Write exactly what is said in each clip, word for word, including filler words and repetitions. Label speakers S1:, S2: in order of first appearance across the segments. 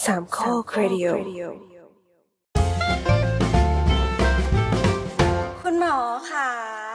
S1: สามข้อครดิโอคุณหมอค่ะ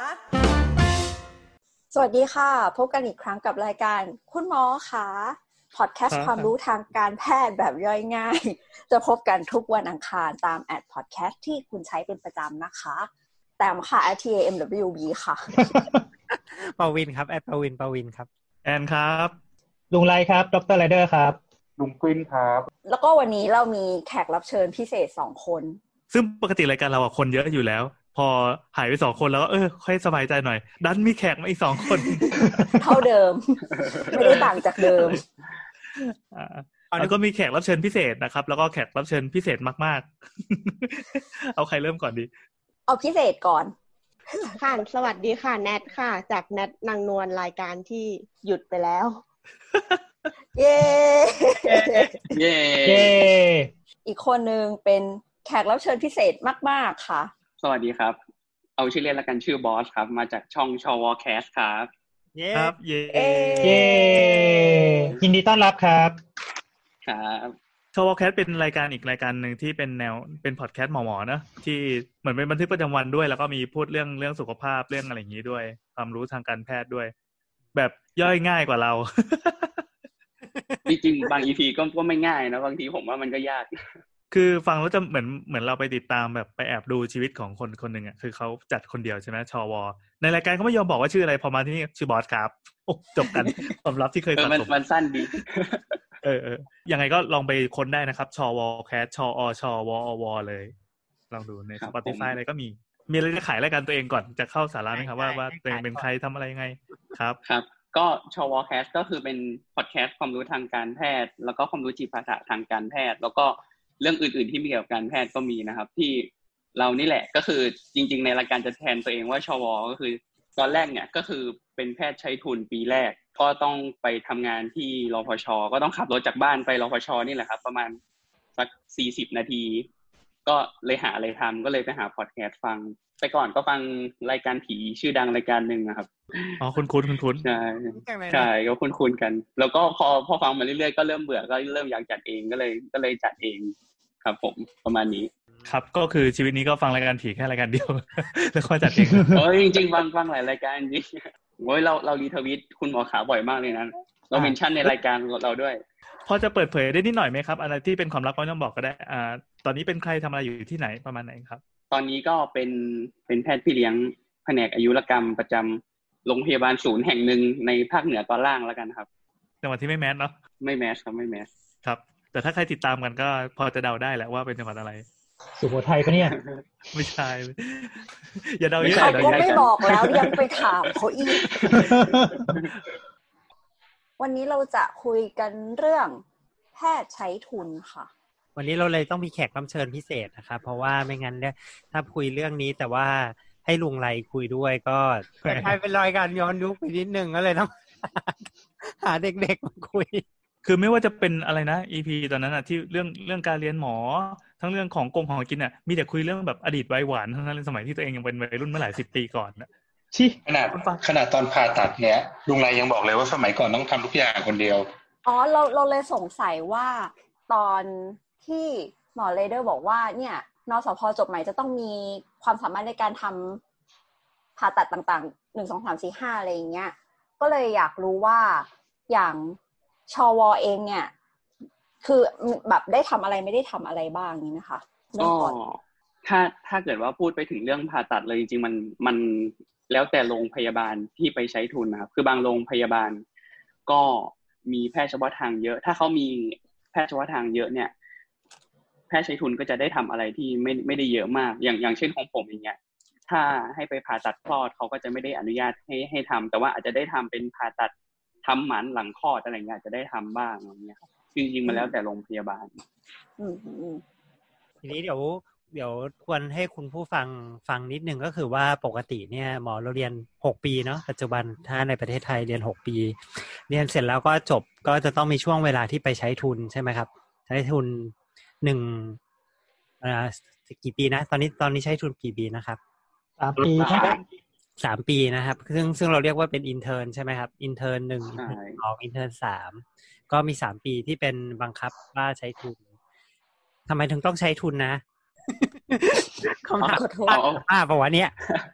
S1: สวัสดีค่ะพบกันอีกครั้งกับรายการคุณหมอค่ะพอดแคสต์ความรู้ทางการแพทย์แบบย่อยง่ายจะพบกันทุกวันอังคารตามแอดพอดแคสต์ที่คุณใช้เป็นประจำนะคะแต้มค่ะ แอท ที เอ เอ็ม ดับเบิลยู บี ค่ะ
S2: ปวินครับแอดปวินปวินครับ
S3: แอนครับ
S4: ลุงไรครับดรไรเดอร์ครับ
S5: ลุงกวินครับ
S1: แล้วก็วันนี้เรามีแขกรับเชิญพิเศษสองคน
S3: ซึ่งปกติรายการเราอ่ะคนเยอะอยู่แล้วพอหายไปสองคนแล้วก็เออค่อยสบายใจหน่อยดันมีแขกมาอีกสองคน
S1: เท่าเดิมไม่ได้ต่างจากเดิม
S3: อ่าแล้วก็มีแขกรับเชิญพิเศษนะครับแล้วก็แขกรับเชิญพิเศษมากๆเอาใครเริ่มก่อนดี
S1: เอาพิเศษก่อน
S6: ค่ะสวัสดีค่ะแนทค่ะจากแนทนางนวลรายการที่หยุดไปแล้ว
S1: เย้
S3: เย้
S4: เย้
S1: อีกคนนึงเป็นแขกรับเชิญพิเศษมากๆค่ะ
S7: สวัสดีครับเอาชื่อเล่นละกันชื่อบอสครับมาจากช่องชวแคสครับ
S3: เย้ครับเย้
S4: เย้ยินดีต้อนรับครับ
S7: ครับ
S3: ชวแคสเป็นรายการอีกรายการนึงที่เป็นแนวเป็นพอดแคสต์หมอๆนะที่เหมือนเป็นบันทึกประจำวันด้วยแล้วก็มีพูดเรื่องเรื่องสุขภาพเรื่องอะไรอย่างนี้ด้วยความรู้ทางการแพทย์ด้วยแบบย่อยง่ายกว่าเรา
S7: จริงๆบาง อี พี ก็ก็ไม่ง่ายนะบางทีผมว่ามันก็ยาก
S3: คือฟังแล้วจะเหมือนเหมือนเราไปติดตามแบบไปแอบดูชีวิตของคนคนหนึ่งอ่ะคือเขาจัดคนเดียวใช่ไหมชวในรายการเขาไม่ยอมบอกว่าชื่ออะไรพอมาที่นี่ชื่อบอสครับโอ้จบกันความลับที่เคยสะสม
S7: มันสั้นดี
S3: เออเออยังไงก็ลองไปค้นได้นะครับชวแคสชอชวอวเลยลองดูใน Spotify อะไรก็มีมีอะไรจะขายรายการตัวเองก่อนจะเข้าสาระไหมครับว่าว่าตัวเองเป็นใครทำอะไรยังไงครับ
S7: ครับก็ชวแคสก็คือเป็นพอดแคสต์ความรู้ทางการแพทย์แล้วก็ความรู้จิตวิทยาทางการแพทย์แล้วก็เรื่องอื่นๆที่มีเกี่ยวกับการแพทย์ก็มีนะครับที่เรานี่แหละก็คือจริงๆในรายการจะแทนตัวเองว่าชวก็คือตอนแรกเนี่ยก็คือเป็นแพทย์ใช้ทุนปีแรกก็ต้องไปทำงานที่รพช.ก็ต้องขับรถจากบ้านไปรพช.นี่แหละครับประมาณสักสี่สิบนาทีก็เลยหาอะไรทำก็เลยไปหาพอดแคสต์ฟังแต่ก่อนก็ฟังรายการผีชื่อดังรายการนึงนะครับ
S3: อ๋อคุ้นๆคุ้นๆ
S7: ใช่ใช่ก็คุ้นๆกันแล้วก็พอพอฟังมาเรื่อยๆก็เริ่มเบื่อก็เริ่มอยากจัดเองก็เลยก็เลยจัดเองครับผมประมาณนี้
S3: ครับก็คือชีวิตนี้ก็ฟังรายการผีแค่รายการเดียวแล้วก็จัดเอง
S7: โอ้ยจริงๆฟังฟังหลายรายการจริงโอ้ยเราเรารีทวิตคุณหมอขาบ่อยมากเลยนะเราเมนชั่นในรายการเราด้วย
S3: พอจะเปิดเผยได้นิดหน่อยไหมครับอะไรที่เป็นความลับก็ต้องบอกก็ได้อ่าตอนนี้เป็นใครทำอะไรอยู่ที่ไหนประมาณไหนครับ
S7: ตอนนี้ก็เป็นเป็นแพทย์พี่เลี้ยงแผนกอายุรกรรมประจำโรงพยาบาลศูนย์แห่งหนึ่งในภาคเหนือตอนล่างแล้วกันครับ
S3: จังหวัดที่ไม่แมสเนาะ
S7: ไม่แมสครับไม่แมส
S3: ครับแต่ถ้าใครติดตามกันก็พอจะเดาได้แหละว่าเป็นจังหวัดอะไร
S4: สุโขทัยปะเนี่ย
S3: ไม่ใช่อย่าเดาเยอะ
S1: เขาก็ไม่บอกแล้วยังไปถามเขาอีกวันนี้เราจะคุยกันเรื่องแพทย์ใช้ทุนค่ะ
S2: วันนี้เราเลยต้องมีแขกรับเชิญพิเศษนะครับเพราะว่าไม่งั้นเนี่ยถ้าคุยเรื่องนี้แต่ว่าให้ลุงไรคุยด้วยก็จะกลายเป็นรายการย้อนยุคไปนิดนึงก็เลยต้องหาเด็กๆมาคุย
S3: คือไม่ว่าจะเป็นอะไรนะ อี พี ตอนนั้นอ่ะที่เรื่องเรื่องการเรียนหมอทั้งเรื่องของกงของกินอ่ะมีแต่คุยเรื่องแบบอดีตวัยหวานทั้งนั้นสมัยที่ตัวเองยังเป็นวัยรุ่นเมื่อหลายสิบปีก่อนนะ
S5: ชิขนาดขนาดตอนผ่าตัดเนี้ยลุงไรยังบอกเลยว่าสมัยก่อนต้องทำทุกอย่างคนเดียว
S1: อ๋อเราเราเลยสงสัยว่าตอนที่หมอเรเดอร์บอกว่าเนี่ยนสพจบใหม่จะต้องมีความสามารถในการทำผ่าตัดต่างๆหนึ่ง สอง สาม สี่ ห้าอะไรอย่างเงี้ยก็เลยอยากรู้ว่าอย่างชวเองเนี่ยคือแบบได้ทำอะไรไม่ได้ทำอะไรบ้างนี้นะคะ
S7: ก็ถ้าถ้าเกิดว่าพูดไปถึงเรื่องผ่าตัดเลยจริงๆมันมันแล้วแต่โรงพยาบาลที่ไปใช้ทุนนะครับคือบางโรงพยาบาลก็มีแพทย์เฉพาะทางเยอะถ้าเขามีแพทย์เฉพาะทางเยอะเนี่ยแพทย์ใช้ทุนก็จะได้ทำอะไรที่ไม่ไม่ได้เยอะมากอย่างอย่างเช่นของผมอย่างเงี้ยถ้าให้ไปผ่าตัดคลอดเขาก็จะไม่ได้อนุญาตให้ให้ทำแต่ว่าอาจจะได้ทำเป็นผ่าตัดทำหมันหลังคลอดอะไรเงี้ยจะได้ทำบ้างอะไรเงี้ยครับจริงๆมาแล้วแต่โรงพยาบาล
S2: ทีนี้เดี๋ยวเดี๋ยวควรให้คุณผู้ฟังฟังนิดนึงก็คือว่าปกติเนี่ยหมอเราเรียนหกปีเนาะปัจจุบันถ้าในประเทศไทยเรียนหกปีเรียนเสร็จแล้วก็จบก็จะต้องมีช่วงเวลาที่ไปใช้ทุนใช่ไหมครับใช้ทุนหนึ่งอ่ากี่ปีนะตอนนี้ตอนนี้ใช้ทุนกี่ปีนะครับ
S4: สามปีครับ
S2: สามปีนะครับซึ่งซึ่งเราเรียกว่าเป็นอินเทิร์นใช่ไหมครับอินเทิร์นหนึ่งอินเทิร์นสองอินเทิร์นสามก็มีสามปีที่เป็นบังคับว่าใช้ทุนทำไมถึงต้องใช้ทุนนะคำถาม
S7: อ่า
S2: ป่าวะเนี่ย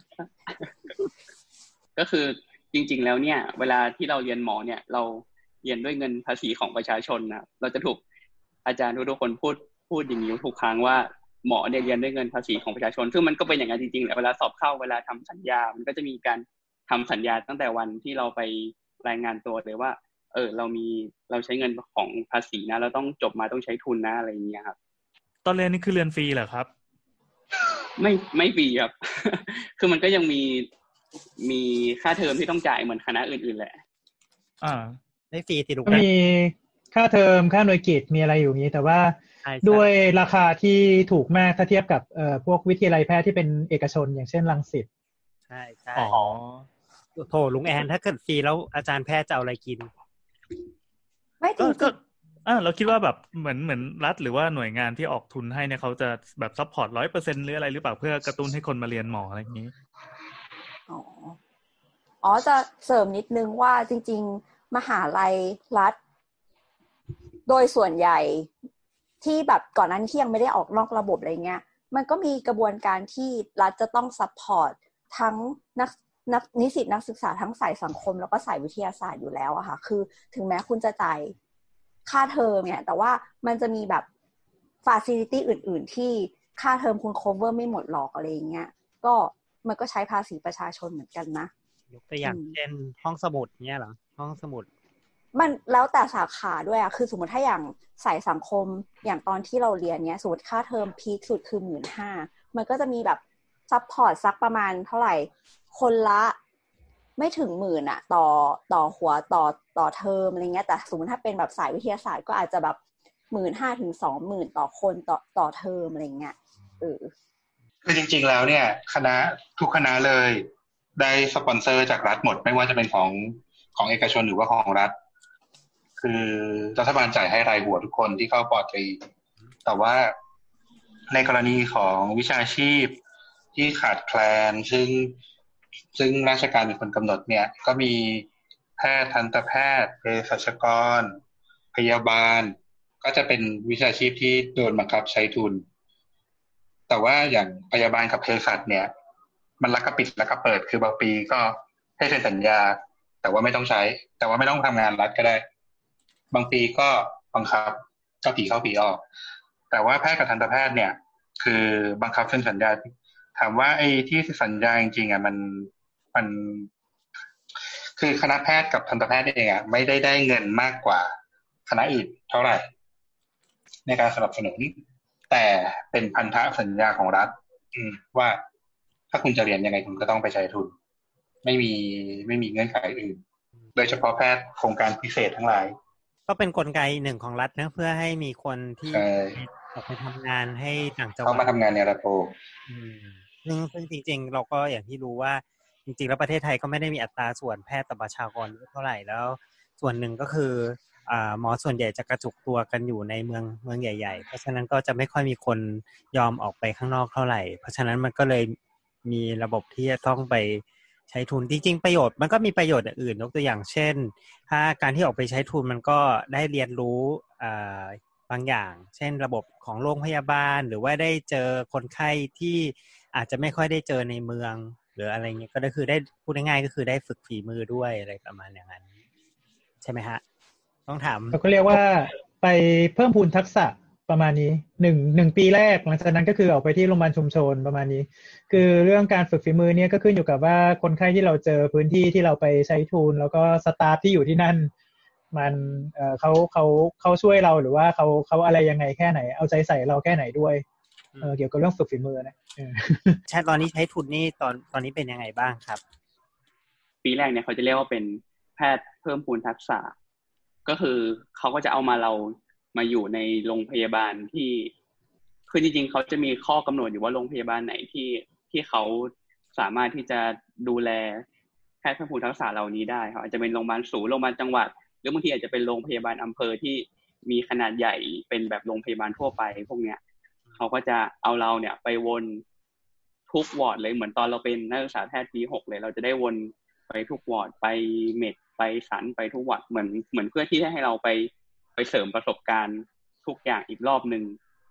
S7: ก็คือจริงๆแล้วเนี่ยเวลาที่เราเรียนหมอเนี่ยเราเรียนด้วยเงินภาษีของประชาชนนะเราจะถูกอาจารย์ทุกๆคนพูดพูดอย่างนี้ทุกครั้งว่าหมอเนี่ยเรียนด้วยเงินภาษีของประชาชนซึ่งมันก็เป็นอย่างนั้นจริงๆแหละเวลาสอบเข้าเวลาทำสัญญามันก็จะมีการทำสัญญาตั้งแต่วันที่เราไปรายงานตัวเลยว่าเออเรามีเราใช้เงินของภาษีนะเราต้องจบมาต้องใช้ทุนนะอะไรอย่างเงี้ยครับ
S3: ตอนเรียนนี่คือเรียนฟรีเหรอครับ
S7: ไม่ไม่ฟรีครับ คือมันก็ยังมีมีค่าเทอมที่ต้องจ่ายเหมือนคณะอื่นๆแหละ
S3: อ่า
S2: ไม่ฟรีสิลูก
S4: มีค่าเทอมค่าหน่วยกิตมีอะไรอยู่นี้แต่ว่าด้วยราคาที่ถูกมากถ้าเทียบกับเอ่อพวกวิทยาลัยแพทย์ที่เป็นเอกชนอย่างเช่นรังสิต
S2: ใช่ใช่อ๋อโถลุงแอนถ้าเกิดฟรีแล้วอาจารย์แพทย์จะเอาอะไรกิน
S1: ไม่จริง
S3: ก็อ่าเราคิดว่าแบบเหมือนเหมือนรัฐหรือว่าหน่วยงานที่ออกทุนให้เนี่ยเขาจะแบบซัพพอร์ต ร้อยเปอร์เซ็นต์ หรืออะไรหรือเปล่าเพื่อกระตุ้นให้คนมาเรียนหมออะไรอย่างนี้
S1: อ๋ออ๋อจะเสริมนิดนึงว่าจริงๆมหาลัยรัฐโดยส่วนใหญ่ที่แบบก่อนนั้นที่ยังไม่ได้ออกนอกระบบอะไรเงี้ยมันก็มีกระบวนการที่รัฐจะต้องซัพพอร์ตทั้งนักนักนิสิตนักศึกษาทั้งสายสังคมแล้วก็สายวิทยาศาสตร์อยู่แล้วอะค่ะคือถึงแม้คุณจะจ่ายค่าเทอมเนี่ยแต่ว่ามันจะมีแบบฟาซิลิตี้อื่นๆที่ค่าเทอมคุณ cover ไม่หมดหรอกอะไรอย่างเงี้ยก็มันก็ใช้ภาษีประชาชนเหมือนกันนะ
S2: ยกตัวอย่างเช่นห้องสมุดเนี่ยเหรอห้องสมุด
S1: มันแล้วแต่สาขาด้วยอะคือสมมติถ้าอย่างสายสังคมอย่างตอนที่เราเรียนเนี้ยสมมติค่าเทอมพีคสุดคือ หนึ่งหมื่นห้าพัน มันก็จะมีแบบซัพพอร์ตสักประมาณเท่าไหร่คนละไม่ถึงหมื่นอะต่อต่อหัวต่อต่อเทอมอะไรเงี้ยแต่สมมติถ้าเป็นแบบสายวิทยาศาสตร์ก็อาจจะแบบ หนึ่งหมื่นห้าพัน ถึง สองหมื่น ต่อคนต่อต่อเทอมอะไรเงี้ยเออ
S5: คือจริงๆแล้วเนี่ยคณะทุกคณะเลยได้สปอนเซอร์จากรัฐหมดไม่ว่าจะเป็นของของเอกชนหรือว่าของรัฐคือรัฐบาลจ่ายให้รายหัวทุกคนที่เข้าปอตรีแต่ว่าในกรณีของวิชาชีพที่ขาดแคลนซึ่งซึ่งราชการเป็นคนกำหนดเนี่ยก็มีแพทย์ทันตแพทย์เภสัชกรพยาบาลก็จะเป็นวิชาชีพที่โดนบังคับใช้ทุนแต่ว่าอย่างพยาบาลกับเภสัชเนี่ยมันลักกระปิดลักกระเปิดคือบางปีก็ให้เซ็นสัญญาแต่ว่าไม่ต้องใช้แต่ว่าไม่ต้องทำงานรัฐก็ได้บางปีก็บังคับเข้าปีเข้าปีออกแต่ว่าแพทย์กับทันตแพทย์เนี่ยคือบังคับเซ็นสัญญาถามว่าไอ้ที่สัญญาจริงๆอ่ะมันมันคือคณะแพทย์กับทันตแพทย์เองอ่ะไม่ได้ได้เงินมากกว่าคณะอื่นเท่าไหร่ในการสนับสนุนแต่เป็นพันธสัญญาของรัฐว่าถ้าคุณจะเรียนยังไงคุณก็ต้องไปใช้ทุนไม่มีไม่มีเงื่อนไขอื่นโดยเฉพาะแพทย์โครงการพิเศษทั้งหลาย
S2: ก็เป็นกลไกหนึ่งของรัฐนะเพื่อให้มีคนที่ออกไปทำงานให้ต่างจังหวัด
S5: เข้ามาทำงานในระบบ
S2: ซึ่งซึ่งจริงๆเราก็อย่างที่รู้ว่าจริงๆแล้วประเทศไทยก็ไม่ได้มีอัตราส่วนแพทย์ต่อประชากรเท่าไหร่แล้วส่วนหนึ่งก็คืออ่าหมอส่วนใหญ่จะกระจุกตัวกันอยู่ในเมืองเมืองใหญ่ๆเพราะฉะนั้นก็จะไม่ค่อยมีคนยอมออกไปข้างนอกเท่าไหร่เพราะฉะนั้นมันก็เลยมีระบบที่จะต้องไปใช้ทุนจริงๆประโยชน์มันก็มีประโยชน์อื่นยกตัวอย่างเช่นถ้าการที่ออกไปใช้ทุนมันก็ได้เรียนรู้อ่าบางอย่างเช่นระบบของโรงพยาบาลหรือว่าได้เจอคนไข้ที่อาจจะไม่ค่อยได้เจอในเมืองหรืออะไรเงี้ยก็ได้คือได้พูดง่ายๆก็คือได้ฝึกฝีมือด้วยอะไรประมาณอย่างนั้นใช่ไหมฮะต้องถาม
S4: เราก็เรียกว่าไปเพิ่มพูนทักษะประมาณนี้หนึ่งหนึ่งปีแรกหลังจากนั้นก็คือออกไปที่โรงพยาบาลชุมชนประมาณนี้คือเรื่องการฝึกฝีมือเนี่ยก็ขึ้นอยู่กับว่าคนไข้ที่เราเจอพื้นที่ที่เราไปใช้ทุนแล้วก็สตาฟที่อยู่ที่นั่นมันเอ่อเขาเขาเขาช่วยเราหรือว่าเขาเขาอะไรยังไงแค่ไหนเอาใจใส่เราแค่ไหนด้วยเออเกี่ยวกับเรื่องฝึกฝีมือนะ
S2: ใช่ตอนนี้ใช้ทุนนี่ตอนตอนนี้เป็นยังไงบ้างครับ
S7: ปีแรกเนี่ยเขาจะเรียกว่าเป็นแพทย์เพิ่มพูนทักษะก็คือเขาก็จะเอามาเรามาอยู่ในโรงพยาบาลที่คือจริงๆเขาจะมีข้อกำหนดอยู่ว่าโรงพยาบาลไหนที่ที่เขาสามารถที่จะดูแลแพทย์เพิ่มพูนทักษะเหล่านี้ได้ครับอาจจะเป็นโรงพยาบาลศูนย์โรงพยาบาลจังหวัดหรือบางทีอาจจะเป็นโรงพยาบาลอำเภอที่มีขนาดใหญ่เป็นแบบโรงพยาบาลทั่วไปพวกเนี้ยเขาก็จะเอาเราเนี่ยไปวนทุกวอร์ดเลยเหมือนตอนเราเป็นนักศึกษาแพทย์ปีหกเลยเราจะได้วนไปทุกวอร์ดไปเมดไปสันไปทุกวอร์ดเหมือนเหมือนเพื่อที่ให้เราไปไปเสริมประสบการณ์ทุกอย่างอีกรอบนึง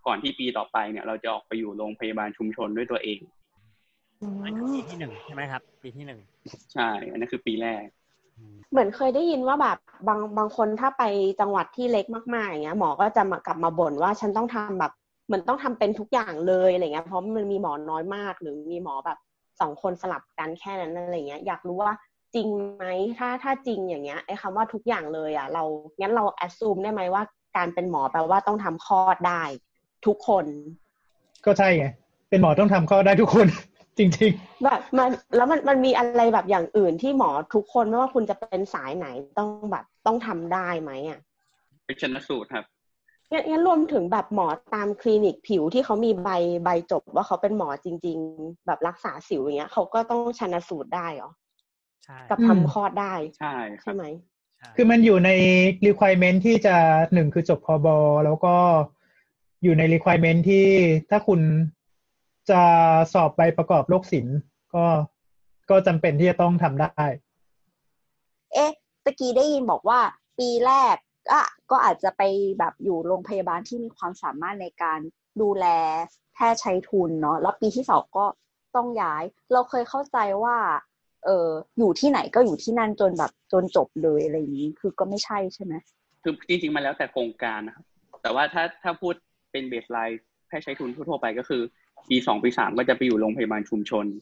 S7: ก่อนที่ปีต่อไปเนี่ยเราจะออกไปอยู่โรงพยาบาลชุมชนด้วยตัวเอง
S2: นั่นคือปีที่หนึ่งใช่ไหมครับปีที่หนึ่ง
S7: ใช่อันนั้นคือปีแรก
S6: เหมือนเคยได้ยินว่าแบบบางบางคนถ้าไปจังหวัดที่เล็กมากๆอย่างเงี้ยหมอก็จะมากลับมาบ่นว่าฉันต้องทำแบบเหมือนต้องทำเป็นทุกอย่างเลยอะไรเงี้ยเพราะมันมีหมอน้อยมากหรือมีหมอแบบสองคนสลับกันแค่นั้นอะไรเงี้ยอยากรู้ว่าจริงไหมถ้าถ้าจริงอย่างเงี้ยไอ้คำว่าทุกอย่างเลยอ่ะเรางั้นเราแอสซูมได้ไหมว่าการเป็นหมอแปลว่าต้องทำคลอดได้ทุกคน
S4: ก็ใช่ไงเป็นหมอต้องทำคลอดได้ทุกคนจริง
S6: ๆแบบมันแล้วมันมันมีอะไรแบบอย่างอื่นที่หมอทุกคนไม่ว่าคุณจะเป็นสายไหนต้องแบบต้องทำได้ไหมอ่ะ
S7: เป็นชันสูตรครับ
S6: งั้นรวมถึงแบบหมอตามคลินิกผิวที่เขามีใบใบจบว่าเขาเป็นหมอจริงๆแบบรักษาสิวอย่างเงี้ยเขาก็ต้องชันสูตรได้เหรอ
S2: ใช่
S6: กับทำคลอดได้
S7: ใช่
S6: ใช่ไหม
S4: คือมันอยู่ใน requirement ที่จะหนึ่งคือจบพบแล้วก็อยู่ใน requirement ที่ถ้าคุณจะสอบใบประกอบโรคศิลป์ก็ก็จำเป็นที่จะต้องทำได้
S1: เอ๊ะตะกี้ได้ยินบอกว่าปีแรกก็ก็อาจจะไปแบบอยู่โรงพยาบาลที่มีความสามารถในการดูแลแพทย์ใช้ทุนเนาะแล้วปีที่สองก็ต้องย้ายเราเคยเข้าใจว่าเอออยู่ที่ไหนก็อยู่ที่นั่นจนแบบจนจบเลยอะไรอย่างนี้คือก็ไม่ใช่ใช่ไหม
S7: คือจริงๆมาแล้วแต่โครงการนะครับแต่ว่าถ้าถ้าพูดเป็นเบสไลน์แพทย์ใช้ทุนทั่วๆไปก็คือปีสองปีสามก็จะไปอยู่โรงพยาบาลชุมชน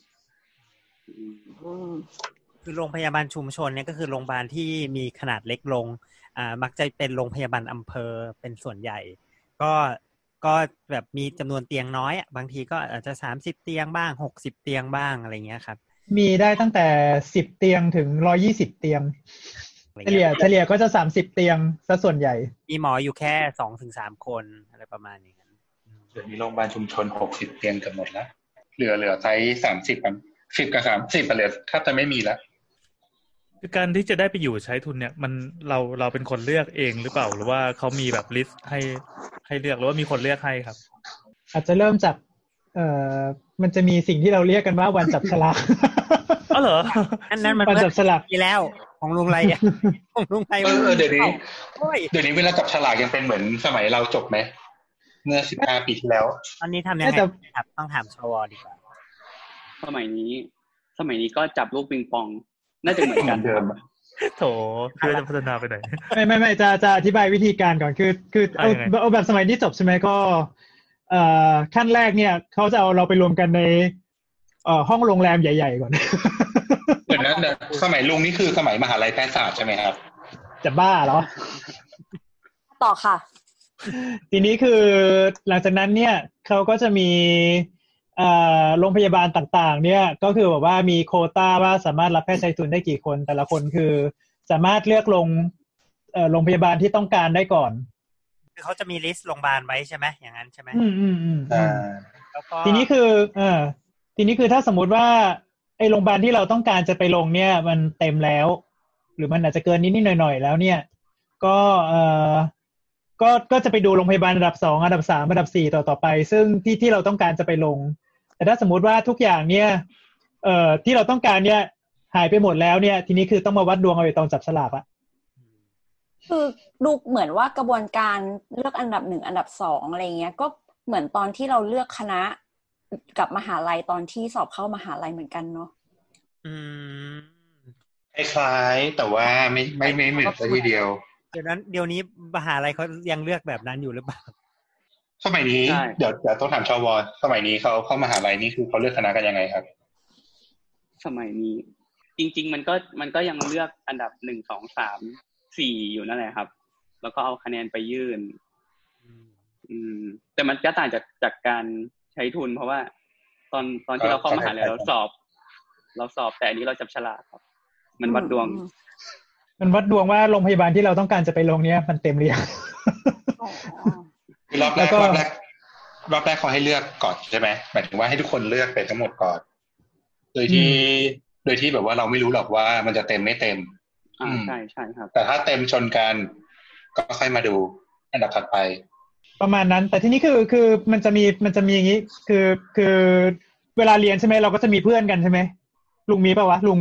S2: คือโรงพยาบาลชุมชนเนี่ยก็คือโรงพยาบาลที่มีขนาดเล็กลงอ่ามักจะเป็นโรงพยาบาลอำเภอเป็นส่วนใหญ่ก็ก็แบบมีจำนวนเตียงน้อยอ่ะบางทีก็อาจจะสามสิบเตียงบ้างหกสิบเตียงบ้างอะไรเงี้ยครับ
S4: มีได้ตั้งแต่สิบเตียงถึงหนึ่งร้อยยี่สิบเตียงเฉลี่ยเฉลี่ยก็จะสามสิบเตียงซะส่วนใหญ่
S2: มีหมออยู่แค่ สองถึงสาม คนอะไรประมาณนี้ครับ
S5: เดี๋ยวมีโรงพยาบาลชุมชนหกสิบเตียงกันหมดแล้วเหลือเหลือไซส์สามสิบกันสิบกับสามสิบเหลือแทบจะไม่มีแล้ว
S3: คือการที่จะได้ไปอยู่ใช้ทุนเนี่ยมันเราเราเป็นคนเลือกเองหรือเปล่าหรือว่าเขามีแบบลิสต์ให้ให้เลือกหรือว่ามีคนเลือกให้ครับ
S4: อาจจะเริ่มจากเอ่อมันจะมีสิ่งที่เราเรียกกันว่าวันจับฉลาก
S3: อ๋อเหรอ
S2: อันนั้นมัน
S4: วันจับฉลาก
S2: ปีแล้วของลุงไรอ่ะของลุงไร
S5: เออเดี๋ยวนี้เดี๋ยวนี้เวลาจับฉลากยังเป็นเหมือนสมัยเราจบไหมเมื่อสิบห้าปีที่แล้ว
S2: ตอนนี้ทำยังไงครับต้องถามชวดีกว่า
S7: สมัยนี้สมัยนี้ก็จับลูกปิงปองน่าจะเหมือนกัน
S5: เดิม
S3: โถคือจะพัฒนาไปไหน
S4: ไม่ไม่ไม่จะจะอธิบายวิธีการก่อนคือคือเอาเอาแบบสมัยนี้จบใช่ไหมก็เอ่อขั้นแรกเนี่ยเขาจะเอาเราไปรวมกันในเอ่อห้องโรงแรมใหญ่ๆก่อน
S5: เหมือนนั้นนะสมัยลุงนี่คือสมัยมหาลัยแพทยศาสตร์ใช่ไหมครับ
S4: จะบ้าเหรอ
S1: ต่อค่ะ
S4: ทีนี้คือหลังจากนั้นเนี่ยเขาก็จะมีโรงพยาบาลต่างๆเนี่ยก็คือแบบว่ามีโควต้าว่าสามารถรับแพทย์ชายทุนได้กี่คนแต่ละคนคือสามารถเลือกลงโรงพยาบาลที่ต้องการได้ก่อน
S2: คือเขาจะมีลิสต์โรงพยาบาลไว้ใช่ไหมอย่างนั้นใช่ไหม
S4: อืมอืมอืมทีนี้คือเออทีนี้คือถ้าสมมุติว่าไอ้โรงพยาบาลที่เราต้องการจะไปลงเนี่ยมันเต็มแล้วหรือมันอาจจะเกินนิดๆหน่อยๆแล้วเนี่ยก็เออก็ก็จะไปดูโรงพยาบาลระดับสองระดับสามระดับสี่ต่อต่อไปซึ่งที่ที่เราต้องการจะไปลงแต่ถ้าสมมุติว่าทุกอย่างเนี่ยเอ่อที่เราต้องการเนี่ยหายไปหมดแล้วเนี่ยทีนี้คือต้องมาวัดดวงเอาไว้ตอนจับฉลากอะ
S1: คือดูเหมือนว่ากระบวนการเลือกอันดับหนึ่งอันดับสองอะไรเงี้ยก็เหมือนตอนที่เราเลือกคณะกับมหาลัยตอนที่สอบเข้ามหาลัยเหมือนกันเนาะ
S2: อืม
S5: คล้ายๆแต่ว่าไม่ไม่ไม่เหมือนซะทีเดียว
S2: เดี๋ยวนั้นเดี๋ยวนี้มหาลัยเขายังเลือกแบบนั้นอยู่หรือเปล่า
S5: สมัยนี้เดี๋ยวเดี๋ยวต้องถามชวสมัยนี้เขาเข้ามหาลัยนี่คือเขาเลือกคณะกันยังไงครับ
S7: สมัยนี้จริงๆมันก็มันก็ยังเลือกอันดับหนึ่งสองสามสี่อยู่นั่นแหละครับแล้วก็เอาคะแนนไปยื่นอืมแต่มันก็ต่างจากจากการใช้ทุนเพราะว่าตอนตอนที่เราเข้ามหาลัยเราสอบเราสอบแต่อันนี้เราจับฉลากครับมันวัดดวง
S4: มันวัดดวงว่าโรงพยาบาลที่เราต้องการจะไปลงเนี้ยมันเต็มหรือยัง
S5: รอบแรกรอบแรกรอบแรกเขาให้เลือกก่อนใช่ไหมหมายถึงว่าให้ทุกคนเลือกไปทั้งหมดก่อนโดยที่โดยที่แบบว่าเราไม่รู้หรอกว่ามันจะเต็มไม่เต็ม
S7: อ่าใช่ใช่ครับ
S5: แต่ถ้าเต็มชนกันก็ค่อยมาดูอันดับถัดไป
S4: ประมาณนั้นแต่ที่นี้คือคือมันจะมีมันจะมีอย่างนี้คือคือเวลาเรียนใช่ไหมเราก็จะมีเพื่อนกันใช่ไหมลุงมีป่ะวะลุง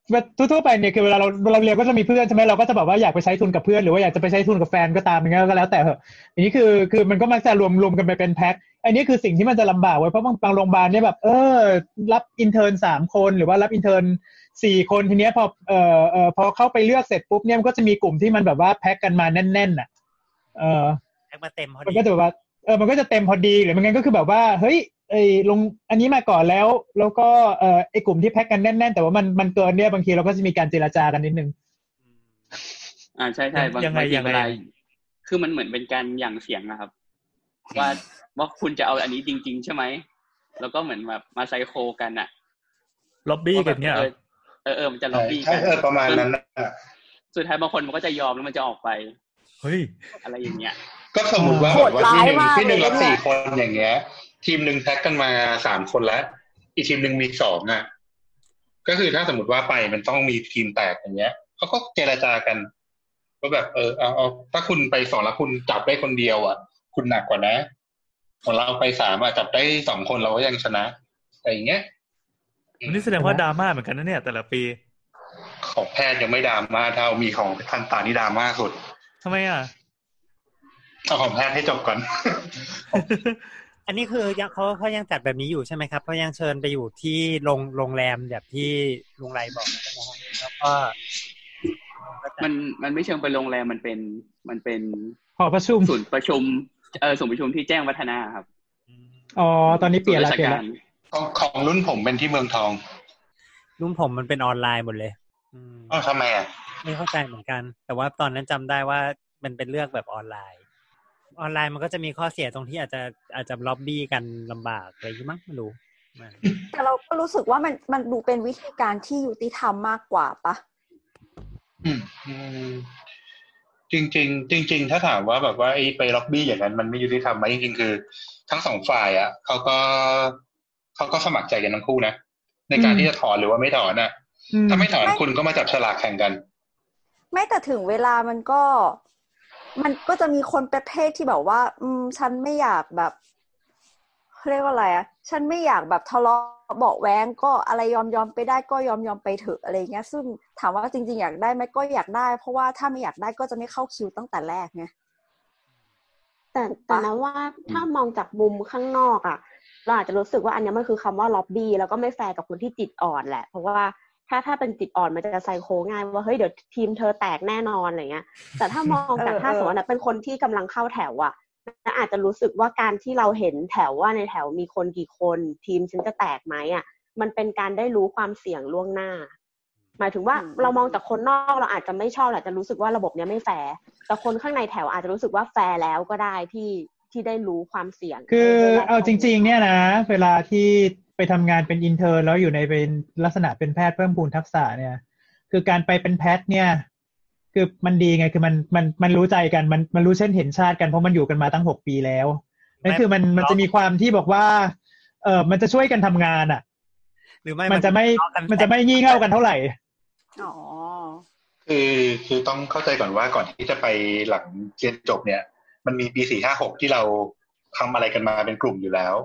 S4: ทั่วๆไปเนี่ยคือเวลาเราเราเรียนก็จะมีเพื่อนใช่ไหมเราก็จะแบบว่าอยากไปใช้ทุนกับเพื่อนหรือว่าอยากจะไปใช้ทุนกับแฟนก็ตามอย่างเงี้ยก็แล้วแต่เหอะอันนี้คือคือมันก็มักจะรวมรวมกันไปเป็นแพ็คอันนี้คือสิ่งที่มันจะลำบากไว้เพราะบางบางโรงพยาบาลเนี่ยแบบเออรับอินเทิร์นสามคนหรือว่ารับอินเทิร์นสี่คนทีเนี้ยพอเอ่อเอ่อพอเข้าไปเลือกเสร็จปุ๊บเนี่ยมันก็จะมีกลุ่มที่มันแบบว่าแพ็คกันมาแน่นๆน่ะเออ
S2: แพ็คมาเต็มพอดี
S4: มันก็จะแบบว่าเออมันก็จะเต็มพอดีหรือมันงั้นก็คือแบบว่าเฮ้ยไอ้ลงอันนี้มาก่อนแล้วแล้วก็เอ่อไอ้กลุ่มที่แพ็คกันแน่นๆแต่ว่ามันมันเกินเนี่ยบางทีเราก็จะมีการเจรจากันนิดนึง
S7: อ่าใช่ๆบางบางทีเวลาคือมันเหมือนเป็นการหยั่งเสียงนะครับว่าว่าคุณจะเอาอันนี้จริงๆใช่ไหมแล้วก็เหมือนแบบมาไซโคกันอ่ะ
S3: ล็อบบี้กันเงี้ย
S7: เออเออมันจะล็อบบี้กัน
S5: เออประมาณนั้น
S7: สุดท้ายบางคนมันก็จะยอมแล้วมันจะออกไป
S3: เฮ้ย
S7: อะไรอย่างเงี้ย
S5: ก็สมมติว่าแบบว่าที่หนึ่งที่หนึ่งรับสี่คนอย่างเงี้ยทีมหนึ่งแพ็คกันมาสามคนแล้วอีกทีมหนึ่งมีสองอ่ะก็คือถ้าสมมติว่าไปมันต้องมีทีมแตกอย่างเงี้ยเขาก็เจรจากันว่าแบบเออเอาเอาถ้าคุณไปสองแล้วคุณจับได้คนเดียวอ่ะคุณหนักกว่านะของเราไปสามอ่ะจับได้สองคนเราก็ยังชนะอะไรอย่างเงี้ย
S3: วันนี้แสดงว่าดราม่าเหมือนกันนะเนี่ยแต่ละปี
S5: ของแพทย์ยังไม่ดราม่าเท่ามีของทันตานี่ดราม่าสุด
S3: ทำไมอ่ะ
S5: เอาของแพทย์ให้จบก่อน
S2: อันนี้คือยังเขาเขายังจัดแบบนี้อยู่ใช่ไหมครับเขายังเชิญไปอยู่ที่โรงโรงแรมแบบที่ลุงไรบอกนะครับแล้วก็
S7: มันมันไม่เชิงไปโรงแรมมันเป็นมันเป็น
S4: หอประชุม
S7: ศูนย์ประชุมเออศูนย์ประชุมที่แจ้งวัฒนะครับ
S4: อ๋อตอนนี้เปลี่ยนแล้วเปลี่ยนแล้ว
S5: ของของรุ่นผมเป็นที่เมืองทอง
S2: รุ่นผมมันเป็นออนไลน์หมดเลย
S5: อ๋อทำไมอ่ะ
S2: ไม่เข้าใจเหมือนกันแต่ว่าตอนนั้นจำได้ว่ามันเป็นเรื่องแบบออนไลน์ออนไลน์มันก็จะมีข้อเสียตรงที่อาจจะอาจจะล็อบบี้กันลำบากอะไรมั้งไม่รู้
S1: แต่เราก็รู้สึกว่ามันมันดูเป็นวิธีการที่ยุติธรรมมากกว่าปะ
S5: อืมจริงจริงจริงจริงถ้าถามว่าแบบว่าไอ้ไปล็อบบี้อย่างนั้นมันไม่ยุติธรรมไหมจริงๆคือทั้งสองฝ่ายอ่ะเขาก็เขาก็สมัครใจกันทั้งคู่นะในการที่จะถอนหรือว่าไม่ถอนอ่ะถ้าไม่ถอนคุณก็มาจับฉลากแข่งกัน
S1: ไม่แต่ถึงเวลามันก็มันก็จะมีคนประเภทที่แบบว่าอืมฉันไม่อยากแบบเรียกว่าอะไรอ่ะฉันไม่อยากแบบทะเลาะเบาะแว้งก็อะไรยอมยอมไปได้ก็ยอมยอมไปเถอะอะไรเงี้ยซึ่งถามว่าจริงๆอยากได้ไหมก็อยากได้เพราะว่าถ้าไม่อยากได้ก็จะไม่เข้าคิวตั้งแต่แรกไง
S6: แต่แต่นะว่าถ้ามองจากมุมข้างนอกอ่ะเราอาจจะรู้สึกว่าอันนี้มันคือคำว่าล็อบบี้แล้วก็ไม่แฟร์กับคนที่จิตอ่อนแหละเพราะว่าถ้าถ้าเป็นจิตอ่อนมันจะไซโคง่ายว่าเฮ้ยเดี๋ยวทีมเธอแตกแน่นอนอะไรเงี้ยแต่ถ้ามองจากถ้าสมมติว่าเป็นคนที่กำลังเข้าแถวอ่ะอาจจะรู้สึกว่าการที่เราเห็นแถวว่าในแถวมีคนกี่คนทีมฉันจะแตกไหมอ่ะมันเป็นการได้รู้ความเสี่ยงล่วงหน้าหมายถึงว่าเรามองจากคนนอกเราอาจจะไม่ชอบอาจจะรู้สึกว่าระบบเนี้ยไม่แฟร์แต่คนข้างในแถวอาจจะรู้สึกว่าแฟร์แล้วก็ได้ที่ที่ได้รู้ความเสี่ยง
S4: คือเอาจริงๆเนี่ยนะเวลาที่ไปทำงานเป็นอินเทอร์แล้วอยู่ในเป็นลักษณะเป็นแพทย์เพิ่มพูนทักษะเนี่ยคือการไปเป็นแพทย์เนี่ยคือมันดีไงคือมันมันมันรู้ใจกันมันมันรู้เช่นเห็นชาติกันเพราะมันอยู่กันมาตั้งหกปีแล้วนั่นคือมันมันจะมีความที่บอกว่าเออมันจะช่วยกันทำงานอ่ะ
S2: หรือไม่
S4: มันจะไม่มันจะไม่งี่เง่ากันเท่าไหร่
S1: อ๋อ
S5: คือคือต้องเข้าใจก่อนว่าก่อนที่จะไปหลังเรียนจบเนี่ยมันมีปีสี่ห้าหกที่เราทำอะไรกันมาเป็นกลุ่มอยู่แล้ว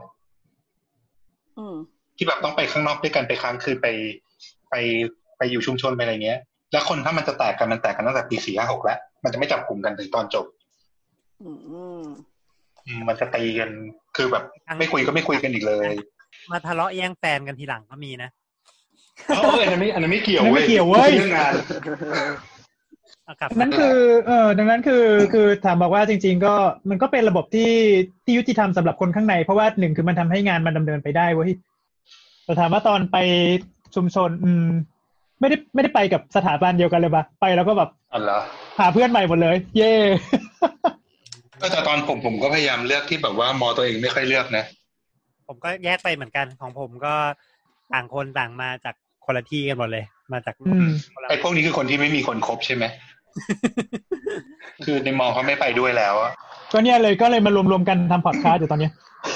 S5: ที่แบบต้องไปข้างนอกด้วยกันไปค้างคืนไปไปไปอยู่ชุมชนไปอะไรเงี้ยแล้วคนถ้ามันจะแตกกันมันแตกกันตั้งแต่ปีสี่ห้าหกแล้วมันจะไม่จับกลุ่มกันถึงตอนจบมันจะตีกันคือแบบไม่คุยก็ไม่คุยกันอีกเลย
S2: มาทะเลาะแย่งแฟนกันทีหลังก็มีนะ
S5: อ๋ออันนั้นไม่อันนั้นไม่เกี่ยวเว้ย
S4: ไม่เกี่ยวเว้ย
S5: เรื่องงาน
S4: นั่นคือเออดังนั้นคือคือถามบอกว่าจริงๆก็มันก็เป็นระบบที่ที่ยุติธรรมสำหรับคนข้างในเพราะว่าหนึ่งคือมันทำให้งานมันดำเนินไปได้เว้ยแต่ถามว่าตอนไปชุมชนอืมไม่ได้ไม่ได้ไปกับสถาบันเดียวกันเลยปะไปแล้วก็แบบ
S5: อ๋อเหรอ
S4: หาเพื่อนใหม่หมดเลยเย่
S5: ก็แต่ตอนผมผมก็พยายามเลือกที่แบบว่ามอตัวเองไม่ค่อยเลือกนะ
S2: ผมก็แยกไปเหมือนกันของผมก็ต่างคนต่างมาจากคนละที่กันหมดเลยมาจาก
S5: ไอ้พวกนี้คือคนที่ไม่มีคนคบใช่ไหม คือในมอเขาไม่ไปด้วยแล้วอ่ะ
S4: ก็เนี่ยเลยก็เลยมารวมๆกันทำพอดคาสต์อยู่ตอนนี้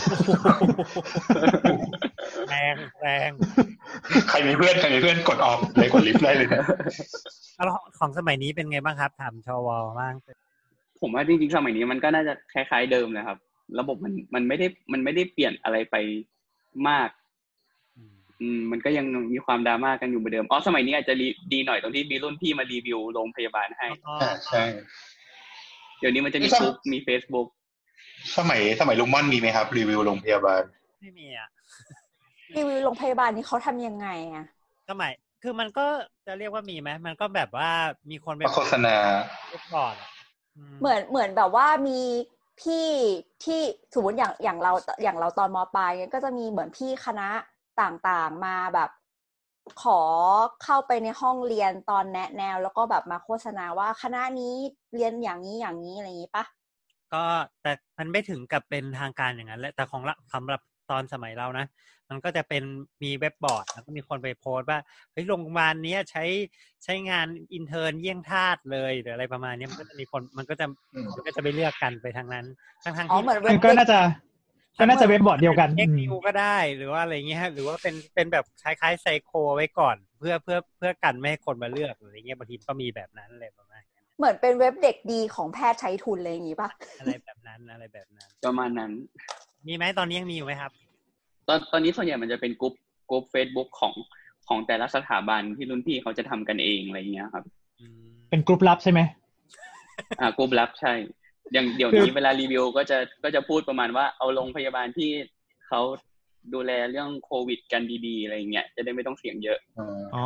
S2: แรงแรง
S5: ใครมีเพื่อนใครมีเพื่อนกดออกเลยกดลิฟต์ได้เลยนะ
S2: แล้วของสมัยนี้เป็นไงบ้างครับถามชวบ้าง
S7: ผมว่าจริงๆสมัยนี้มันก็น่าจะคล้ายๆเดิมนะครับระบบมันมันไม่ได้มันไม่ได้เปลี่ยนอะไรไปมากอืมมันก็ยังมีความดราม่ากันอยู่เหมือนเดิมอ๋อสมัยนี้อาจจะดีหน่อยตรงที่มีรุ่นพี่มารีวิวโรงพยาบาลให้
S5: อ่าใช่
S7: เดี๋ยวนี้มันจะมีกลุ่มมี Facebook
S5: สมัยสมัยลุงม่อนมีไหมครับรีวิวโรงพยาบาล
S2: ไม่มีอ่ะ
S1: รีวิวโรงพยาบาลนี่เขาทำยังไงอ่ะ
S2: สมัยคือมันก็จะเรียกว่ามีไหมมันก็แบบว่ามีคนไป
S5: โฆษณา
S2: ก่อน
S1: เหมือนเหมือนแบบว่ามีพี่ที่สมมติอย่างอย่างเราอย่างเราตอนม.ปลายเนี่ยก็จะมีเหมือนพี่คณะต่างๆมาแบบขอเข้าไปในห้องเรียนตอนแนะแนวแล้วก็แบบมาโฆษณาว่าคณะนี้เรียนอย่างนี้อย่างนี้อะไรอย่างนี้ปะ
S2: ก็แต่มันไม่ถึงกับเป็นทางการอย่างนั้นแหละแต่ของเราสำหรับตอนสมัยเรานะมันก็จะเป็นมีเว็บบอร์ดแล้วก็มีคนไปโพสต์ว่าเฮ้ยโรงพยาบาลนี้ใช้ใช้งานอินเทอร์นเยี่ยงทาสเลยหรืออะไรประมาณนี้มันก็จะมีคนมันก็จะมันก็จะไปเลือกกันไปทางนั้นทั้งๆที่
S4: มันก็น่าจะก็น่าจะเว็บบอร์ดเดียวกัน
S2: เอ็กซ์นิวก็ได้หรือว่าอะไรเงี้ยหรือว่าเป็นเป็นแบบคล้ายๆไซโคไว้ก่อนเพื่อเพื่อเพื่อกันไม่ให้คนมาเลือกอะไรเงี้ยบางทีก็มีแบบนั้นเลยประมาณ
S1: เหมือนเป็นเว็บเด็กดีของแพทย์ใช้ทุนอะไรอย่างงี้ป่ะ
S2: อะไรแบบนั้นอะไรแบบนั้น
S7: ประมาณนั้น
S2: มีไหมตอนนี้ยังมีอยู่ไหมครับ
S7: ตอนตอนนี้ส่วนใหญ่มันจะเป็นกลุ่มกลุ่ม Facebook ของของแต่ละสถาบันที่รุ่นพี่เขาจะทำกันเองอะไรเงี้ยครับ
S4: เป็นกลุ่มลับใช่ไหม
S7: อ่ากลุ่มลับใช่อย่างเดี๋ยวนี้เวลารีวิวก็จะก็จะพูดประมาณว่าเอาโรงพยาบาลที่เขาดูแลเรื่องโควิดกันดีๆอะไรเงี้ยจะได้ไม่ต้องเสี่ยงเยอะ
S2: อ๋อ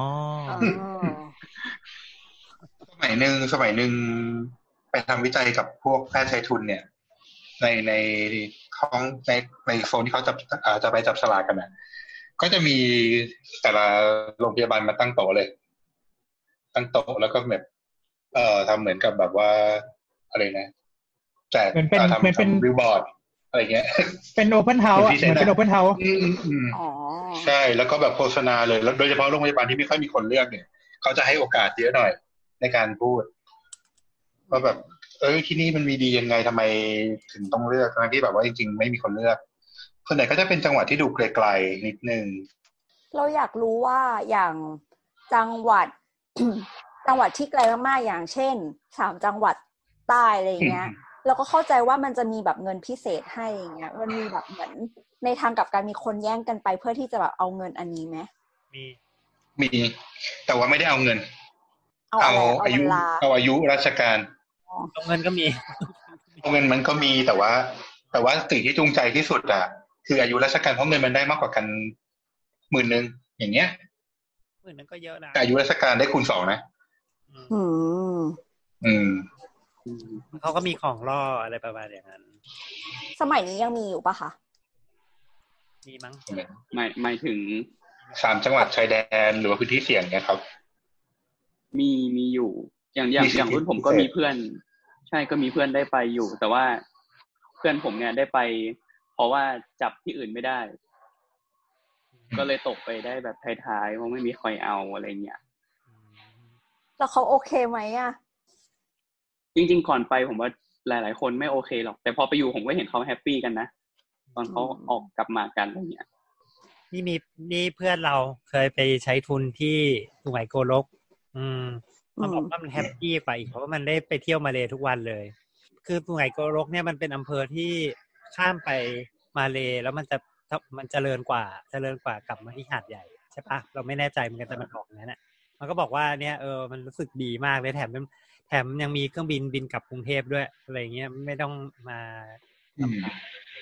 S5: สมัยหนึ่งสมัยหนึ่งไปทำวิจัยกับพวกแพทย์ใช้ทุนเนี่ยในในห้องในในโซนที่เขาจะจะไปจับฉลากกันน่ะก็จะมีแต่ละโรงพยาบาลมาตั้งโต๊ะเลยตั้งโต๊ะแล้วก็แบบเอ่อทำเหมือนกับแบบว่าอะไรนะแจก
S4: เหมือนเป็นเหมือนเป็น
S5: บิลบอร์ดอะไรเงี้ย
S4: เป็นโอเพ่นเฮาส์เหมือนเป็นโอเพ่นเฮาส์
S5: อ๋อใช่แล้วก็แบบโฆษณาเลยแล้วโดยเฉพาะโรงพยาบาลที่ไม่ค่อยมีคนเลือกเนี่ยเขาจะให้โอกาสเยอะหน่อยในการพูดว่าแบบเอ้ยที่นี่มันมีดียังไงทำไมถึงต้องเลือกทั้งที่แบบว่าจริงๆไม่มีคนเลือกส่วนใหญ่ก็จะเป็นจังหวัดที่ดูไกลๆนิดนึง
S1: เราอยากรู้ว่าอย่างจังหวัด จังหวัดที่ไกลมากๆอย่างเช่นสามจังหวัดใต้อะไรเงี้ยเราก็เข้าใจว่ามันจะมีแบบเงินพิเศษให้อย่างเงี้ยมันมีแบบเหมือนในทางกลับกันมีคนแย่งกันไปเพื่อที่จะแบบเอาเงินอันนี้ไหม
S2: มี
S5: มีแต่ว่าไม่ได้เอาเงิน
S1: เอา
S5: อายุเอาอายุราชการ
S2: เอาเงินก็มี
S5: เอาเงินมันก็มีแต่ว่าแต่ว่าสิ่งที่จูงใจที่สุดอ่ะคืออายุราชการเพราะเงินมันได้มากกว่ากันหมื่นนึงอย่างเงี้ย
S2: หมื่นนึงก็เยอะนะ
S5: แต่อายุราชการได้คูณสองนะ
S1: อืม
S5: อืม
S2: เขาก็มีของล่ออะไรประมาณอย่างนั้น
S1: สมัยนี้ยังมีอยู่ปะคะ
S2: มีมั้ง
S7: หมายหมายถึง
S5: สามจังหวัดชายแดนหรือว่าพื้นที่เสี่ยงเนี่ยครับ
S7: มีมีอยู่อย่างอย่างอย่างรุ่นผมก็มีเพื่อนใช่ก็มีเพื่อนได้ไปอยู่แต่ว่าเพื่อนผมเนี่ยได้ไปเพราะว่าจับที่อื่นไม่ได้ก็เลยตกไปได้แบบท้ายๆเพราะไม่มีใครเอาอะไรเงี้ย
S1: แล้วเขาโอเคไหมอ่ะ
S7: จริงๆก่อนไปผมว่าหลายๆคนไม่โอเคหรอกแต่พอไปอยู่ผมก็เห็นเขาแฮปปี้กันนะตอนเขาออกกลับมากันอะไรเงี้ย
S2: นี่มีนี่เพื่อนเราเคยไปใช้ทุนที่สุไหงโกลกอืมมันบอกว่ามันแฮปปี้กว่าอีกเพราะว่ามันได้ไปเที่ยวมาเลทุกวันเลยคือสุไหงโกลกเนี่ยมันเป็นอำเภอที่ข้ามไปมาเลแล้วมันจะมันเจริญกว่าเจริญกว่ากลับมาที่หาดใหญ่ใช่ปะเราไม่แน่ใจเหมือนกันแต่มันบอกอย่างนั้นแหละมันก็บอกว่าเนี่ยเออมันรู้สึกดีมากเลยแถมแถมยังมีเครื่องบินบินกลับกรุงเทพด้วยอะไรเงี้ยไม่ต้องมาลำบาก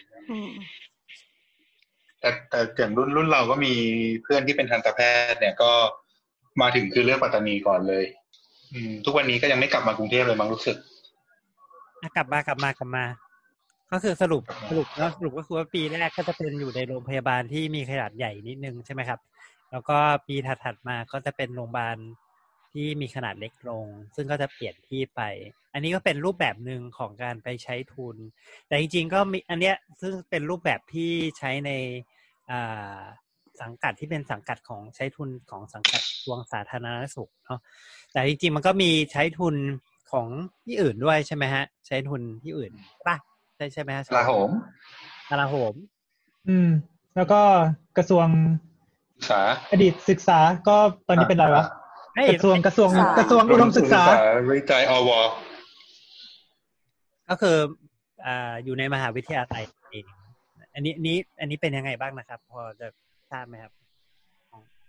S5: แต่แต่อย่างรุ่นรุ่นเราก็มีเพื่อนที่เป็นทันตแพทย์เนี่ยก็มาถึงคือเลือกปัตตานีก่อนเลยอืมทุกวันนี้ก็ยังไม่กลับมากรุงเทพเลยมั้งรู้สึก
S2: กลับมากลับมากลับมาก็คือสรุปสรุปแล้วสรุปก็คือว่าปีแรกก็จะเป็นอยู่ในโรงพยาบาลที่มีขนาดใหญ่นิดนึงใช่ไหมครับแล้วก็ปีถัดๆมาก็จะเป็นโรงพยาบาลที่มีขนาดเล็กลงซึ่งก็จะเปลี่ยนที่ไปอันนี้ก็เป็นรูปแบบนึงของการไปใช้ทุนแต่จริงๆก็มีอันเนี้ยซึ่งเป็นรูปแบบที่ใช้ในอ่าสังกัดที่เป็นสังกัดของใช้ทุนของสังกัดกระทรวงสาธารณสุขเนาะแต่จริงๆมันก็มีใช้ทุนของที่อื่นด้วยใช่ไหมฮะใช้ทุนที่อื่นป่ะใช่ใช่ไหมฮะ
S5: กลาโหม
S2: กลาโหม
S4: อืมแล้วก็กระทรวง
S5: ศึกษา
S4: อดีตศึกษาก็ตอนนี้เป็นอะไรวะกระทรวงกระทรวงกระทรวงอุดมศึกษา
S5: วิจัยอว
S2: ก็คืออ่าอยู่ในมหาวิทยาลัยเองอันนี้นี้อันนี้เป็นยังไงบ้างนะครับพอจะทราบไหมครับ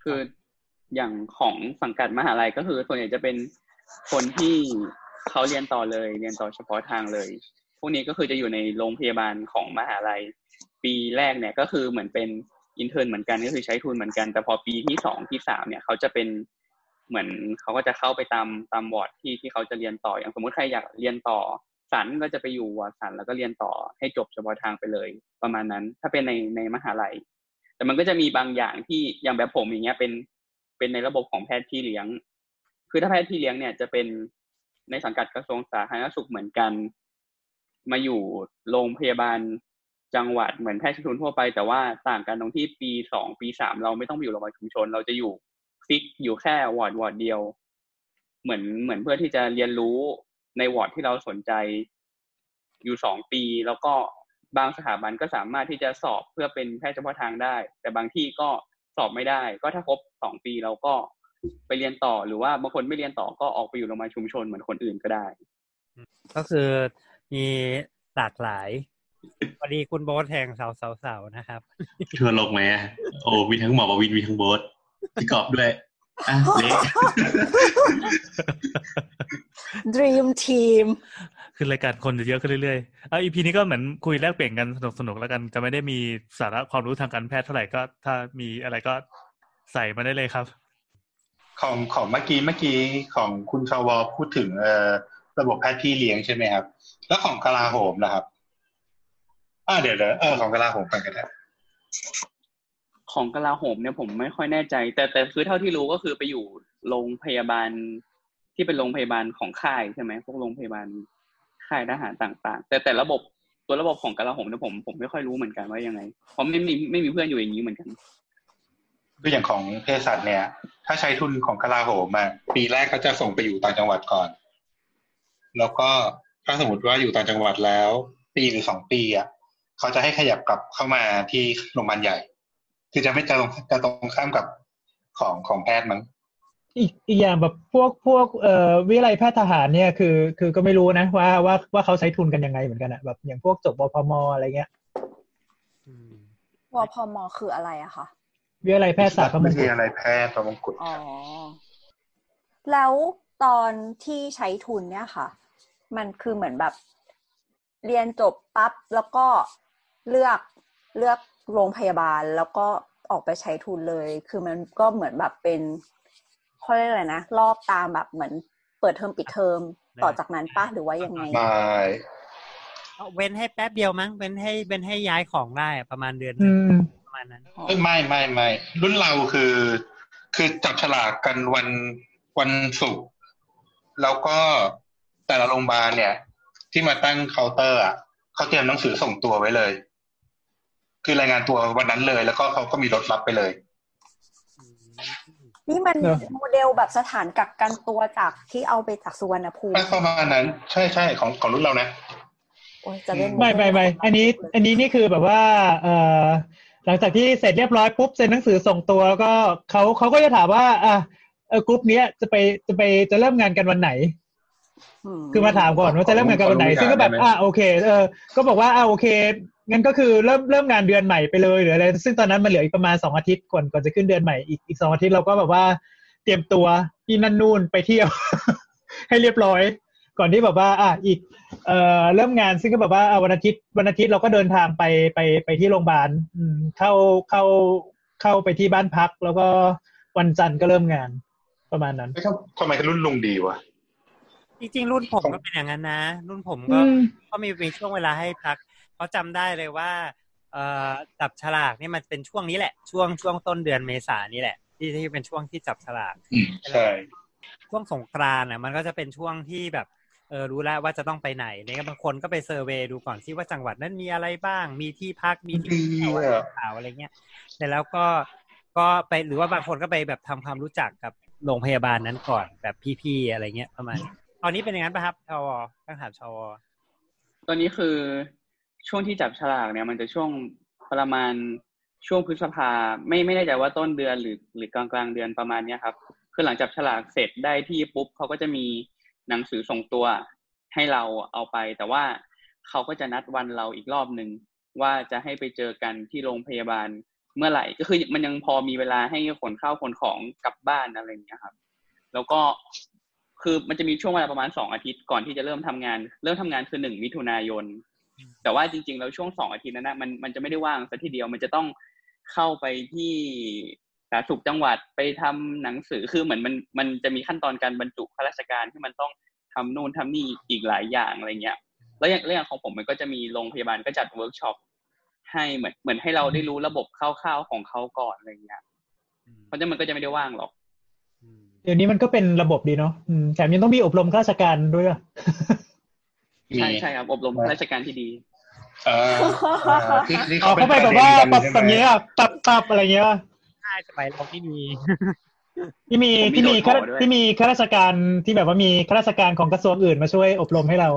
S7: คืออย่างของสังกัดมหาลัยก็คือส่วนใหญ่จะเป็นคนที่เขาเรียนต่อเลยเรียนต่อเฉพาะทางเลยพวกนี้ก็คือจะอยู่ในโรงพยาบาลของมหาลัยปีแรกเนี่ยก็คือเหมือนเป็นอินเทิร์นเหมือนกันก็คือใช้ทุนเหมือนกันแต่พอปีที่สองที่สามเนี่ยเขาจะเป็นเหมือนเขาก็จะเข้าไปตามตามวอร์ดที่ที่เขาจะเรียนต่ออย่างสมมุติใครอยากเรียนต่อสันก็จะไปอยู่วอร์ดสันแล้วก็เรียนต่อให้จบเฉพาะทางไปเลยประมาณนั้นถ้าเป็นในในมหาลัยแต่มันก็จะมีบางอย่างที่อย่างแบบผมอย่างเงี้ยเป็นเป็นในระบบของแพทย์พี่เลี้ยงคือถ้าแพทย์พี่เลี้ยงเนี่ยจะเป็นในสังกัดกระทรวงสาธารณสุขเหมือนกันมาอยู่โรงพยาบาลจังหวัดเหมือนแพทย์ทุนทั่วไปแต่ว่าต่างกันตรงที่ปีสองปีสามเราไม่ต้องไปอยู่โรงพยาบาลชุมชนเราจะอยู่ฟิกอยู่แค่วอร์ดวอร์ดเดียวเหมือนเหมือนเพื่อที่จะเรียนรู้ในวอร์ดที่เราสนใจอยู่สองปีแล้วก็บางสถาบันก็สามารถที่จะสอบเพื่อเป็นแพทย์เฉพาะทางได้แต่บางที่ก็สอบไม่ได้ก็ถ้าครบสองปีเราก็ไปเรียนต่อหรือว่าบางคนไม่เรียนต่อก็ออกไปอยู่โรงพยาบาลชุมชนเหมือนคนอื่นก็ได้
S2: ก็คือมีหลากหลายพอดีคุณโบ๊ทแทงสาวๆๆนะครับ
S5: ทั่วโลกไหมอ่ะโอ้มีทั้งหมอประวินมีทั้งโบ๊ทพี่กอบด้วยอ่ะเล็ก
S1: Dream Team
S3: คือรายการคนจะเยอะขึ้นเรื่อยๆเอา อี พี นี้ก็เหมือนคุยแลกเปลี่ยนกันสนุกๆแล้วกันจะไม่ได้มีสาระความรู้ทางการแพทย์เท่าไหร่ก็ถ้ามีอะไรก็ใส่มาได้เลยครับ
S5: ของของเมื่อกี้เมื่อกี้ของคุณชวพูดถึงเอ่อระบบแพทย์พี่เลี้ยงใช่ไหมครับแล้วของกลาโหมนะครับอ่าเดี๋ยวๆเออของกลาโหมกันก็ได้
S7: ของกลาโหมเนี่ยผมไม่ค่อยแน่ใจแต่แต่คือเท่าที่รู้ก็คือไปอยู่โรงพยาบาลที่เป็นโรงพยาบาลของค่ายใช่ไหมพวกโรงพยาบาลค่ายทหารต่างๆแต่แต่ระบบตัวระบบของกลาโหมเนี่ยผมผมไม่ค่อยรู้เหมือนกันว่ายังไงเพราะไม่มีไม่มีเพื่อนอยู่อย่างนี้เหมือนกัน
S5: คืออย่างของเภสัชเนี่ยถ้าใช้ทุนของกลาโหมอ่ะปีแรกเขาจะส่งไปอยู่ต่างจังหวัดก่อนแล้วก็ถ้าสมมติว่าอยู่ต่างจังหวัดแล้วปีหรือสองปีอ่ะเขาจะให้ขยับกลับเข้ามาที่โรงพยาบาลใหญ่คือจะไม่จะตรงจะตรงข้ามกับของของแพทย์มั้ง
S4: อีกอีกอย่างแบบพวกพวกเอ่อวิทยาลัยแพทย์ทหารเนี่ยคือคือก็ไม่รู้นะว่าว่าว่าเขาใช้ทุนกันยังไงเหมือนกันอะแบบอย่างพวกจบวพมอะไรเงี้ยว
S1: พมคืออะไรอะคะ
S4: วิทยาลัยแพทยศาสตร์พระมงกุฎ
S5: วิทยาลัยแพทย์พระมงกุฎ
S1: อ๋อแล้วตอนที่ใช้ทุนเนี่ยค่ะมันคือเหมือนแบบเรียนจบปั๊บแล้วก็เลือกเลือกโรงพยาบาลแล้วก็ออกไปใช้ทุนเลยคือมันก็เหมือนแบบเป็นเขาเรียกอะไรนะรอบตามแบบเหมือนเปิดเทอมปิดเทอมต่อจากนั้นป่ะหรือว่ายังไง
S5: ไม่
S2: เว้นให้แป๊บเดียวมั้งเว้นให้เว้นให้ย้ายของได้ประมาณเดือนประมาณนั้น
S5: ไม่ไม่ไม่รุ่นเราคือคือจับฉลากกันวันวันศุกร์แล้วก็แต่ละโรงพยาบาลเนี่ยที่มาตั้งเคาน์เตอร์อ่ะเขาเตรียมหนังสือส่งตัวไว้เลยคือรายงานตัววันนั้นเลยแล้วก็เขาก็มีรถรับไปเลย
S1: นี่มันโมเดลแบบสถานกักกันตัวจากที่เอาไปจากสุวรรณภูมิ
S5: ประมาณนั้นใช่ใช่ของของรุ่นเรานะ
S1: โอ้ยจะเล่น
S4: ไม่ไม่ไม่อันนี้อันนี้นี่คือแบบว่าเอ่อหลังจากที่เสร็จเรียบร้อยปุ๊บเซ็นหนังสือส่งตัวแล้วก็เขาเขาก็จะถามว่าอ่ะเออกลุ่มนี้จะไปจะไปจะเริ่มงานกันวันไหนคือมาถามก่อนว่าจะเริ่มงานกันวันไหนซึ่งก็แบบอ่ะโอเคเออก็บอกว่าอ่ะโอเคงั้นก็คือเริ่มเริ่มงานเดือนใหม่ไปเลยหรืออะไรซึ่งตอนนั้นมันเหลืออีกประมาณสองอาทิตย์ก่อนก่อนจะขึ้นเดือนใหม่อีกอีกสองอาทิตย์เราก็แบบว่าเตรียมตัวที่นั่นนู่นไปเที่ยว ให้เรียบร้อยก่อนที่แบบว่าอ่ะอีกเอ่อเริ่มงานซึ่งก็แบบว่าวันอาทิตย์วันอาทิตย์เราก็เดินทางไปไปไปที่โรงพยาบาลเข้าเข้าเข้าไปที่บ้านพักแล้วก็วันจันทร์ก็เริ่มงานประมาณนั้น
S5: ทำไมรุ่นลุงดีวะ
S2: จริงๆรุ่นผมก็เป็นอย่างนั้นนะรุ่นผมก็ก็มีมีช่วงเวลาให้พักเพราะจำได้เลยว่าเอ่อจับฉลากนี่มันเป็นช่วงนี้แหละช่วงช่วงต้นเดือนเมษายนนี่แหละที่ที่เป็นช่วงที่จับฉลาก
S5: ใช่
S2: ช่วงสงกรานต์น่ะมันก็จะเป็นช่วงที่แบบเออรู้แล้วว่าจะต้องไปไหนเนี่ยบางคนก็ไปเซอร์เวย์ดูก่อนซิว่าจังหวัดนั้นมีอะไรบ้างมีที่พักมีที่เที่ยวอะไรเงี้ยแต่แล้วก็ก็ไปหรือว่าบางคนก็ไปแบบทำความรู้จักกับโรงพยาบาลนั้นก่อนแบบพี่ๆอะไรเงี้ยประมาณตอนนี้เป็นอย่างนั้นป่ะครับชวต้องถามชว
S7: ตอนนี้คือช่วงที่จับฉลากเนี่ยมันจะช่วงประมาณช่วงพฤษภาไม่ไม่แน่ใจว่าต้นเดือนหรือหรือกลางกลางเดือนประมาณนี้ครับคือหลังจับฉลากเสร็จได้ที่ปุ๊บเขาก็จะมีหนังสือส่งตัวให้เราเอาไปแต่ว่าเขาก็จะนัดวันเราอีกรอบนึงว่าจะให้ไปเจอกันที่โรงพยาบาลเมื่อไหร่ก็คือมันยังพอมีเวลาให้ขนข้าวขนของกลับบ้านอะไรอย่างเงี้ยครับแล้วก็คือมันจะมีช่วงเวลาประมาณสองอาทิตย์ก่อนที่จะเริ่มทำงานเริ่มทำงานคือหนึ่งมิถุนายนแต่ว่าจริงๆแล้วช่วงสองอาทิตย์นั้นนะมันมันจะไม่ได้ว่างซะทีเดียวมันจะต้องเข้าไปที่สาธารณสุขจังหวัดไปทำหนังสือคือเหมือนมันมันจะมีขั้นตอนการบรรจุข้าราชการที่มันต้องทำนู่นทำนี่อีกหลายอย่างอะไรเงี้ยแล้วอย่างเรื่องของผมมันก็จะมีโรงพยาบาลก็จัดเวิร์กช็อปให้เหมือนเหมือนให้เราได้รู้ระบบคร่าวๆของเขาก่อนอะไรเงี้ยเพราะฉะนั้นมันก็จะไม่ได้ว่างหรอก
S4: เดี๋ยวนี้มันก็เป็นระบบดีเนาะแถมยังต้องมีอบรมข้าราชการด้วยอ่ะ
S7: ใช่ใช่ครับอบรมข้าราชการที่ดี
S5: เออที่ที่
S4: เขาไปแบบว่าปรับแบบนี้อ่ะปรับปรับอะไรเงี้ย
S2: ใช่สมัยเราที่มี
S4: ที่มีที่มีที่มีข้าราชการที่แบบว่ามีข้าราชการของกระทรวงอื่นมาช่วยอบรมให้เรา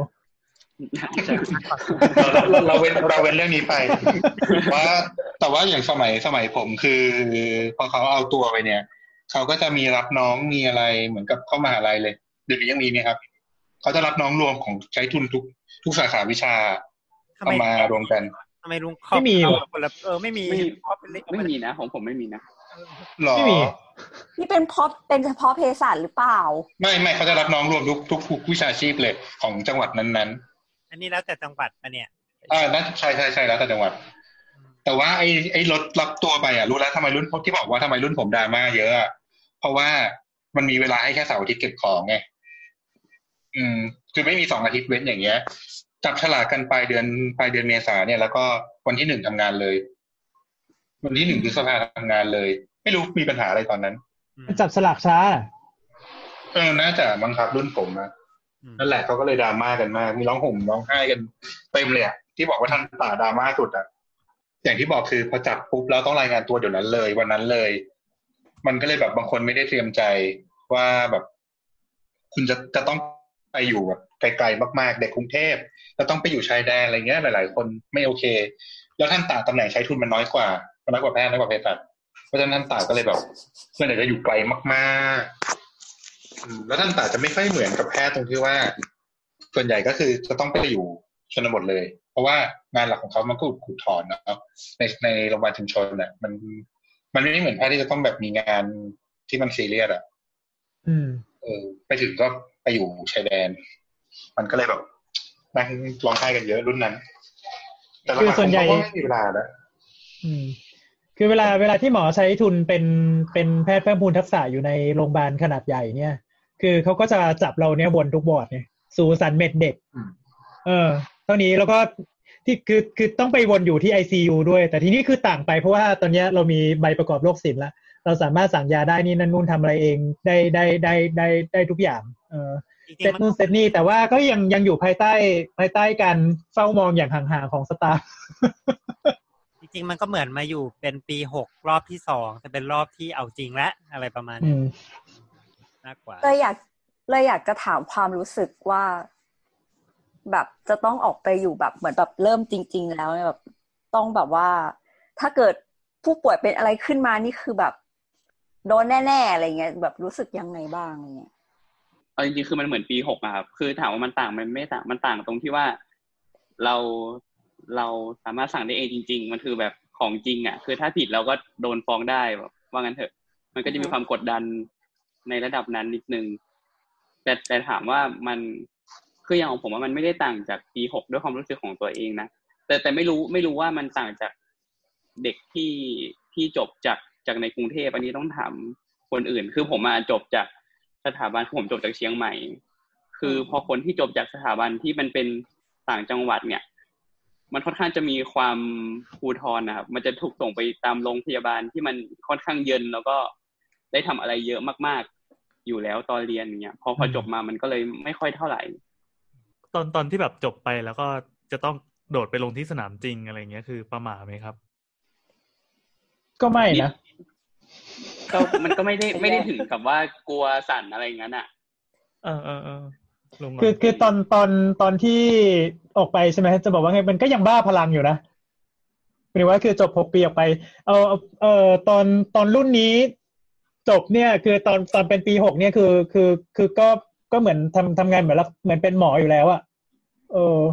S5: เราเราเว้นเราเว้นเรื่องนี้ไปว่าแต่ว่าอย่างสมัยสมัยผมคือพอเขาเอาตัวไปเนี่ยเขาก็จะมีรับน้องมีอะไรเหมือนกับเข้ามหาลัยเลยเดี๋ยวนี้ยังมีไหมครับเขาจะรับน้องรวมของใช้ทุนทุกทุกสาขาวิชาเอามารวมกัน
S2: ทำไมลุง
S4: ไม่มี
S2: คนละเออไม่มี
S7: ไม่มีนะของผมไม่มีนะ
S5: หรอ
S1: นี่เป็นเพราะเป็นเฉพาะเภสัชหรือเปล่า
S5: ไม่ไม่เขาจะรับน้องรวมทุกทุกทุกวิชาชีพเลยของจังหวัดนั้น
S2: ๆอันนี้แล้วแต่จังหวัดป่ะเนี่ย
S5: อ่านั่นใช่ใช่ใช่แล้วแต่จังหวัดแต่ว่าไอ้ไอ้รถรับตัวไปอ่ะรู้แล้วทำไมรุ่นที่บอกว่าทำไมรุ่นผมดราม่าเยอะอ่ะเพราะว่ามันมีเวลาให้แค่เสาร์อาทิตย์เก็บของไงอืมคือไม่มีสองอาทิตย์เว้นอย่างเงี้ยจับฉลากกันปลายเดือนปลายเดือนเมษาเนี่ยแล้วก็วันที่หนึ่งทำงานเลยวันที่หนึ่งพฤษภาคมทำงานเลยไม่รู้มีปัญหาอะไรตอนนั้น
S4: จับฉลากช้า
S5: เออน่าจะบังคับรุ่นผมนะนั่นแหละเขาก็เลยดราม่ากันมากมีร้องห่มร้องไห้กันเต็มเลยอ่ะที่บอกว่าท่านตาดราม่าสุดอ่ะอย่างที่บอกคือพอจับปุ๊บแล้วต้องรายงานตัวเดี๋ยวนั้นเลยวันนั้นเลยมันก็เลยแบบบางคนไม่ได้เตรียมใจว่าแบบคุณจะจะต้องไปอยู่แบบไกลๆมากๆเด็กกรุงเทพแล้วต้องไปอยู่ชายแดนอะไรเงี้ยหลายๆคนไม่โอเคแล้วท่านตาตำแหน่งใช้ทุนมันน้อยกว่าน้อยกว่าแพทย์น้อยกว่าเภสัชเพราะฉะนั้นท่านตาก็เลยแบบเพื่อนจะอยู่ไกลมากๆแล้วท่านตาจะไม่ค่อยเหมือนกับแพทย์ตรงที่ว่าส่วนใหญ่ก็คือจะต้องไปอยู่ชนบทเลยเพราะว่างานหลักของเขามันก็ขูดถอนเนาะในในโรงพยาบาลชุมชนน่ะมันมันไม่เหมือนแพทย์ที่จะต้องแบบมีงานที่มันซีเรียสอ่ะ
S4: อืม
S5: เออไปถึงก็ไปอยู่ชายแดนมันก็เลยแบบนั่งร้องไห้กันเยอะรุ่นนั้น
S4: แต่คือส่วนใหญ่
S5: ไม่มีเวลาแล้ว
S4: อืมคือเวลาเวลาที่หมอใช้ทุนเป็นเป็นแพทย์เพิ่มพูนทักษะอยู่ในโรงพยาบาลขนาดใหญ่เนี่ยคือเขาก็จะจับเราเนี่ยวนทุกบอร์ดเนี่ยสู่สันเม็ดเด็กเออเท่านี้แล้วก็ที่คือคือต้องไปวนอยู่ที่ ไอ ซี ยู ด้วยแต่ทีนี้คือต่างไปเพราะว่าตอนนี้เรามีใบประกอบโรคศิลป์แล้วเราสามารถสั่งยาได้นี่นั่นนู่นทำอะไรเองได้ได้ได้ได้ได้ทุกอย่างเออเซตนู่นเซตนี่แต่ว่าก็ยังยังอยู่ภายใต้ภายใต้การเฝ้ามองอย่างห่างๆของสตาฟ
S2: จริงๆมันก็เหมือนมาอยู่เป็นปีหกรอบที่สองแต่เป็นรอบที่เอาจริงและอะไรประมาณนี้มากกว่า
S1: เลยอยากเลยอยากจะถามความรู้สึกว่าแบบจะต้องออกไปอยู่แบบเหมือนแบบเริ่มจริงๆแล้วแบบต้องแบบว่าถ้าเกิดผู้ป่วยเป็นอะไรขึ้นมานี่คือแบบโดนแน่ๆอะไรเงี้ยแบบรู้สึกยังไงบ้างอะไรเงี้ย
S7: เอาจริงๆคือมันเหมือนปีหกอะครับคือถามว่ามันต่างมันไม่ต่างมันต่างตรงที่ว่าเราเราสามารถสั่งได้เองจริงๆมันคือแบบของจริงอะคือถ้าผิดเราก็โดนฟ้องได้แบบว่างั้นเถอะมันก็จะมีความกดดันในระดับนั้นนิดนึงแต่แต่ถามว่ามันคืออย่างของผมว่ามันไม่ได้ต่างจากปีหกด้วยความรู้สึกของตัวเองนะแต่แต่ไม่รู้ไม่รู้ว่ามันต่างจากเด็กที่ที่จบจากจากในกรุงเทพอันนี้ต้องถามคนอื่นคือผมมาจบจากสถาบันผมจบจากเชียงใหม่คือพอคนที่จบจากสถาบันที่มันเป็นต่างจังหวัดเนี่ยมันค่อนข้างจะมีความภูทรนะครับมันจะถูกส่งไปตามโรงพยาบาลที่มันค่อนข้างเย็นแล้วก็ได้ทำอะไรเยอะมากๆอยู่แล้วตอนเรียนอย่างเงี้ยพอพอจบมามันก็เลยไม่ค่อยเท่าไหร่
S3: ตอนตอนที่แบบจบไปแล้วก็จะต้องโดดไปลงที่สนามจริงอะไรเงี้ยคือประหม่าไหมครับ
S4: ก็ไม่นะ
S7: ก็มันก็ไม่ได้ไม่ได้ถึงกับว่ากลัวสั่นอะไรอย่างนั้นอ่ะ
S3: เออเออเออ
S4: คือคือตอนตอนตอนที่ออกไปใช่ไหมจะบอกว่าไงมันก็ยังบ้าพลังอยู่นะหรือว่าคือจบหกปีออกไปเออเออตอนตอนรุ่นนี้จบเนี่ยคือตอนตอนเป็นปีหกเนี่ยคือคือคือก็ก็เหมือนทำทำงานเหมือนเหมือนเป็นหมออยู่แล้วอ่ะเออ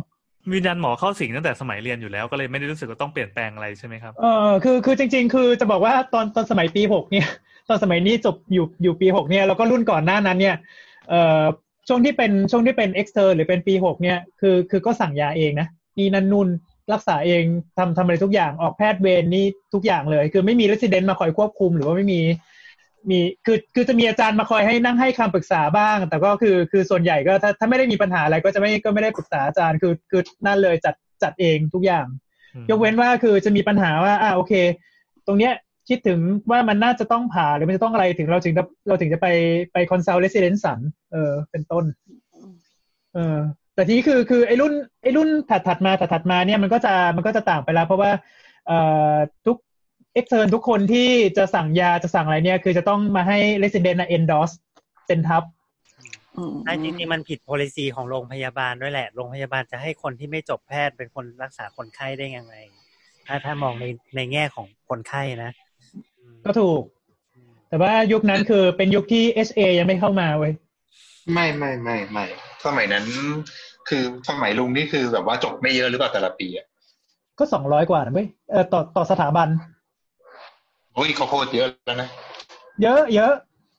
S3: วิญญาณหมอเข้าสิงตั้งแต่สมัยเรียนอยู่แล้วก็เลยไม่ได้รู้สึกว่าต้องเปลี่ยนแปลงอะไรใช่ไหมครับ
S4: เออคือคือจริงๆคือจะบอกว่าตอนตอนสมัยปีหกเนี่ยตอนสมัยนี้จบอยู่อยู่ปีหกเนี่ยแล้วก็รุ่นก่อนหน้านั้นเนี่ยเอ่อช่วงที่เป็นช่วงที่เป็นเอ็กซ์เทอร์หรือเป็นปีหกเนี่ยคือคือก็สั่งยาเองนะนี่นั่นนู่นรักษาเองทำทำอะไรทุกอย่างออกแพทย์เวรนี่ทุกอย่างเลยคือไม่มีเรสซิเดนต์มาคอยควบคุมหรือว่าไม่มีมีคือคือจะมีอาจารย์มาคอยให้นั่งให้คำปรึกษาบ้างแต่ก็คือคือส่วนใหญ่ก็ถ้าถ้าไม่ได้มีปัญหาอะไรก็จะไม่ก็ไม่ได้ปรึกษาอาจารย์คือคือนั่นเลยจัดจัดเองทุกอย่างยกเว้นว่าคือจะมีปัญหาว่าอ่าโอเคตรงเนี้ยคิดถึงว่ามันน่าจะต้องผ่าหรือมันจะต้องอะไรถึงเราถึงเราถึงจะไปไปคอนซัลท์เรสซิเดนต์สันเออเป็นต้นเออแต่ทีนี้คือคือไอ้รุ่นไอ้รุ่นถัดถัดมาถัดถัดมาเนี่ยมันก็จะมันก็จะต่างไปแล้วเพราะว่าเอ่อทุกเอ็กเทิร์นทุกคนที่จะสั่งยาจะสั่งอะไรเนี่ยคือจะต้องมาให้ resident นะ endorse เซ็นทับ
S2: ใช่จริงๆมันผิด policy ของโรงพยาบาลด้วยแหละโรงพยาบาลจะให้คนที่ไม่จบแพทย์เป็นคนรักษาคนไข้ได้ยังไงถ้าถ้ามองในในแง่ของคนไข้นะ
S4: ก็ถูกแต่ว่ายุคนั้นคือเป็นยุคที่ เอช เอ ยังไม่เข้ามาเว้ย
S5: ไม่ไม่ไม่ไม่สมัยนั้นคือสมัยลุงนี่คือแบบว่าจบไม่เยอะหรือเปล่าแต่ละปีอ่ะ
S4: ก็สองร้อยกว่านะเว้ยเออต่อต่อสถาบัน
S5: โอ้ยเขาโคตรเยอะแล้วนะ
S4: เยอะเยอะ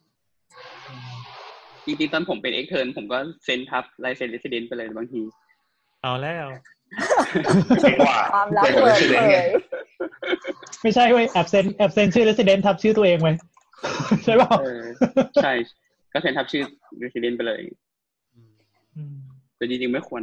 S7: จริงๆตอนผมเป็นเอ็กเทิร์นผมก็เซ็นทับลายเซ็นเรสซิเดนต์ไปเลยบางที
S3: เอาแล้ว
S5: เก่งกว่า
S1: ความลับเปิดเผย
S4: ไม่ใช่เว้ยแอบเซ็นแอบเซ็นชื่อเรสซิเดนต์ทับชื่อตัวเองไว้ใช่ป่ะ
S7: ใช่ก็เซ็นทับชื่อเรสซิเดนต์ไปเลยแต่จริงๆไม่ควร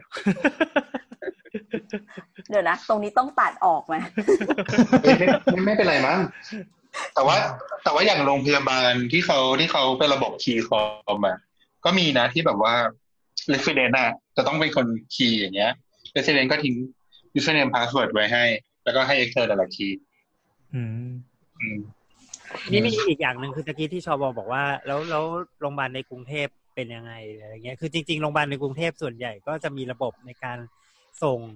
S1: เดี๋ยวนะตรงนี้ต้องตัดออกไหม
S5: ไม่ไม่ไม่เป็นไรมั้งแต่ว่าแต่ว่าอย่างโรงพยาบาลที่เขาที่เขาเป็นระบบคีย์คอมอ่ะก็มีนะที่แบบว่า resident อ่ะจะต้องเป็นคนคีย์อย่างเงี้ย resident ก็ทิ้ง username password ไว้ให้แล้วก็ให้ extern แต่ละคีย์
S3: อืม
S5: อืม
S2: นี่มีอีกอย่างนึงคือตะกี้ที่ชบบอกว่าแล้วแล้วโรงพยาบาลในกรุงเทพเป็นยังไงอะไรเงี้ยคือจริงๆโรงพยาบาลในกรุงเทพส่วนใหญ่ก็จะมีระบบในการส่ง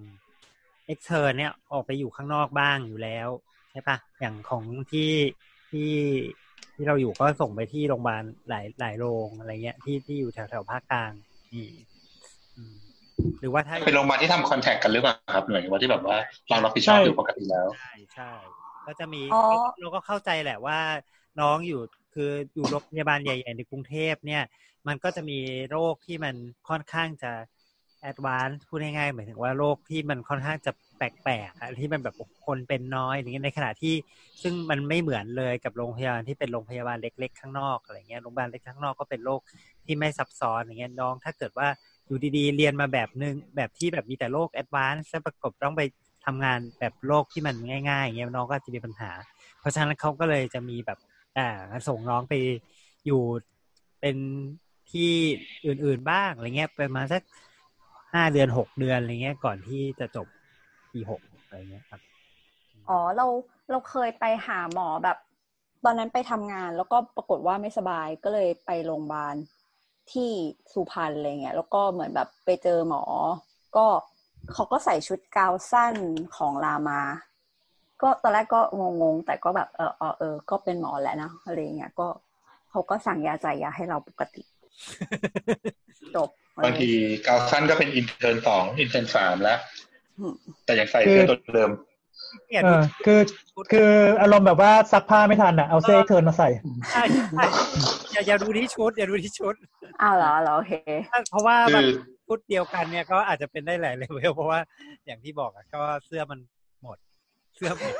S2: extern เนี่ยออกไปอยู่ข้างนอกบ้างอยู่แล้วใช่ปะอย่างของที่ที่ที่เราอยู่ก็ส่งไปที่โรงพยาบาลหลายหลายโรงอะไรเงี้ยที่ที่อยู่แถวแถวภาคกลางนี่หรือว่าถ้า
S5: เป็นโรงพยาบาลที่ทำคอนแทคกันหรือเปล่าครับหน่วยว่าที่แบบว่าเรารับผิดชอบอยู่ปกติแล้ว
S2: ใช่ใช่ก็จะมีเราก็เข้าใจแหละว่าน้องอยู่คืออยู่โรงพยาบาลใหญ่ๆในกรุงเทพเนี่ยมันก็จะมีโรคที่มันค่อนข้างจะแอดวานซ์พูดง่ายๆหมายถึงว่าโรคที่มันค่อนข้างจะแปลกๆอ่ะที่มันแบบคนเป็นน้อยอย่างเงี้ยในขณะที่ซึ่งมันไม่เหมือนเลยกับโรงพยาบาลที่เป็นโรงพยาบาลเล็กๆข้างนอกอะไรเงี้ยโรงพยาบาลเล็กข้างนอกก็เป็นโรคที่ไม่ซับซ้อนอย่างเงี้ยน้องถ้าเกิดว่าอยู่ดีๆเรียนมาแบบนึงแบบที่แบบมีแต่โรคแอดวานซ์แล้วประกบต้องไปทำงานแบบโรคที่มันง่ายๆอย่างเงี้ยน้องก็จะมีปัญหาเพราะฉะนั้นเขาก็เลยจะมีแบบอ่าส่งน้องไปอยู่เป็นที่อื่นๆบ้างอะไรเงี้ยประมาณสักห้าเดือนหกเดือนอะไรเงี้ยก่อนที่จะจบปีหกอะไรเงี้ยครับ
S1: อ๋อเราเราเคยไปหาหมอแบบตอนนั้นไปทำงานแล้วก็ปรากฏว่าไม่สบายก็เลยไปโรงพยาบาลที่สุพรรณอะไรเงี้ยแล้วก็เหมือนแบบไปเจอหมอก็เขาก็ใส่ชุดกาวสั้นของรามาก็ตอนแรกก็งงๆแต่ก็แบบเออเออเออก็เป็นหมอแหละนะอะไรเงี้ยก็เขาก็สั่งยาจ่ายยาให้เราปกติจบบ
S5: างทีกาวสั้นก็เป็นอินเทิร์นสองอินเทิร์นสามแล้วแต่ยังใส่เสื้อตัวเดิม
S4: เออคือคืออารมณ์แบบว่าซักผ้าไม่ทันอ่ะเอาเสื้อเทิร์นมาใส่
S2: ใช่อย่าอย่าดูที่ชุดอย่าดูที่ชุด
S1: อ้าวเหรอเหรอโอเค
S2: เพราะว่าแบบชุดเดียวกันเนี่ยก็อาจจะเป็นได้หลายเลเวลเพราะว่าอย่างที่บอกอ่ะก็เสื้อมันหมดเสื้อหมด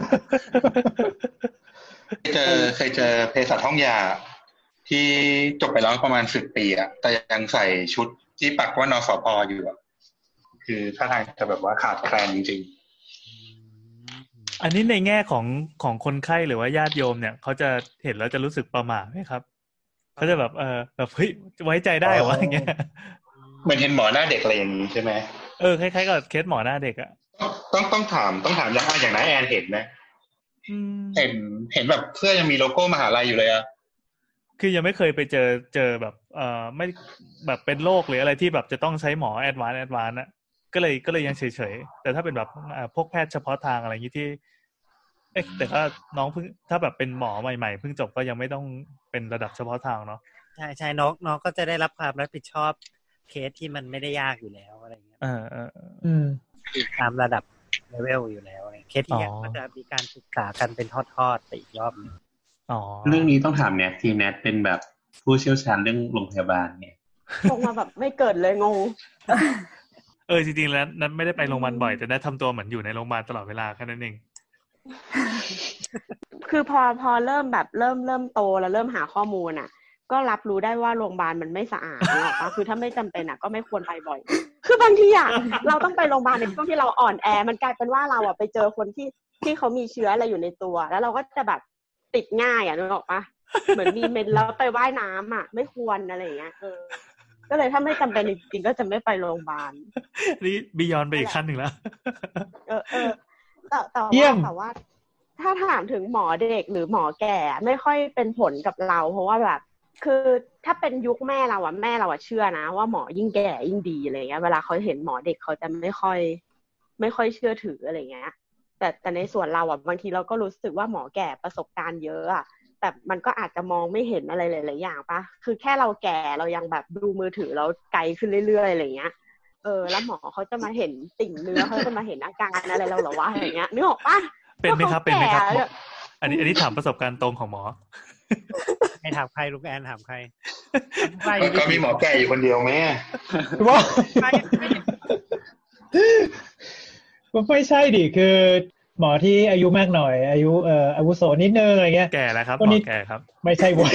S5: เคยเจอเคยเจอเภสัชห้องยาที่จบไปแล้วประมาณสิบปีอะแต่ยังใส่ชุดที่ปักว่านสพอยู่อะคือท่าทางจะแบบว่าขาดแคลนจริง
S3: ๆอันนี้ในแง่ของของคนไข้หรือว่าญาติโยมเนี่ยเขาจะเห็นแล้วจะรู้สึกประหม่าไหมครับเขาจะแบบเออแบบเฮ้ยไว้ใจได้เหรอวะอย่างเงี้ย
S5: เหมือนเห็นหมอหน้าเด็กอะไรอย่างนี้ใช่ไหม
S3: เออคล้ายๆกับเคสหมอหน้าเด็กอะ
S5: ต้องต้องถามต้องถามอย่างอย่างน้าแอนเห็นไหมเห็นเห็นแบบเสื้อยังมีโลโก้มหาลัยอยู่เลยอะ
S3: คือยังไม่เคยไปเจอเจอแบบเอ่อไม่แบบเป็นโรคหรืออะไรที่แบบจะต้องใช้หมอแอดวานซ์แอดวานซ์นะก็เลยก็เลยยังเฉยๆแต่ถ้าเป็นแบบพวกแพทย์เฉพาะทางอะไรอย่างนี้ที่เอ๊ะแต่ก็น้องเพิ่งถ้าแบบเป็นหมอใหม่ๆเพิ่งจบก็ยังไม่ต้องเป็นระดับเฉพาะทางเนาะ
S2: ใช่ใช่น้องน้องก็จะได้รับความรับผิดชอบเคสที่มันไม่ได้ยากอยู่แล้วอะไรเงี้ย
S3: อ่าอ่า
S4: อืม
S2: ตามระดับเลเวลอยู่แล้วเคสที่ก็จะมีการศึกษากันเป็นทอดๆไปอีกรอบนึง
S3: อ๋อ
S5: เรื่องนี้ต้องถามแนททีแนทเป็นแบบผู้เชี่ยวชาญเรื่องโรงพยาบาลเนี่ย
S6: ลงมาแบบไม่เกิดเลยงง
S3: เออจริงๆแล้วนั้นไม่ได้ไปโรงพยาบาลบ่อยแต่ได้ทำตัวเหมือนอยู่ในโรงพยาบาลตลอดเวลาแค่นั้นเอง
S6: คือพอพอเริ่มแบบเริ่มเริ่มโตแล้วเริ่มหาข้อมูลอ่ะก็รับรู้ได้ว่าโรงพยาบาลมันไม่สะอาดหรอกป่ะคือถ้าไม่จำเป็นอ่ะก็ไม่ควรไปบ่อยคือบางทีอ่ะเราต้องไปโรงพยาบาลในช่วงที่เราอ่อนแอมันกลายเป็นว่าเราอ่ะไปเจอคนที่ที่เขามีเชื้ออะไรอยู่ในตัวแล้วเราก็จะแบบติดง่ายอ่ะนึกออกป่ะเหมือนมีเมนแล้วไปว่ายน้ำอ่ะไม่ควรอะไรอย่างเงี้ยเออก็เลยถ้าไม่จำเป็นจริงๆก็จะไม่ไปโรงพยาบาล
S3: นี่บียอนไปอีกขั้นหนึ่งแล้ว
S6: เออเออแต่แต่ว่าแต่ว่าถ้าถามถึงหมอเด็กหรือหมอแก่ไม่ค่อยเป็นผลกับเราเพราะว่าแบบคือถ้าเป็นยุคแม่เราอ่ะแม่เราอ่ะเชื่อนะว่าหมอยิ่งแก่ยิ่งดีอะไรเงี้ยเวลาเขาเห็นหมอเด็กเขาจะไม่ค่อยไม่ค่อยเชื่อถืออะไรเงี้ยแต่แต่ในส่วนเราอ่ะบางทีเราก็รู้สึกว่าหมอแก่ประสบการณ์เยอะอ่ะแต่มันก็อาจจะมองไม่เห็นอะไรหลายๆอย่างป่ะคือแค่เราแก่เรายังแบบดูมือถือแล้วไกลขึ้นเรื่อยๆอะไรเงี้ยเออแล้วหมอเขาจะมาเห็นติ่งเนื้อเขาจะมาเห็นอาการอะไรเราหรอวะอย่างเงี้ยนึกออกป่ะ
S3: เป็นไหมครับเป็นไหมครับอันนี้อันนี้ถามประสบการณ์ตรงของหมอ
S2: ให้ถามใครลูกแอนถามใคร
S5: ก็มีหมอแก่อยู่คนเดียวไหม
S4: ว่าไม่ใช่ดิคือหมอที่อายุมากหน่อยอายุเอ่ออาวุโสนิดนึงอะไรเงี้ย
S3: แก่แล้วครับหมอแก่ครับ
S4: ไม่ใช่วะ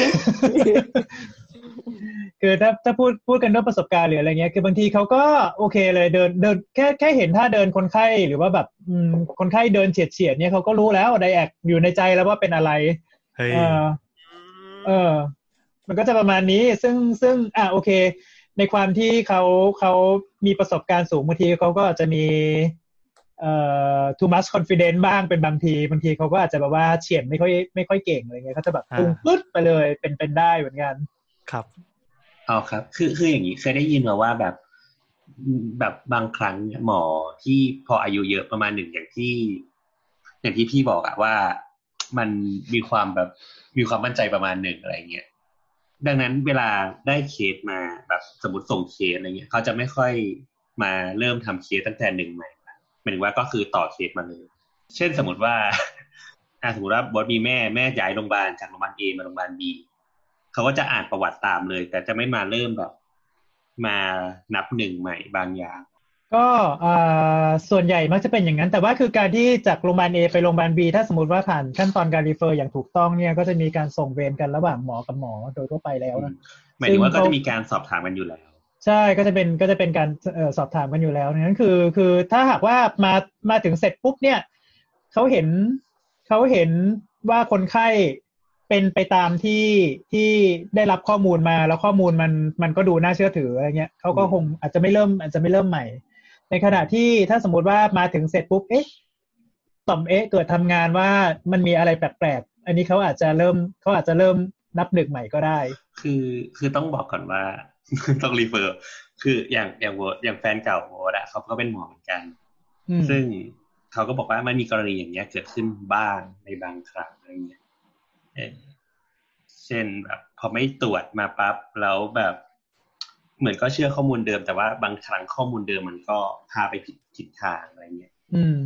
S4: คือถ้าถ้าพูดพูดกันด้วยประสบการณ์หรืออะไรเงี้ยคือบางทีเขาก็โอเคเลยเดินเดินแค่แค่เห็นท่าเดินคนไข้หรือว่าแบบอืมคนไข้เดินเฉียดเฉียดเนี่ยเขาก็รู้แล้วไดแอกอยู่ในใจแล้วว่าเป็นอะไรเออเออมันก็จะประมาณนี้ซึ่งซึ่งอ่ะโอเคในความที่เขาเขามีประสบการณ์สูงบางทีเขาก็อาจจะมีเอ่อ too much confidence บ้างเป็นบางทีบางทีเขาก็อาจจะแบบว่าเฉียดไม่ค่อยไม่ค่อยเก่งอะไรเงี้ยเขาจะแบบพุ่งปึ๊ดไปเลยเป็นเป็นได้เหมือนกัน
S3: ครับ
S5: อ๋อครับคือคืออย่างนี้เคยได้ยินมาว่าแบบแบบบางครั้งหมอที่พออายุเยอะประมาณหนึ่งอย่างที่อย่างที่พี่บอกอะว่ามันมีความแบบมีความมั่นใจประมาณหนึ่งอะไรเงี้ยดังนั้นเวลาได้เคสมาแบบสมมติส่งเคสอะไรเงี้ยเขาจะไม่ค่อยมาเริ่มทำเคสตั้งแต่หนึ่งใหม่หมายถึงว่าก็คือต่อเคสมาเลยเช่นสมมติว่าอ่าสมมติว่าบอสมีแม่แม่ย้ายโรงพยาบาลจากโรงพยาบาล A มาโรงพยาบาล Bเขาก็จะอ่านประวัติตามเลยแต่จะไม่มาเริ่มแบบมานับหนึ่งใหม่บางอย่าง
S4: ก็อ่าส่วนใหญ่มักจะเป็นอย่างนั้นแต่ว่าคือการที่จากโรงพยาบาล A ไปโรงพยาบาล B ถ้าสมมติว่าผ่านขั้นตอนการรีเฟอร์อย่างถูกต้องเนี่ยก็จะมีการส่งเวรกันระหว่างหมอกับหมอโดยทั่วไปแล้วนะ
S5: หมายถึงว่าก็จะมีการสอบถามกันอยู่แล้ว
S4: ใช่ก็จะเป็นก็จะเป็นการเอ่อสอบถามกันอยู่แล้วนั้นคือคือถ้าหากว่ามามาถึงเสร็จปุ๊บเนี่ยเขาเห็นเขาเห็นว่าคนไข้เป็นไปตามที่ที่ได้รับข้อมูลมาแล้วข้อมูลมันมันก็ดูน่าเชื่อถืออะไรเงี้ยเขาก็คงอาจจะไม่เริ่มอาจจะไม่เริ่มใหม่ในขณะที่ถ้าสมมติว่ามาถึงเสร็จปุ๊บเอ๊ะต่อมเอ๊ะเกิดทำงานว่ามันมีอะไรแปลกๆอันนี้เขาอาจจะเริ่มเขาอาจจะเริ่มนับหนึ่งใหม่ก็ได้
S5: คือคือต้องบอกก่อนว่าต้องรีเฟอร์คืออย่างอย่างโวอย่างแฟนเก่าโวอะเขาก็เป็นหมอเหมือนกันซึ่งเขาก็บอกว่ามันมีกรณีอย่างเงี้ยเกิดขึ้นบ้างในบางครั้งอะไรเงี้ยเช่นแบบพอไม่ตรวจมาปั๊บแล้วแบบเหมือนก็เชื่อข้อมูลเดิมแต่ว่าบางครั้งข้อมูลเดิมมันก็พาไปผิดผิดทางอะไรเงี้ย
S4: อืม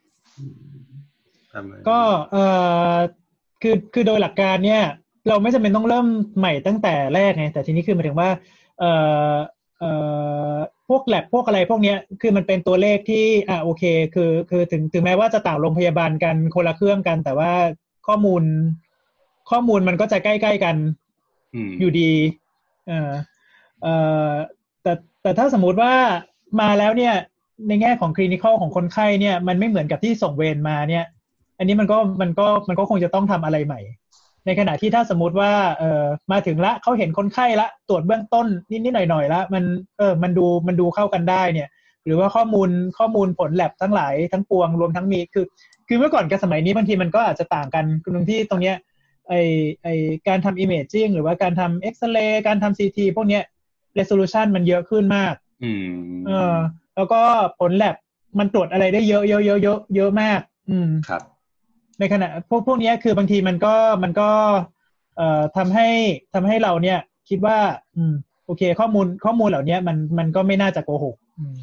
S4: ก็เอ่อคือคือโดยหลักการเนี่ยเราไม่จำเป็นต้องเริ่มใหม่ตั้งแต่แรกไงแต่ทีนี้คือหมายถึงว่าเอ่อเอ่อพวกแลบพวกอะไรพวกเนี้ยคือมันเป็นตัวเลขที่อ่าโอเคคือคือถึงถึงแม้ว่าจะต่างโรงพยาบาลกันคนละเครื่องกันแต่ว่าข้อมูลข้อมูลมันก็จะใกล้ๆกันอยู่ดีเอ่อเอ่อแต่แต่ถ้าสมมุติว่ามาแล้วเนี่ยในแง่ของคลินิคอลของคนไข้เนี่ยมันไม่เหมือนกับที่ส่งเวรมาเนี่ยอันนี้มันก็มันก็มันก็คงจะต้องทำอะไรใหม่ในขณะที่ถ้าสมมุติว่าเอ่อมาถึงละเขาเห็นคนไข้ละตรวจเบื้องต้นนิดๆหน่อยๆละมันเออมันดูมันดูเข้ากันได้เนี่ยหรือว่าข้อมูลข้อมูลผลแลบทั้งหลายทั้งปวงรวมทั้งมีคือคือเมื่อก่อนกับสมัยนี้บางทีมันก็อาจจะต่างกันตรงที่ตรงเนี้ยไอไอการทำ imaging หรือว่าการทำ X-ray การทำ ซี ที พวกเนี้ย resolution มันเยอะขึ้นมาก
S5: อืม
S4: เออแล้วก็ผลแลบมันตรวจอะไรได้เยอะเยอะเยอะเยอะเยอะมากอืม
S5: ครับ
S4: ในขณะพวกพวกนี้คือบางทีมันก็มันก็เอ่อทำให้ทำให้เราเนี่ยคิดว่าอืมโอเคข้อมูลข้อมูลเหล่านี้มันมันก็ไม่น่าจะโกหกอืม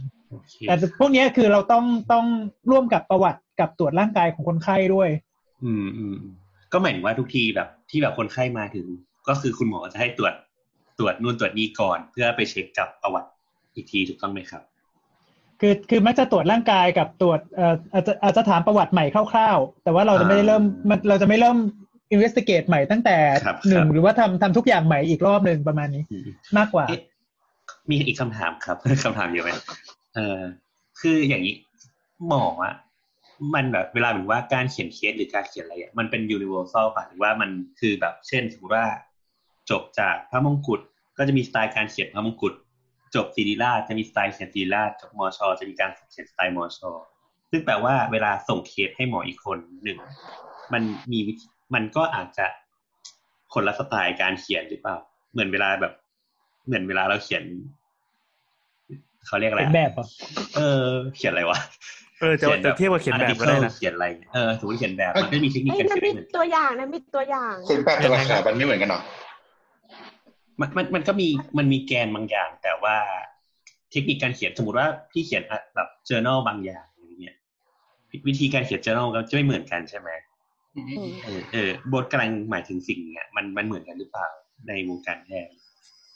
S4: แต่พวกนี้คือเราต้องต้องร่วมกับประวัติกับตรวจร่างกายของคนไข้ด้วย
S8: อืมอืมก็หมายถึงว่าทุกทีแบบที่แบบคนไข้มาถึงก็คือคุณหมอจะให้ตรวจตรวจนู่นตรวจนี่ก่อนเพื่อไปเช็คกับประวัติอีกทีถูกต้องไหมครับ
S4: คือคือมักจะตรวจร่างกายกับตรวจเอ่ออาจจะอาจจะถามประวัติใหม่คร่าวๆแต่ว่าเราจะไม่ได้เริ่มมันเราจะไม่เริ่ม investigate ใหม่ตั้งแต่หนึ่งหรือว่าทำทำทุกอย่างใหม่อีกรอบนึงประมาณนี้มากกว่า
S8: มีอีกคำถามครับ คำถามเยอะไหมเออคืออย่างนี้หมออ่ะมันแบบเวลาเหมือนว่าการเขียนเคสหรือการเขียนอะไรอ่ะมันเป็น universal ป่ะหรือว่ามันคือแบบเช่นสมมติว่าจบจากพระมงกุฎก็จะมีสไตล์การเขียนพระมงกุฎจบศิริราชจะมีสไตล์เขียนศิริราชจบมชจะมีการเขียนสไตล์มชซึ่งแปลว่าเวลาส่งเคสให้หมออีกคนหนึ่งมันมีมันก็อาจจะคนละสไตล์การเขียนหรือเปล่าเหมือนเวลาแบบเหมือนเวลาเราเขียนเขาเรียกอะไร
S4: แบบอ่ะ
S8: เออเขียนอะไรวะ
S3: เออจะจะเทียบกับเขียนแบบก็ได้นะ
S8: เขียนอะไรเออสมมติเขียนแบบมันก็มีเทคนิคการ
S6: เขียนไม่เหมือนกันตัวอย่างนะมีตัวอย่าง
S5: เขียนแบบแต่ละสถาบันไม่เหมือนกันหรอ
S8: มันมันมันก็มีมันมีแกนบางอย่างแต่ว่าเทคนิคการเขียนสมมติว่าพี่เขียนแบบ journal บางอย่างอย่างเงี้ยวิธีการเขียน journal ก็จะไม่เหมือนกันใช่ไหมเออเออบทกำลังหมายถึงสิ่งเนี้ยมันมันเหมือนกันหรือเปล่าในวงการแพทย์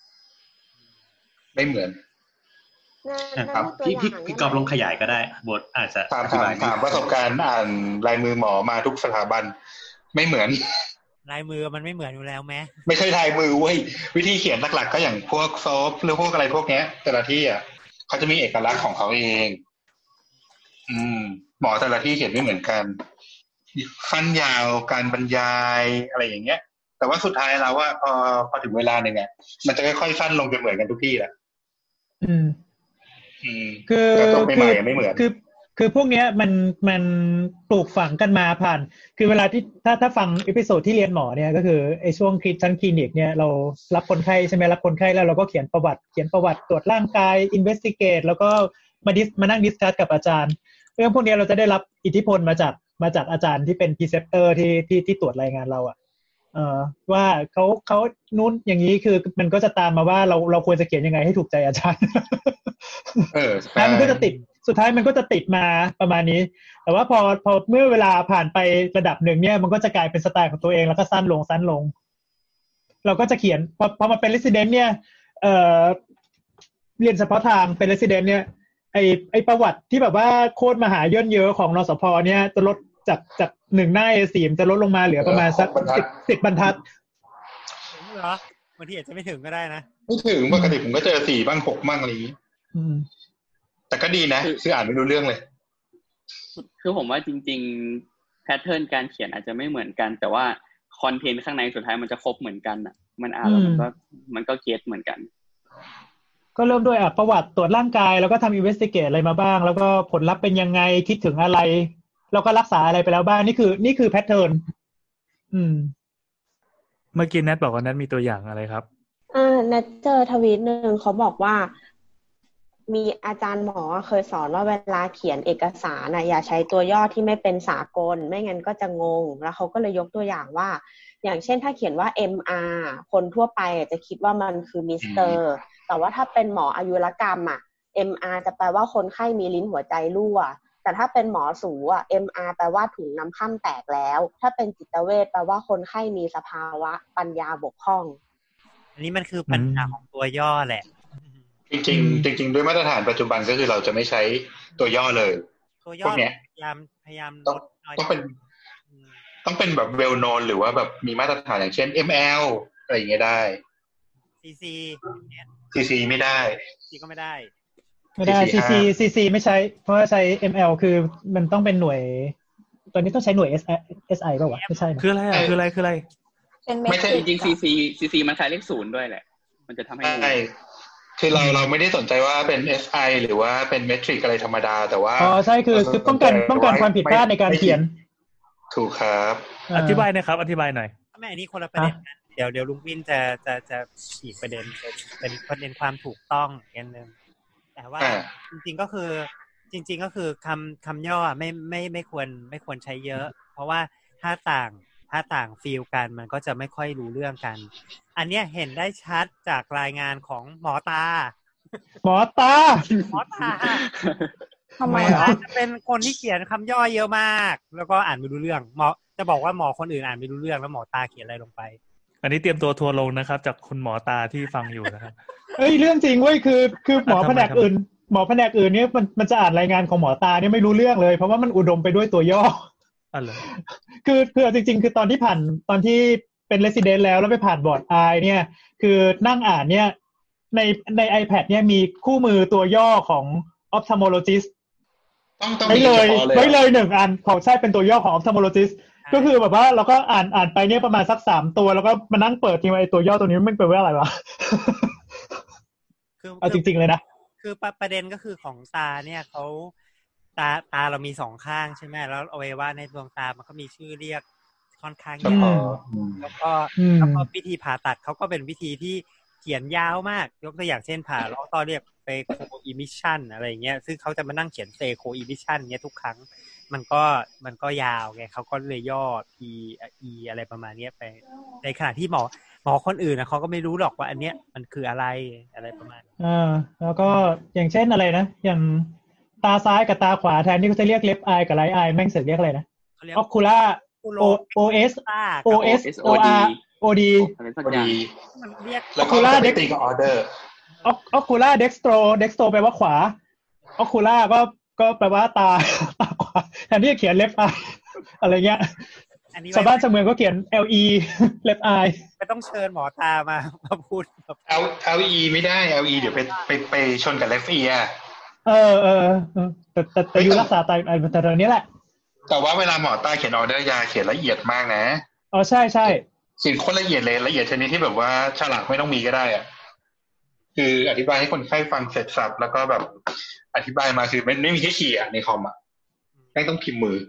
S5: ไม่เหมือน
S8: ครับพี่พี่พี่กอบลงขยายก็ได้บทอาจจะ
S5: ถามถามถามประสบการณ์อ่านลายมือหมอมาทุกสถาบันไม่เหมือน
S2: ลายมือมันไม่เหมือนอยู่แล้วแม้
S5: ไม่ใช่ลายมือเว้ยวิธีเขียนหลักๆก็อย่างพวกโซฟหรือพวกอะไรพวกเนี้ยแต่ละที่อ่ะเขาจะมีเอกลักษณ์ของเขาเองอืมหมอแต่ละที่เขียนไม่เหมือนกันสั้นยาวการบรรยายอะไรอย่างเงี้ยแต่ว่าสุดท้ายแล้วว่าพอพอถึงเวลาหนึ่งอ่ะมันจะค่อยๆสั้นลงจนเหมือนกันทุกที่แหละ
S4: อืม
S5: อืม
S4: คือ
S5: คือไม่เหมือน
S4: คือคือพวกเนี้ยมันมันปลูกฝังกันมาผ่านคือเวลาที่ถ้าถ้าฟังเอพิโซดที่เรียนหมอเนี่ยก็คือไอ้ช่วงคลิชั้นคลินิกเนี่ยเรารับคนไข้ใช่ไหมรับคนไข้แล้วเราก็เขียนประวัติเขียนประวัติตรวจร่างกาย investigate แล้วก็มาดิสมานั่งดิสคัสกับอาจารย์เรื่องพวกนี้เราจะได้รับอิทธิพลมาจากมาจากอาจารย์ที่เป็นพรีเซปเตอร์ที่ที่ที่ตรวจรายงานเราอ่ะเอ่อว่าเขาเขานู้นอย่างนี้คือมันก็จะตามมาว่าเราเราควรจะเขียนยังไงให้ถูกใจอาจารย์
S5: เออ
S4: มันก็จะติดสุดท้ายมันก็จะติดมาประมาณนี้แต่ว่าพอพอเมื่อเวลาผ่านไประดับหนึ่งเนี่ยมันก็จะกลายเป็นสไตล์ของตัวเองแล้วก็สั้นลงสั้นลงเราก็จะเขียนพอพอมาเป็น resident เนี่ยเอ่อเรียนเฉพาะทางเป็น resident เนี่ยไอไอประวัติที่แบบว่าโคตรมหาย่นเยอะของนสพเนี่ยจะลดจากจากหนึ่งหน้า เอ สี่ จะลดลงมาเหลือประมาณสักสิบ สิบบรรทัด
S2: ถึงเหรอบางทีอาจจะไม่ถึงก็ได้นะ
S5: ไม่ถึงปกติผมก็เจอสี่บ้างหกบ้างอะไรอย่างนี้แต่ก็ดีนะคืออ่านไม่รู้เรื่องเลย
S7: คือผมว่าจริงๆแพทเทิร์นการเขียนอาจจะไม่เหมือนกันแต่ว่าคอนเทนต์ข้างในสุดท้ายมันจะครบเหมือนกันอ่ะมันอ่านแล้วมันก็มันก็เก็ทเหมือนกัน
S4: ก็เริ่มด้วยอ่ะประวัติตรวจร่างกายแล้วก็ทำอินเวสติเกตอะไรมาบ้างแล้วก็ผลลัพธ์เป็นยังไงคิดถึงอะไรแล้วก็รักษาอะไรไปแล้วบ้างนี่คือนี่คือแพทเทิร์นอืม
S3: เมื่อกี้แนทบอกว่าแนทมีตัวอย่างอะไรครับ
S6: อ่าแนทเจอทวีตนึงเขาบอกว่ามีอาจารย์หมอเคยสอนว่าเวลาเขียนเอกสารนะอย่าใช้ตัวย่อที่ไม่เป็นสากลไม่งั้นก็จะงงแล้วเขาก็เลยยกตัวอย่างว่าอย่างเช่นถ้าเขียนว่า เอ็ม อาร์ คนทั่วไปจะคิดว่ามันคือมิสเตอร์แต่ว่าถ้าเป็นหมออายุรกรรมอ่ะ เอ็ม อาร์ จะแปลว่าคนไข้มีลิ้นหัวใจรั่วแต่ถ้าเป็นหมอสูอ่ะ เอ็ม อาร์ แปลว่าถุงน้ำค่ำแตกแล้วถ้าเป็นจิตเวชแปลว่าคนไข้มีสภาวะปัญญาบกพร่อง
S2: อันนี้มันคือปัญหาของตัวย่อแหละ
S5: จริงๆจริงๆด้วยมาตรฐานปัจจุบันก็คือเราจะไม่ใช้ตัวย่อเลย
S2: ตัวย่อพยายามพยายามลดน้อย
S5: ต้องเป็นต้องเป็นแบบ well known หรือว่าแบบมีมาตรฐานอย่างเช่น เอ็ม แอล อะไรอย่างเงี้ยได้
S2: ซี ซี
S5: ซี ซี ไม่ได้
S2: ซีก็ไม่ได้
S4: ไม่ได้ ซี ซี ซี ซี ไม่ใช้เพราะว่าใช้ เอ็ม แอล คือมันต้องเป็นหน่วยตอนนี้ต้องใช้หน่วย เอส ไอ ป่ะวะไม่ใช่
S3: คืออะไรอ่ะคืออะไรคืออะไร
S7: ไม่ใช่จริงๆ ซี ซี ซี ซี มันคล้ายเลขศูนย์ด้วยแหละมันจะทำให้
S5: ใช่คือเราเราไม่ได้สนใจว่าเป็น เอส ไอ หรือว่าเป็นเมทริกอะไรธรรมดาแต่ว่า
S4: อ๋อใช่คือคือป้องกันป้องกันความผิดพลาดในการเขียน
S5: ถูกครับ
S3: อธิบายหน่อยครับอธิบายหน่อย
S2: ไม่อันนี้คนละประเด็นนะเดี๋ยวเดี๋ยวลุงวินจะจะจะฉีกประเด็นเป็นเป็นประเด็นความถูกต้องอันนึงแต่ว่าจริงๆก็คือจริงๆก็คือคำคำย่อไม่ไม่ไม่ควรไม่ควรใช้เยอะเพราะว่าถ้าต่างถ้าต่างฟีลกันมันก็จะไม่ค่อยรู้เรื่องกันอันเนี้ยเห็นได้ชัดจากรายงานของหมอตา
S4: หมอตา
S2: หมอตา
S1: ทำไม
S2: หมอ
S1: อ่ะ
S2: จะเป็นคนที่เขียนคำย่อเยอะมากแล้วก็อ่านไม่รู้เรื่องหมอจะบอกว่าหมอคนอื่นอ่านไม่รู้เรื่องแล้วหมอตาเขียนอะไรลงไป
S3: อันนี้เตรียมตัวทัวร์ลงนะครับจากคุณหมอตาที่ฟังอยู่นะครับ
S4: เอ้ยเรื่องจริงเว้ยคือคือหมอแผนกอื่นหมอแผนกอื่นเนี่ยมันมันจะอ่านรายงานของหมอตาเนี่ยไม่รู้เรื่องเลยเพราะว่ามันอุดมไปด้วยตัวย่อ
S3: อ๋อเหรอ
S4: คือคือจริงๆคือตอนที่ผ่านตอนที่เป็นเรสซิเดนต์แล้วแล้วไปผ่านบอร์ดไอเนี่ยคือนั่งอ่านเนี่ยในใน iPad เนี่ยมีคู่มือตัวย่อของ ophthalmologist
S5: ต้องต้อง
S4: ไว้
S5: มี
S4: เลย
S5: เฉพาะเลย
S4: ไว้เลยหนึ่งอันของใช่เป็นตัวย่อของ ophthalmologist ก็คือแบบว่าเราก็อ่านอ่านไปเนี่ยประมาณสักสามตัวแล้วก็มานั่งเปิดทีว่าไอ้ตัวย่อตัวนี้มันเป็นว่าอะไรวะ
S2: คือ
S4: เอาจริงๆเลยนะ
S2: คือประเด็นก็คือของตาเนี่ยเขาตาตาเรามีสองข้างใช่ไหมแล้วอวัยวะในดวงตามันก็มีชื่อเรียกค่อนข้างยาวแล้วก็แล้วก็วิธีผ่าตัดเขาก็เป็นวิธีที่เขียนยาวมากยกตัวอย่างเช่นผ่าล้อต้อเรียกเฟโคอิมิชันอะไรเงี้ยซึ่งเขาจะมานั่งเขียนเฟโคอิมิชันเงี้ยทุกครั้งมันก็มันก็ยาวไงเขาก็เลยย่อ P E อะไรประมาณนี้ไปในขณะที่หมอหมอคนอื่นนะเขาก็ไม่รู้หรอกว่าอันเนี้ยมันคืออะไรอะไรประมาณ
S4: อ่าแล้วก็อย่างเช่นอะไรนะอย่างตาซ้ายกับตาขวาแทนที่เขาจะเรียกเลฟไอกับไรท์ไอแม่งเสร็จเรียกอะไรนะออคูล่า O S O S O R O D
S2: มันเรียก
S5: แล้วก็เด็กติกออเดอร์
S4: ออคูล่าเด็กสโตรเด็กสโตรแปลว่าขวาออคูล่าก็ก็แปลว่าตาตาขวาแทนที่จะเขียนเลฟไออะไรเงี้ยชาวบ้านชาวเมืองก็เขียน L E left eye
S2: ไม่ต้องเชิญหมอตามามาพูด
S5: L L E ไม่ได้ L E เดี๋ยวไปไปไปชนกับ left ear
S4: เออเออแต่แต่แต่อยู่รักษาตายแต่ตอนนี้แหละ
S5: แต่ว่าเวลาหมอตาเขียนออเดอร์ยาเขียนละเอียดมากนะ
S4: อ๋อใช่ใช่
S5: เขียนโคตรละเอียดเลยละเอียดชนิดที่แบบว่าฉลากไม่ต้องมีก็ได้อ่ะคืออธิบายให้คนไข้ฟังเสร็จสับแล้วก็แบบอธิบายมาคือไม่ไม่มีแค่ขีดอ่ะในคอมอ่ะไม่ต้องพิมพ์มือ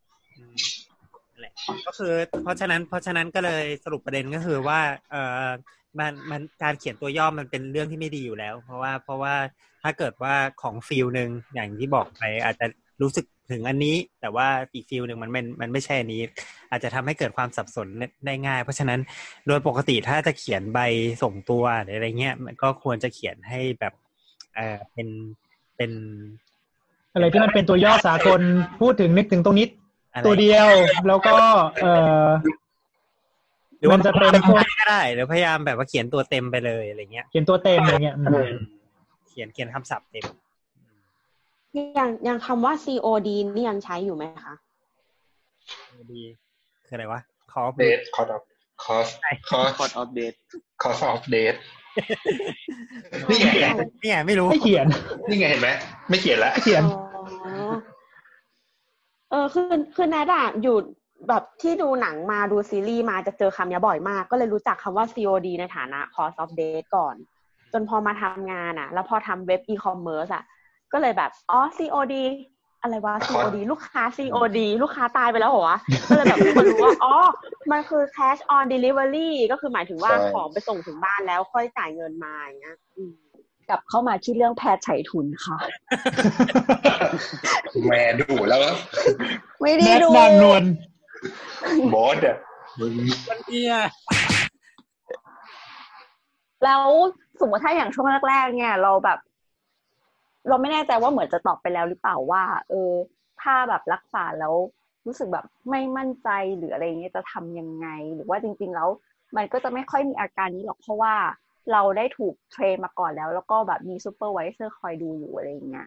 S2: ก็คือเพราะฉะนั้นเพราะฉะนั้นก็เลยสรุปประเด็นก็คือว่าเอ่อมันมันการเขียนตัวย่อมันเป็นเรื่องที่ไม่ดีอยู่แล้วเพราะว่าเพราะว่าถ้าเกิดว่าของฟิลนึงอย่างที่บอกไปอาจจะรู้สึกถึงอันนี้แต่ว่าอีกฟิลนึงมันมันมันไม่ใช่อันนี้อาจจะทำให้เกิดความสับสนได้ง่ายเพราะฉะนั้นโดยปกติถ้าจะเขียนใบส่งตัวอะไรเงี้ยมันก็ควรจะเขียนให้แบบเอ่อเป็นเป็น
S4: อะไรที่มันเป็นตัวย่อสากลพูดถึงนึกถึงตรงนี้ตัวเดียวแล้วก็เอ่อ
S2: หรือว่าจะเป็นพวกก็ได้หรือพยายามแบบว่าเขียนตัวเต็มไปเลยอะไรเงี้ย
S4: เขียนตัวเต็มอะไรเงี้ย
S2: เขียนเขียนคำศัพท์เต็ม
S6: อย่างอย่างคำว่า ซี โอ ดี นี่ยังใช้อยู่ไหมคะ
S2: ซี โอ ดี คืออะไรวะ
S5: cost of date cost of cost
S7: cost of date
S5: cost of date นี่ไง
S2: นี่ไงไม่รู้
S4: ไม่เขียน
S5: นี่ไงเห็นไหมไม่เขียนแล้ว
S4: เขียน
S6: เออคือคือแนทอะอยู่แบบที่ดูหนังมาดูซีรีส์มาจะเจอคำนี้บ่อยมากก็เลยรู้จักคำว่า ซี โอ ดี ในฐานะ cost of date ก่อนจนพอมาทำงานอะแล้วพอทำเว็บ e-commerce อะก็เลยแบบอ๋อ ซี โอ ดี อะไรวะ ซี โอ ดี ลูกค้า ซี โอ ดี ลูกค้าตายไปแล้วเหรอวะก็เลยแบบมารู้ว่าอ๋อมันคือ cash on delivery ก็คือหมายถึงว่าของไปส่งถึงบ้านแล้วค่อยจ่ายเงินมาอย่างเงี้ย
S1: กลับเข้ามาที่เรื่องแพทย์ไฉทุนค่ะ
S5: แม่ดูแล้ว
S1: ไม่ได้ดู
S4: นางนวล
S5: บอสอ่ะ
S2: มันเอี้ย
S1: แล้วสมมติถ้าอย่างช่วงแรกๆเนี่ยเราแบบเราไม่แน่ใจว่าเหมือนจะตอบไปแล้วหรือเปล่าว่าเออถ้าแบบรักษาแล้วรู้สึกแบบไม่มั่นใจหรืออะไรเงี้ยจะทำยังไงหรือว่าจริงๆแล้วมันก็จะไม่ค่อยมีอาการนี้หรอกเพราะว่าเราได้ถูกเทรนมาก่อนแล้วแล้วก็แบบมีซูเปอร์ไวเซอร์คอยดูอยู่อะไรอย่างเงี้ย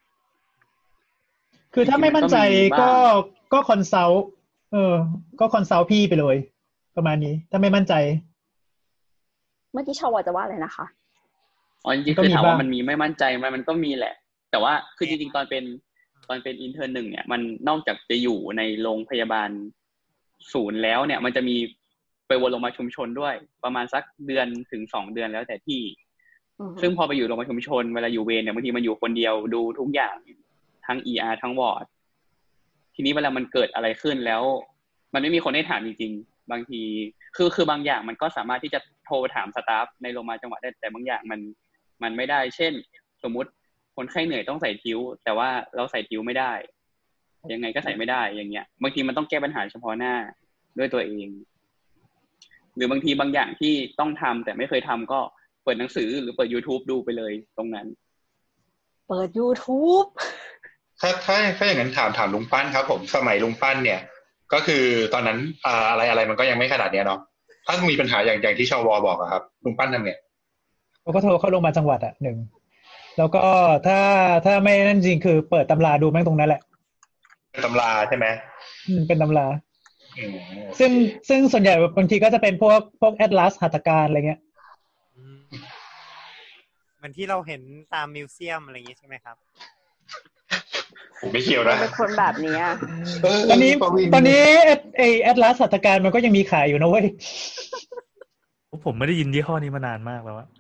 S4: คือถ้าไม่มั่นใจก็ก็คอนซัลท์เออก็คอนซัลท์พี่ไปเลยประมาณนี้ถ้าไม่มั่นใจ
S1: เมื่อกี้ชาวจะว่าอะไรนะคะ
S7: อ๋อจริงๆคือถามว่ามันมีไม่มั่นใจไหมมันก็มีแหละแต่ว่าคือจริงๆตอนเป็นตอนเป็นอินเทอร์หนึ่งเนี่ยมันนอกจากจะอยู่ในโรงพยาบาลศูนย์แล้วเนี่ยมันจะมีไปวนลงมาชุมชนด้วยประมาณสักเดือนถึงสองเดือนแล้วแต่ที่ซึ่งพอไปอยู่โรงพยาบาลชุมชนเวลาอยู่เวรเนี่ยบางทีมันอยู่คนเดียวดูทุกอย่างทั้ง อี อาร์ ทั้งวอร์ดทีนี้เวลามันเกิดอะไรขึ้นแล้วมันไม่มีคนให้ถามจริงๆบางทีคือคือบางอย่างมันก็สามารถที่จะโทรถามสตาฟในโรงพยาบาลจังหวัดได้แต่บางอย่างมันมันไม่ได้เช่นสมมุติคนไข้เหนื่อยต้องใส่ทิ้วแต่ว่าเราใส่ทิ้วไม่ได้ยังไงก็ใส่ไม่ได้อย่างเงี้ยบางทีมันต้องแก้ปัญหาเฉพาะหน้าด้วยตัวเองหรือบางทีบางอย่างที่ต้องทำแต่ไม่เคยทำก็เปิดหนังสือหรือเปิด YouTube ดูไปเลยตรงนั้น
S1: เปิด YouTube
S5: ถ้าถ้าถ้าอย่างนั้นถามถามลุงปั้นครับผมสมัยลุงปั้นเนี่ยก็คือตอนนั้นอ่าอะไรอะไรมันก็ยังไม่ขนาดนี้เนาะถ้ามีปัญหาอย่างอย่างที่ชวบอกอะครับลุงปั้นทำไง
S4: เราก็โทรเข้าโรงพยาบาลจังหวัดอะหนึ่งแล้วก็ถ้าถ้าไม่นั่นจริงคือเปิดตำราดูแม่งตรงนั้นแหละ
S5: เป็นตำราใช่ไหม
S4: อืมเป็นตำราซึ่งซึ่งส่วนใหญ่บางทีก็จะเป็นพวกพวกแอตลาสหัตถการอะไรเงี้ย
S2: เหมือนที่เราเห็นตามมิวเซียมอะไรอย่างงี้ใช่ไหมครับ
S5: ผมไม่เกี่ยวนะ
S1: เป็นคนแบบนี้
S4: ตอนนี้ตอนนี้ไอแอตลาสหัตถการมันก็ยังมีขายอยู่นะเว้ย
S3: ผมไม่ได้ยินยี่ห้อนี้มานานมากแล้วอะ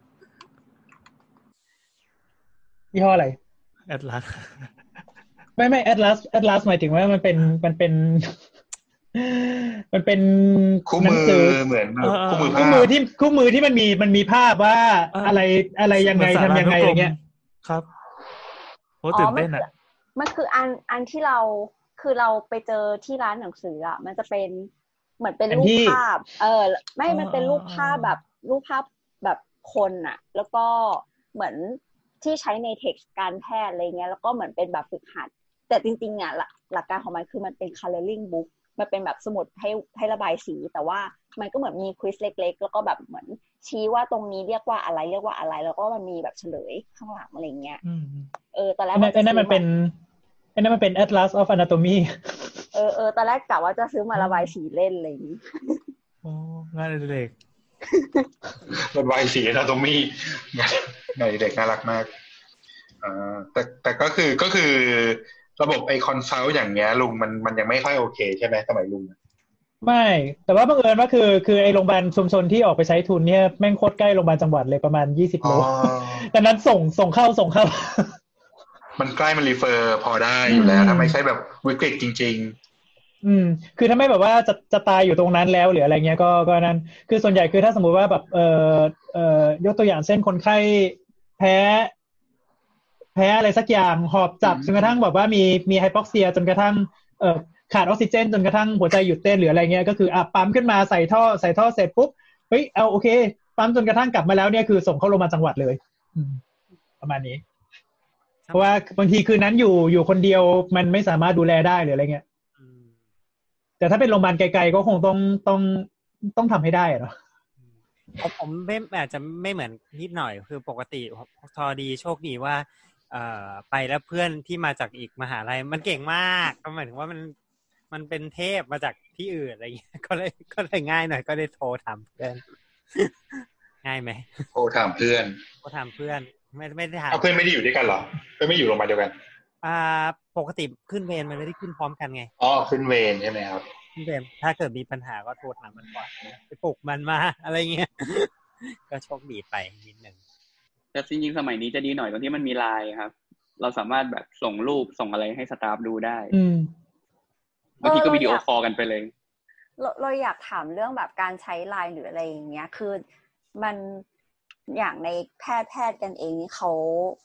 S4: ยี่ห้ออะไร
S3: แอตลาส
S4: ไม่ไม่แอตลาสแอตลาสหมายถึงว่ามันเป็นมันเป็นมันเป็น
S5: คู่มือเหมือนคู่มือ
S4: คู่มือที่คู่มือที่มันมีมันมีภาพว่าอะไรอะไรยังไงทำยังไงอย่างเงี้ย
S3: ครับโอ้ตื่นเต้นอ่ะ
S1: มันคืออันอันที่เราคือเราไปเจอที่ร้านหนังสืออ่ะมันจะเป็นเหมือนเป็นรูปภาพเออไม่มันเป็นรูปภาพแบบรูปภาพแบบคนอ่ะแล้วก็เหมือนที่ใช้ในเท็กซ์การแพทย์อะไรเงี้ยแล้วก็เหมือนเป็นแบบฝึกหัดแต่จริงๆอ่ะหลักการของมันคือมันเป็น coloring book มันเป็นแบบสมุดให้ให้ระบายสีแต่ว่ามันก็เหมือนมีควิซเล็กๆแล้วก็แบบเหมือนชี้ว่าตรงนี้เรียกว่าอะไรเรียกว่าอะไรแล้วก็มันมีแบบเฉลยข้างหลังอะไรเงี้ยเออตอนแรก
S4: ไอ้นั่นมันเป็นไอ้นั่นมันเป็น Atlas of Anatomy
S1: เออเออตอนแรกกะว่าจะซื้อมาระบายสีเล่นอะไรอย่างนี้
S3: โอ้งานเด็ก
S5: ระบายสี Anatomy งานเด็กน่ารักมากอ่าแต่แต่ก็คือก็คือระบบไอคอนซัลท์อย่างเงี้ยลุงมันมันยังไม่ค่อยโอเคใช่ไหมสมัยลุง
S4: ไม่แต่ว่าบังเอิญว่าคือคือไอโรงพยาบาลชุมชนที่ออกไปใช้ทุนเนี่ยแม่งโคตรใกล้โรงพยาบาลจังหวัดเลยประมาณยี่สิบโลดังนั้นส่งส่งเข้าส่งเข้า
S5: มันใกล้มันรีเฟอร์พอได้อยู่แล้วถ้าไม่ใช่แบบวิกฤตจริง
S4: ๆอืมคือถ้าไม่แบบว่าจะจะตายอยู่ตรงนั้นแล้วหรืออะไรเงี้ยก็ก็นั้นคือส่วนใหญ่คือถ้าสมมุติว่าแบบเอ่อเอ่อยกตัวอย่างเช่นคนไข้แพ้แพ้อะไรสักอย่างหอบจับจนกระทั่งแบบว่ามีมีไฮพ็อกเซียจนกระทั่งเอ่อขาดออกซิเจนจนกระทั่งหัวใจหยุดเต้นหรืออะไรเงี้ยก็คืออ่ะปั๊มขึ้นมาใส่ท่อใส่ท่อเสร็จปุ๊บเฮ้ยเอาโอเคปั๊มจนกระทั่งกลับมาแล้วเนี่ยคือส่งเข้าโรงพยาบาลจังหวัดเลยประมาณนี้เพราะว่าบางทีคืนนั้นอยู่อยู่คนเดียวมันไม่สามารถดูแลได้หรืออะไรเงี้ยแต่ถ้าเป็นโรงพยาบาลไกลๆก็คงต้องต้องต้องทำให้ได้เนาะ
S2: ผมไม่อาจจะไม่เหมือนนิดหน่อยคือปกติทอดีโชคดีว่าเอ่อไปแล้วเพื่อนที่มาจากอีกมหาลัยมันเก่งมากก็หมายถึงว่ามันมันเป็นเทพมาจากที่อื่นอะไรเงี้ยก็เลยก็เลยง่ายหน่อยก็ได้โทรถามเพื่อนง่ายไหม
S5: โทรถามเพื่อน
S2: โทรถามเพื่อนไม่ไม่ได้ถาม
S5: เพื่อนไม่ได้อยู่ด้วยกันเหรอเพื่อนไม่อยู่โรงพยาบาลเดียวกัน
S2: อ่าปกติขึ้นเวรมันไม่ได้ขึ้นพร้อมกันไง
S5: อ๋อขึ้นเวรใช่ไหมครับ
S2: ขึ้นเวรถ้าเกิดมีปัญหาก็โทรถามมันก่อนไปปลุกมันมาอะไรเงี้ยก็โชคดีไปนิดนึง
S7: แต่จริงๆสมัยนี้จะดีหน่อยตรงที่มันมีไลน์ครับเราสามารถแบบส่งรูปส่งอะไรให้สตาฟดูได้บางทีก็วิดีโอคอลกันไปเลย
S1: เราเราอยากถามเรื่องแบบการใช้ไลน์หรืออะไรอย่างเงี้ยคือมันอย่างในแพทย์แพทย์กันเองนี่เขา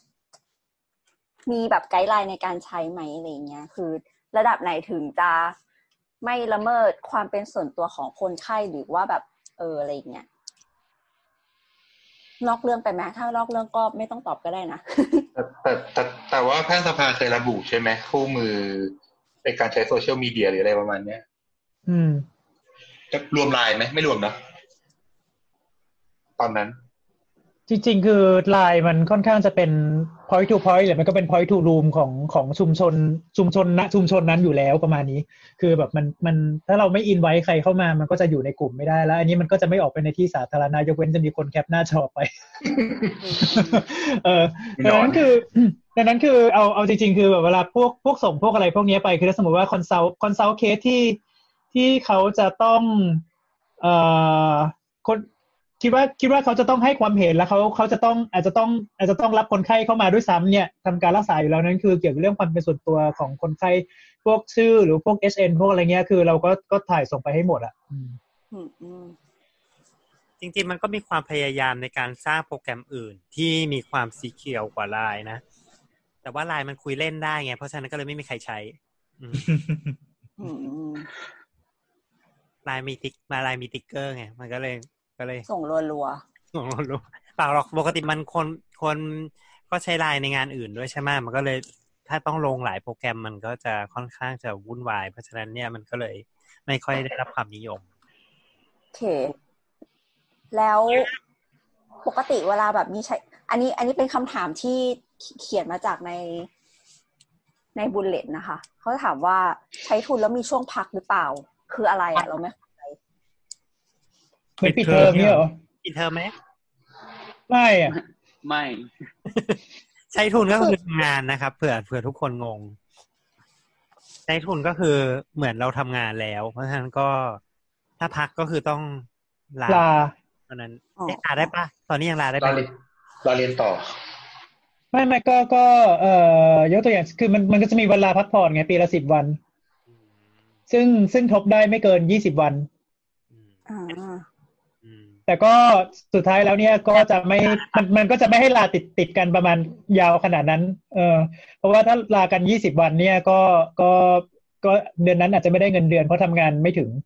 S1: มีแบบไกด์ไลน์ในการใช้ไหมอะไรเงี้ยคือระดับไหนถึงจะไม่ละเมิดความเป็นส่วนตัวของคนไข้หรือว่าแบบเอออะไรเงี้ยนอกเรื่องไปไหมถ้านอกเรื่องก็ไม่ต้องตอบก็ได้นะ
S5: แต่แต่แต่แต่ว่าแพทยสภาเคยระบุใช่ไหมคู่มือในการใช้โซเชียลมีเดียหรืออะไรประมาณเนี้ย
S4: อืม
S5: จะรวมไลน์ไหมไม่รวมนะตอนนั้น
S4: จริงๆคือไลน์มันค่อนข้างจะเป็น point to point หรือมันก็เป็น point to room ของของชุมชนชุมชนณชุมชนนั้นอยู่แล้วประมาณนี้คือแบบมันมันถ้าเราไม่อินไว้ใครเข้ามามันก็จะอยู่ในกลุ่มไม่ได้แล้วอันนี้มันก็จะไม่ออกไปในที่สาธารณะยกเว้นจะมีคนแคปหน้าจอไปเออดังนั้นคือดังนั้นคือเอาเอาจริงๆคือแบบเวลาพวกพวกส่งพวกอะไรพวกนี้ไปคือถ้าสมมติว่าคอนซัลท์คอนซัลท์เคสที่ที่เขาจะต้องเอ่อคนคิดว่าคิดว่าเขาจะต้องให้ความเห็นแล้วเขาเขาจะต้องอาจจะต้องอาจจะต้องรับคนไข้เข้ามาด้วยซ้ำเนี่ยทำการรักษาอยู่แล้วนั่นคือเกี่ยวกับเรื่องความเป็นส่วนตัวของคนไข้พวกชื่อหรือพวก เอช เอ็น พวกอะไรเงี้ยคือเราก็ก็ถ่ายส่งไปให้หมดอ่ะ
S2: จริงๆมันก็มีความพยายามในการสร้างโปรแกรมอื่นที่มีความซีเคียวกว่า ไลน์ นะแต่ว่า ไลน์ มันคุยเล่นได้ไงเพราะฉะนั้นก็เลยไม่มีใครใช้ไลน์ มีติ๊กมา ไลน์ มีติ๊กเกอร์ไงมันก็เลยก็เลย
S1: ส่งรัวๆ
S2: ส่งรัวๆเปล่าหรอกปกติมันคนคนก็ใช้ไลน์ในงานอื่นด้วยใช่ไหมมันก็เลยถ้าต้องลงหลายโปรแกรมมันก็จะค่อนข้างจะวุ่นวายเพราะฉะนั้นเนี่ยมันก็เลยไม่ค่อยได้รับความนิยม
S1: โอเคแล้วปกติเวลาแบบมีใช้อันนี้อันนี้เป็นคำถามที่เขียนมาจากในในบุลเลตนะคะเขาถามว่าใช้ทุนแล้วมีช่วงพักหรือเปล่าคืออะไรอะเราไม่เข้าใจ
S4: เหมือนปิดเทอมเนี่ยเหรอ
S2: ปิดเทอมไหม
S4: ไม่อะ
S7: ไม่
S2: ใช้ทุนก็คือทำงานนะครับเผื่อเผื่อทุกคนงงใช้ทุนก็คือเหมือนเราทำงานแล้วเพราะฉะนั้นก็ถ้าพักก็คือต้องลาตอนนั้นได้ลาได้ปะตอนนี้ยังลาได้ปะ
S5: ลาเรียนต่อ
S4: ไม่ไม่ก็ก็เอ่อยกตัวอย่างคือมันมันก็จะมีเวลาพักผ่อนไงปีละสิบวันซึ่งซึ่งทบได้ไม่เกินยี่สิบวันแต่ก็สุดท้ายแล้วเนี่ยก็จะไม่มันมันก็จะไม่ให้ลาติดติดกันประมาณยาวขนาดนั้นเออเพราะว่าถ้าลากันยี่สิบวันเนี่ยก็ก็ก็เดือนนั้นอาจจะไม่ได้เงินเดือนเพราะทำงานไม่ถึง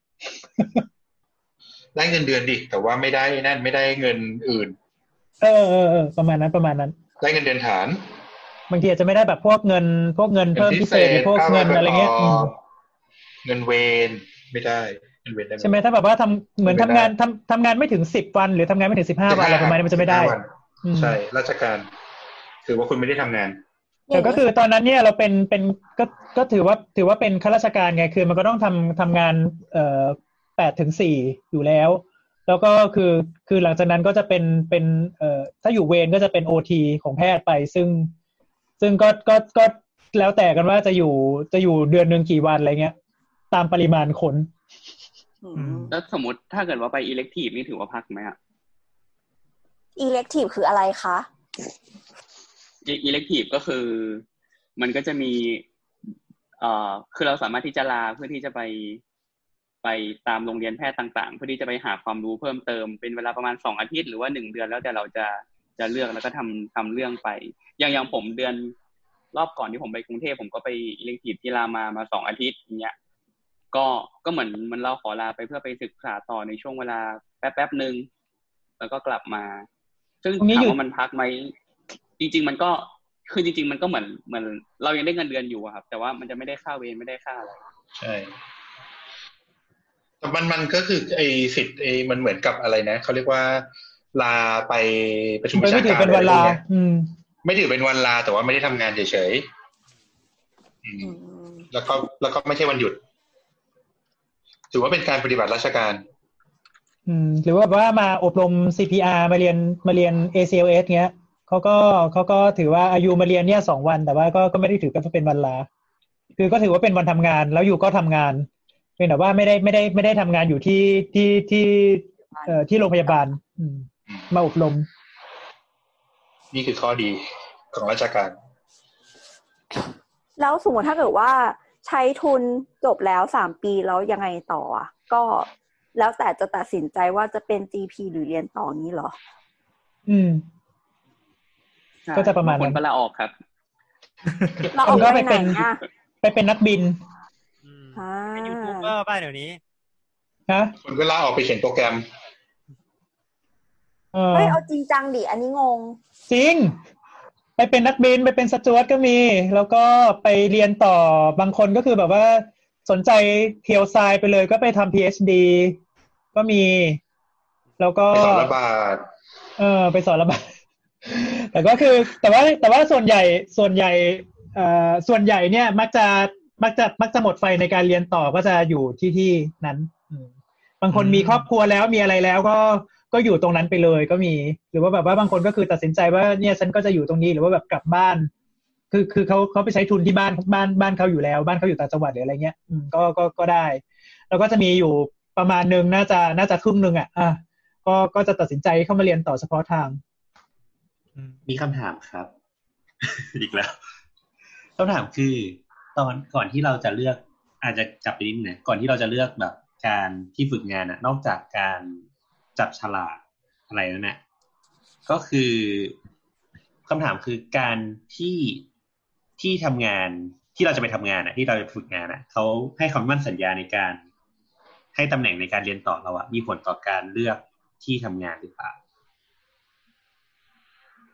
S5: ได้เงินเดือนดิแต่ว่าไม่ได้นั่นไม่ได้เงินอื่น
S4: เออเออเออประมาณนั้นประมาณนั้น
S5: ได้เงินเดือนฐาน
S4: บางทีอาจจะไม่ได้แบบพวกเงินพวกเงินเพิ่มพิเศษหรือพวกเงินอะไรเงี้ย
S5: เงินเวรไม่ได้เงินเวรได้
S4: ใช่ไหมถ้าแบบว่าทำเหมือนทำงานทำทำงานไม่ถึงสิบวันหรือทำงานไม่ถึงสิบห้าวันอะไรประมาณนี้มันจะไม่ได้
S5: ใช่ราชการถือว่าคุณไม่ได้ทำงาน
S4: แต่ก็คือตอนนั้นเนี่ยเราเป็นเป็นก็ก็ถือว่าถือว่าเป็นข้าราชการไงคือมันก็ต้องทำทำงานเอ่อแปดถึงสี่อยู่แล้วแล้วก็คือคือหลังจากนั้นก็จะเป็นเป็นเอ่อถ้าอยู่เวรก็จะเป็น โอ ที ของแพทย์ไปซึ่งซึ่งก็ก็ก็แล้วแต่กันว่าจะอยู่จะอยู่เดือนนึงกี่วันอะไรเงี้ยตามปริมาณคน
S7: แล้วสมมติถ้าเกิดว่าไป elective นี่ถือว่าพักไหมอ่ะ
S1: elective คืออะไรคะ
S7: elective ก็คือมันก็จะมีเอ่อคือเราสามารถที่จะลาเพื่อที่จะไปไปตามโรงเรียนแพทย์ต่างๆเพื่อที่จะไปหาความรู้เพิ่มเติมเป็นเวลาประมาณสองอาทิตย์หรือว่าหนึ่งเดือนแล้วแต่เราจะจะเลือกแล้วก็ทำทำเรื่องไปอย่างอย่างผมเดือนรอบก่อนที่ผมไปกรุงเทพผมก็ไป elective ที่รามามาสองอาทิตย์อย่างเงี้ยก็ก็เหมือนมันเราขอลาไปเพื่อไปศึกษาต่อในช่วงเวลาแป๊บๆนึงแล้วก็กลับมาซึ่งถามว่ามันพักไหมจริงๆมันก็คือจริงๆมันก็เหมือนเหมือนเรายังได้เงินเดือนอยู่ครับแต่ว่ามันจะไม่ได้ค่าเวรไม่ได้ค่าอะไร
S5: ใช่แต่มันมันก็คือไอ้สิทธิ์ไอ้มันเหมือนกับอะไรนะเขาเรียกว่าลาไปประชุมวิชาการ
S4: เป็นวันลา
S5: ไม่ถือเป็นวันลาแต่ว่าไม่ได้ทำงานเฉยๆแล้วก็แล้วก็ไม่ใช่วันหยุดถือว่าเป็นการปฏิบัติราชการ
S4: อืมหรือว่าว่ามาอบรม ซี พี อาร์ มาเรียนมาเรียน เอ ซี แอล เอส เงี้ยเขาก็เขาก็ถือว่าอายุมาเรียนเนี่ยสองวันแต่ว่าก็ก็ไม่ได้ถือกันว่าเป็นวันลาคือก็ถือว่าเป็นวันทำงานแล้วอยู่ก็ทำงานเป็นแต่ว่าไม่ได้ไม่ได้ไม่ได้ทำงานอยู่ที่ที่ที่เอ่อที่โรงพยาบาลมาอบรม
S5: นี่คือข้อดีของราชการ
S1: แล้วสมมติถ้าเกิดว่าใช้ทุนจบแล้วสามปีแล้วยังไงต่ออ่ะก็แล้วแต่จะตัดสินใจว่าจะเป็น จี พี หรือเรียนต่อนี้เหรอ
S4: อืมก็จะประมาณ
S7: นั้นคนก็ลาออกครับ
S1: เราออกไปเป็น
S4: ไปเป็นนักบิน
S2: เป็นยูทูบเบอร์ป่ะเดี๋ยวนี้
S4: ฮะ
S5: คนก็ลาออกไปเขียนโปรแกรม
S1: เฮ้ยเอาจริงจังดิอันนี้งง
S4: จริงไปเป็นนักบินไปเป็นสจ๊วตก็มีแล้วก็ไปเรียนต่อบางคนก็คือแบบว่าสนใจเพียวไซไปเลยก็ไปทำ พี เอช ดี ก็มีแล้วก็
S5: ไปสอนระบาด
S4: เออไปสอนระบาดแต่ก็คือแต่ว่าแต่ว่าส่วนใหญ่ส่วนใหญ่เอ่อส่วนใหญ่เนี่ยมักจะมักจะมักจะหมดไฟในการเรียนต่อก็จะอยู่ที่ที่นั้นบางคนมีครอบครัวแล้วมีอะไรแล้วก็ก็อยู่ตรงนั้นไปเลยก็มีหรือว่าแบบว่าบางคนก็คือตัดสินใจว่าเนี่ยฉันก็จะอยู่ตรงนี้หรือว่าแบบกลับบ้านคือคือเขาเขาไปใช้ทุนที่บ้านบ้านบ้านเขาอยู่แล้วบ้านเขาอยู่ต่างจังหวัดหรืออะไรเงี้ยอืมก็ก็ก็ได้แล้วก็จะมีอยู่ประมาณนึงน่าจะน่าจะครึ่งนึงอ่ะอ่ะก็ก็จะตัดสินใจเข้ามาเรียนต่อเฉพาะทาง
S8: มีคำถามครับ อีกแล้วคำถามคือตอนก่อนที่เราจะเลือกอาจจะกลับไปนิดนึงนะก่อนที่เราจะเลือกแบบการที่ฝึกงานอ่ะนอกจากการจับฉลากอะไรนั่นแหละก็คือคำถามคือการที่ที่ทำงานที่เราจะไปทำงานอ่ะที่เราจะฝึกงานอ่ะเขาให้คำมั่นสัญญาในการให้ตำแหน่งในการเรียนต่อเราอ่ะมีผลต่อการเลือกที่ทำงานหรือเปล่า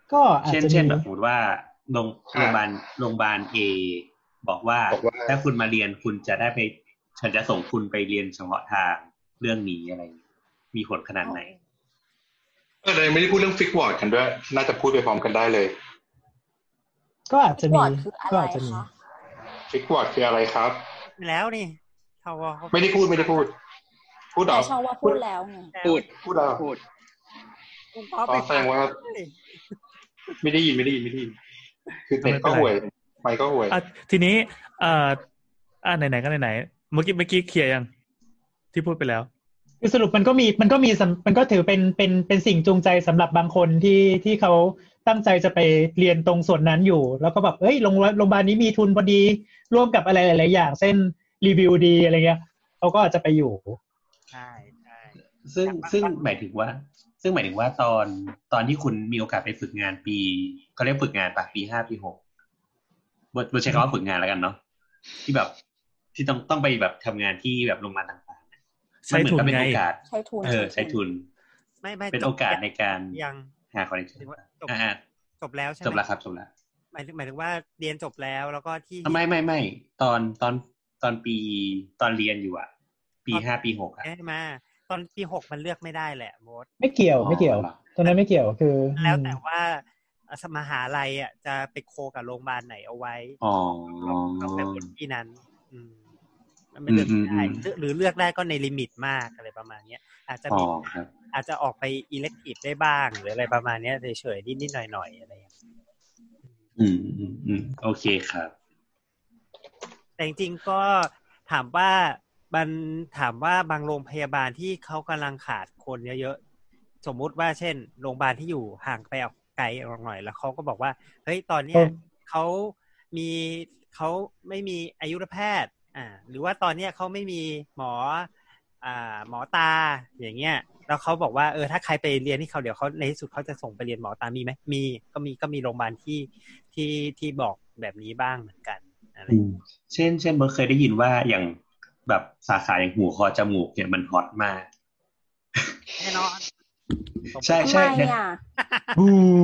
S4: ก็อาจจะ
S8: เช่นเช่นแบบสมมติว่าโรงโรงพยาบาลโรงพยาบาล A บอกว่าถ้าคุณมาเรียนคุณจะได้ไปฉันจะส่งคุณไปเรียนเฉพาะทางเรื่องนี้อะไรมีผลขนาดไหน
S5: เออเลยไม่ได้พูดเรื่องฟิกวอร์ดกันด้วยน่าจะพูดไปพร้อมกันได้เลย
S4: ก็อาจจะมีก็อาจจะมี
S5: ฟิกวอร์ดคืออะไรครับ
S2: แล้วนี่ชว
S5: ไม่ได้พูดไม่ได้พูดพูดหรอ
S1: ชวพูดแล้วไง
S7: พูด
S5: พูดแล้ว
S7: พูด
S5: อ๋อแสดงว่าไม่ได้ยินไม่ได้ยินไม่ได้ยินคือเน็ตก็ห่วยไมค์ก็ห่วย
S3: อ่ะทีนี้เอ่ออ่ะไหนๆก็ไหนๆเมื่อกี้เมื่อกี้เคลียร์ยังที่พูดไปแล้ว
S4: คือสรุปมันก็มีมันก็มีมันก็ถือเป็นเป็นเป็นสิ่งจูงใจสำหรับบางคนที่ที่เขาตั้งใจจะไปเรียนตรงส่วนนั้นอยู่แล้วก็แบบเอ้ยโรงโรงพยาบาลนี้มีทุนพอดีร่วมกับอะไรหลายๆอย่างเช่นรีวิวดีอะไรเงี้ยเขาก็อาจจะไปอยู่
S2: ใช่ใช่
S8: ซึ่งซึ่งหมายถึงว่าซึ่งหมายถึงว่าตอนตอนที่คุณมีโอกาสไปฝึกงานปีเขาเรียกฝึกงานปะปีห้าปีหกบทบทใช้คำว่าฝึกงานแล้วกันเนาะที่แบบที่ต้องต้องไปแบบทำงานที่แบบโรงพยาบาลต่างๆ
S3: ใช้ทุนไง
S1: ใช้ทุน
S8: เออใช้ทุน
S2: ไม่ไม่
S8: เป็นโอกาสในการ
S2: ยัง
S8: หาคอนเนคชั่น
S2: อ่าจบแล้วใช่ไหม
S8: จบแล้วครับจบแล้ว
S2: หมายถึงหมายถึงว่าเรียนจบแล้วแล้วก็ที่
S8: ไม่ไม่ไม่ตอนตอนตอนปีตอนเรียนอยู่อ่ะปีห้าปีหกอ่ะ
S2: มาตอนปีหกมันเลือกไม่ได้แหละโมด
S4: ไม่เกี่ยวไม่เกี่ยวตอนนั้นไม่เกี่ยวคือ
S2: แล้วแต่ว่ามหาลัยอ่ะจะไปโคกับโรงพยาบาลไหนเอาไว้
S8: อ๋อ
S2: ต้องเป็นคนที่นั้นอืมมันไม่เลือกได้หรือเลือกได้ก็ในลิมิตมากอะไรประมาณนี้อาจจะมีอาจจะออกไปอิเล็กทีฟได้บ้างหรืออะไรประมาณนี้เฉยๆนิดๆหน่อยๆอะไรอย่างเงี้ย
S8: อืมอืมอืมโอเคครับ
S2: แต่จริงๆก็ถามว่ามันถามว่าบางโรงพยาบาลที่เขากำลังขาดคนเยอะๆสมมุติว่าเช่นโรงพยาบาลที่อยู่ห่างไปออกไกลหน่อยแล้วเขาก็บอกว่าเฮ้ยตอนเนี้ยเขามีเขาไม่มีอายุรแพทย์อ่าหรือว่าตอนเนี้ยเขาไม่มีหมออ่าหมอตาอย่างเงี้ยแล้วเขาบอกว่าเออถ้าใครไปเรียนที่เขาเดี๋ยวเขาในที่สุดเขาจะส่งไปเรียนหมอตามีไหมมีก็มีก็มีโรงพยาบาลที่ที่ที่บอกแบบนี้บ้างเหมือนกันอะไร
S8: เช่นเช่นเมื่อเคยได้ยินว่าอย่างแบบสาขาอย่างหูคอจมูกเนี่ยมันฮอตมาก
S2: แน่นอน
S8: ใช่ใช่เนี่ย
S4: บู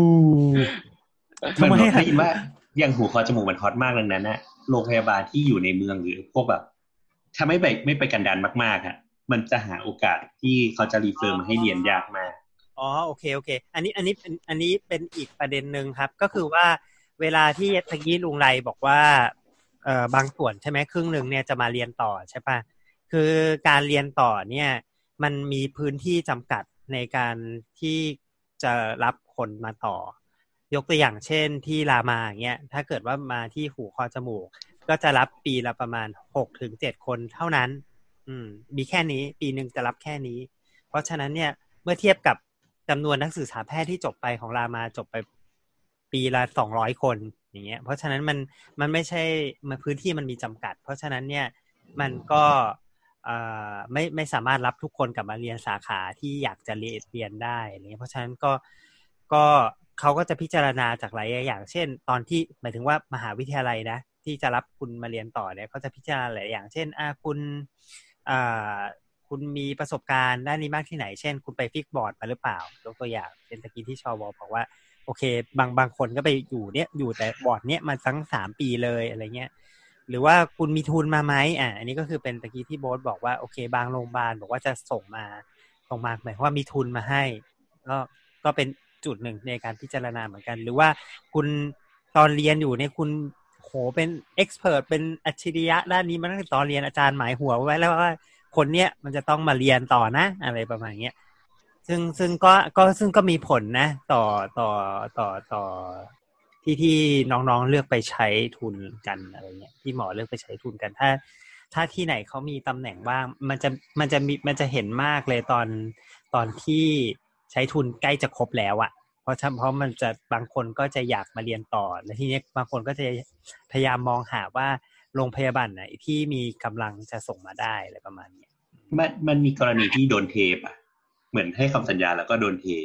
S8: มันได้ยินว่าอย่างหูคอจมูกมันฮอตมากดังนั้นนะโรงพยาบาลที่อยู่ในเมืองหรือพวกแบบถ้าไม่ไปไม่ไปกันดารมากๆอ่ะมันจะหาโอกาสที่เขาจะรีเฟอร์มาให้เรียนยากมาก
S2: อ๋อโอเคโอเคอันนี้อันนี้เป็นอันนี้เป็นอีกประเด็นนึงครับก็คือว่าเวลาที่ตะกี้ลุงไรบอกว่าเอ่อบางส่วนใช่ไหมครึ่งนึงเนี่ยจะมาเรียนต่อใช่ป่ะคือการเรียนต่อเนี่ยมันมีพื้นที่จำกัดในการที่จะรับคนมาต่อยกตัวอย่างเช่นที่รามาอย่างเงี้ยถ้าเกิดว่ามาที่หูคอจมูกก็จะรับปีละประมาณ หกถึงเจ็ด คนเท่านั้นอืมมีแค่นี้ปีนึงจะรับแค่นี้เพราะฉะนั้นเนี่ยเมื่อเทียบกับจำนวนนักศึกษาแพทย์ที่จบไปของรามาจบไปปีละสองร้อยคนอย่างเงี้ยเพราะฉะนั้นมันมันไม่ใช่มันพื้นที่มันมีจำกัดเพราะฉะนั้นเนี่ยมันก็เอ่อไม่ไม่สามารถรับทุกคนกลับมาเรียนสาขาที่อยากจะเรียนได้อะไรเงี้ยเพราะฉะนั้นก็ก็เขาก็จะพิจารณาจากหลายอย่างเช่นตอนที่หมายถึงว่ามหาวิทยาลัยนะที่จะรับคุณมาเรียนต่อเนี่ยเขาจะพิจารณาหลายอย่างเช่นอ่าคุณอ่าคุณมีประสบการณ์ด้านนี้มากที่ไหนเช่นคุณไปฟิกบอร์ดมาหรือเปล่ายกตัวอย่างเช่นตะกี้ที่ชวบอกว่าโอเคบางบางคนก็ไปอยู่เนี้ยอยู่แต่บอร์ดเนี้ยมาทั้งสามปีเลยอะไรเงี้ยหรือว่าคุณมีทุนมาไหมอ่ะอันนี้ก็คือเป็นตะกี้ที่โบ๊ทบอกว่าโอเคบางโรงพยาบาลบอกว่าจะส่งมาส่งมาหมายความว่ามีทุนมาให้ก็ก็เป็นจุดหนึ่งในการพิจารณาเหมือนกันหรือว่าคุณตอนเรียนอยู่เนี่ยคุณโหเป็นเอ็กซ์เพิร์ทเป็นอัจฉริยะด้านนี้มาตั้งแต่ตอนเรียนอาจารย์หมายหัวไว้แล้วว่าคนเนี้ยมันจะต้องมาเรียนต่อนะอะไรประมาณเนี้ยซึ่งซึ่งก็ก็ซึ่งก็มีผลนะต่อต่อต่อต่อที่ที่น้องๆเลือกไปใช้ทุนกันอะไรเงี้ยที่หมอเลือกไปใช้ทุนกันถ้าถ้าที่ไหนเขามีตำแหน่งบ้างมันจะมันจะมีมันจะเห็นมากเลยตอนตอนที่ใช้ทุนใกล้จะครบแล้วอะเพราะเพราะมันจะบางคนก็จะอยากมาเรียนต่อและทีนี้บางคนก็จะพยายามมองหาว่าโรงพยาบาลไหนที่มีกำลังจะส่งมาได้อะไรประมาณนี้
S8: มันมันมีกรณีที่โดนเทปอะเหมือนให้คำสัญญาแล้วก็โดนเท